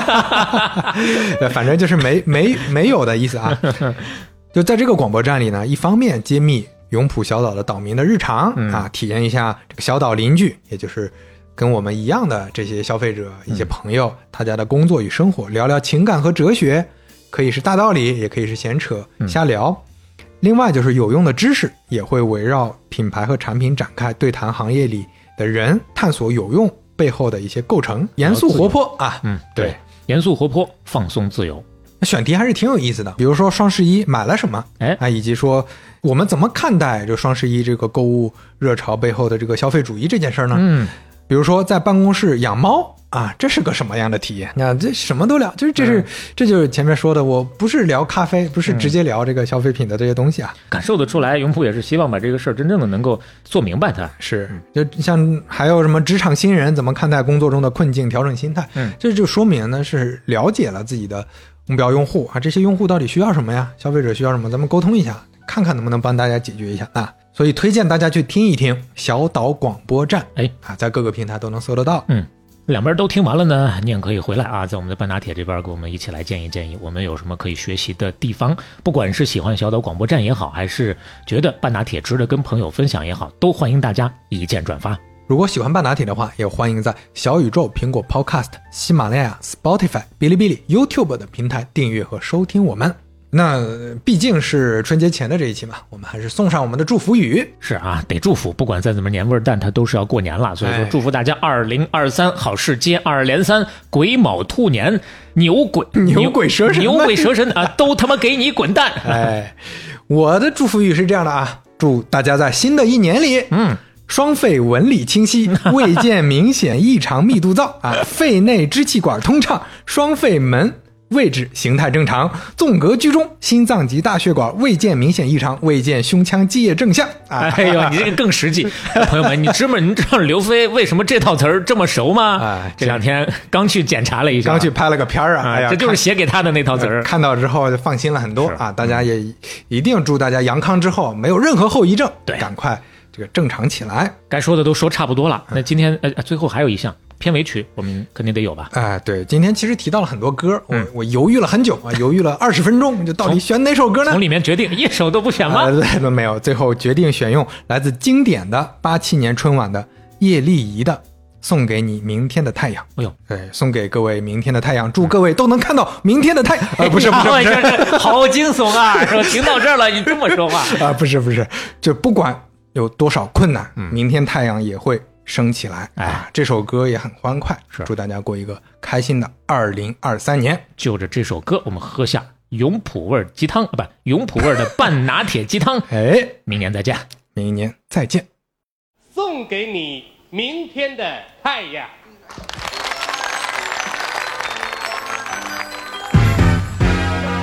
反正就是没没没有的意思啊。就在这个广播站里呢，一方面揭秘永璞小岛的岛民的日常、嗯、啊，体验一下这个小岛邻居，也就是跟我们一样的这些消费者、一些朋友、嗯、他家的工作与生活，聊聊情感和哲学，可以是大道理，也可以是闲扯、嗯、瞎聊。另外就是有用的知识，也会围绕品牌和产品展开对谈，行业里的人探索有用背后的一些构成，严肃活泼啊， 嗯，对，严肃活泼，放松自由。 选题还是挺有意思的，比如说双十一买了什么，哎啊，以及说我们怎么看待这双十一这个购物热潮背后的这个消费主义这件事呢？嗯，比如说在办公室养猫啊，这是个什么样的体验？那这什么都聊，就是这是、嗯、这就是前面说的，我不是聊咖啡，不是直接聊这个消费品的这些东西啊。 嗯、感受得出来，永璞也是希望把这个事儿真正的能够做明白它。 是，就像还有什么职场新人怎么看待工作中的困境，调整心态，嗯，这就说明呢是了解了自己的目标用户啊，这些用户到底需要什么呀？消费者需要什么？咱们沟通一下，看看能不能帮大家解决一下啊。所以推荐大家去听一听小岛广播站，哎啊，在各个平台都能搜得到。 嗯，两边都听完了呢，你也可以回来啊，在我们的半拿铁这边给我们一起来建议建议，我们有什么可以学习的地方？不管是喜欢小岛广播站也好，还是觉得半拿铁值得跟朋友分享也好，都欢迎大家一键转发。 如果喜欢半拿铁的话，也欢迎在小宇宙、苹果 Podcast、喜马拉雅、Spotify、哔哩哔哩、YouTube 的平台订阅和收听我们。那毕竟是春节前的这一期嘛，我们还是送上我们的祝福语。 是啊，得祝福，不管再怎么年味儿淡，它都是要过年了。所以说，祝福大家二零二三好事接二连三，癸卯兔年，牛鬼牛鬼蛇神， 牛鬼蛇神啊，都他妈给你滚蛋！ 哎，我的祝福语是这样的啊，祝大家在新的一年里，嗯。双肺纹理清晰，未见明显异常密度噪啊，肺内支气管通畅，双肺门位置形态正常，纵隔居中，心脏及大血管未见明显异常，未见胸腔积液正向啊。 哎呦，你这个更实际，朋友们，你知不你知道刘飞为什么这套词儿这么熟吗？哎，这两天刚去检查了一下， 刚去拍了个片儿啊，哎呀， 这就是写给他的那套词儿。 看到之后就放心了很多啊，大家也一定祝大家阳康之后没有任何后遗症，对，赶快这个正常起来。 该说的都说差不多了，那今天呃最后还有一项片尾曲，我们肯定得有吧？ 哎、呃，对，今天其实提到了很多歌，我、嗯、我犹豫了很久啊，犹豫了二十分钟，就到底选哪首歌呢？ 从里面决定一首都不选吗？ 呃、对，没有，最后决定选用来自经典的八七年春晚的叶丽仪的《送给你明天的太阳》。哎呦，对，送给各位明天的太阳，祝各位都能看到明天的太阳。啊、呃，不是不是不是， 好惊悚啊！说听到这儿了，你这么说话啊、呃？不是不是，就不管有多少困难，嗯、明天太阳也会升起来。哎、啊，这首歌也很欢快，祝大家过一个开心的二零二三年。 就着这首歌，我们喝下永璞味鸡汤啊，不，永璞味的半拿铁鸡汤。哎，明年再见， 明年再见。 送给你明天的太阳。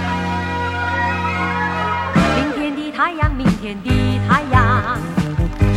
明天的太阳，明天的太阳。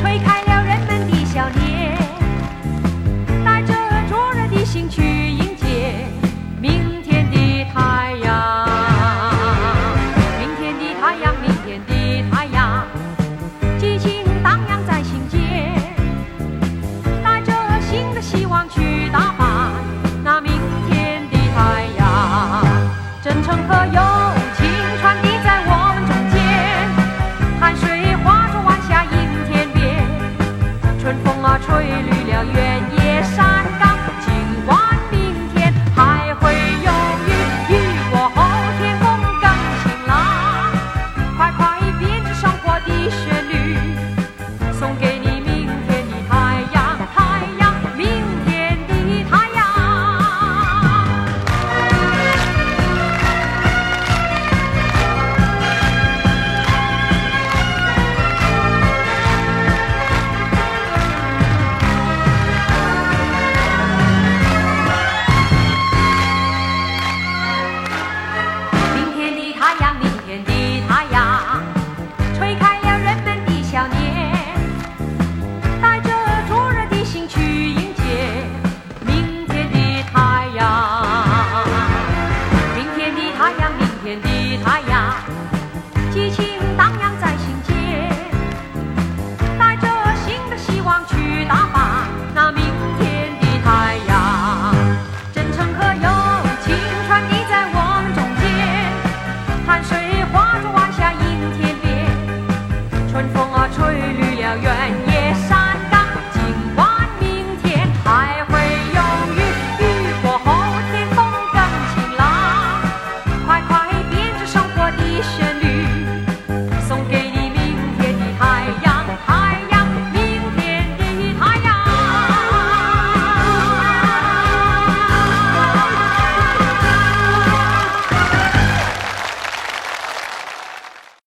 春风啊，吹绿了原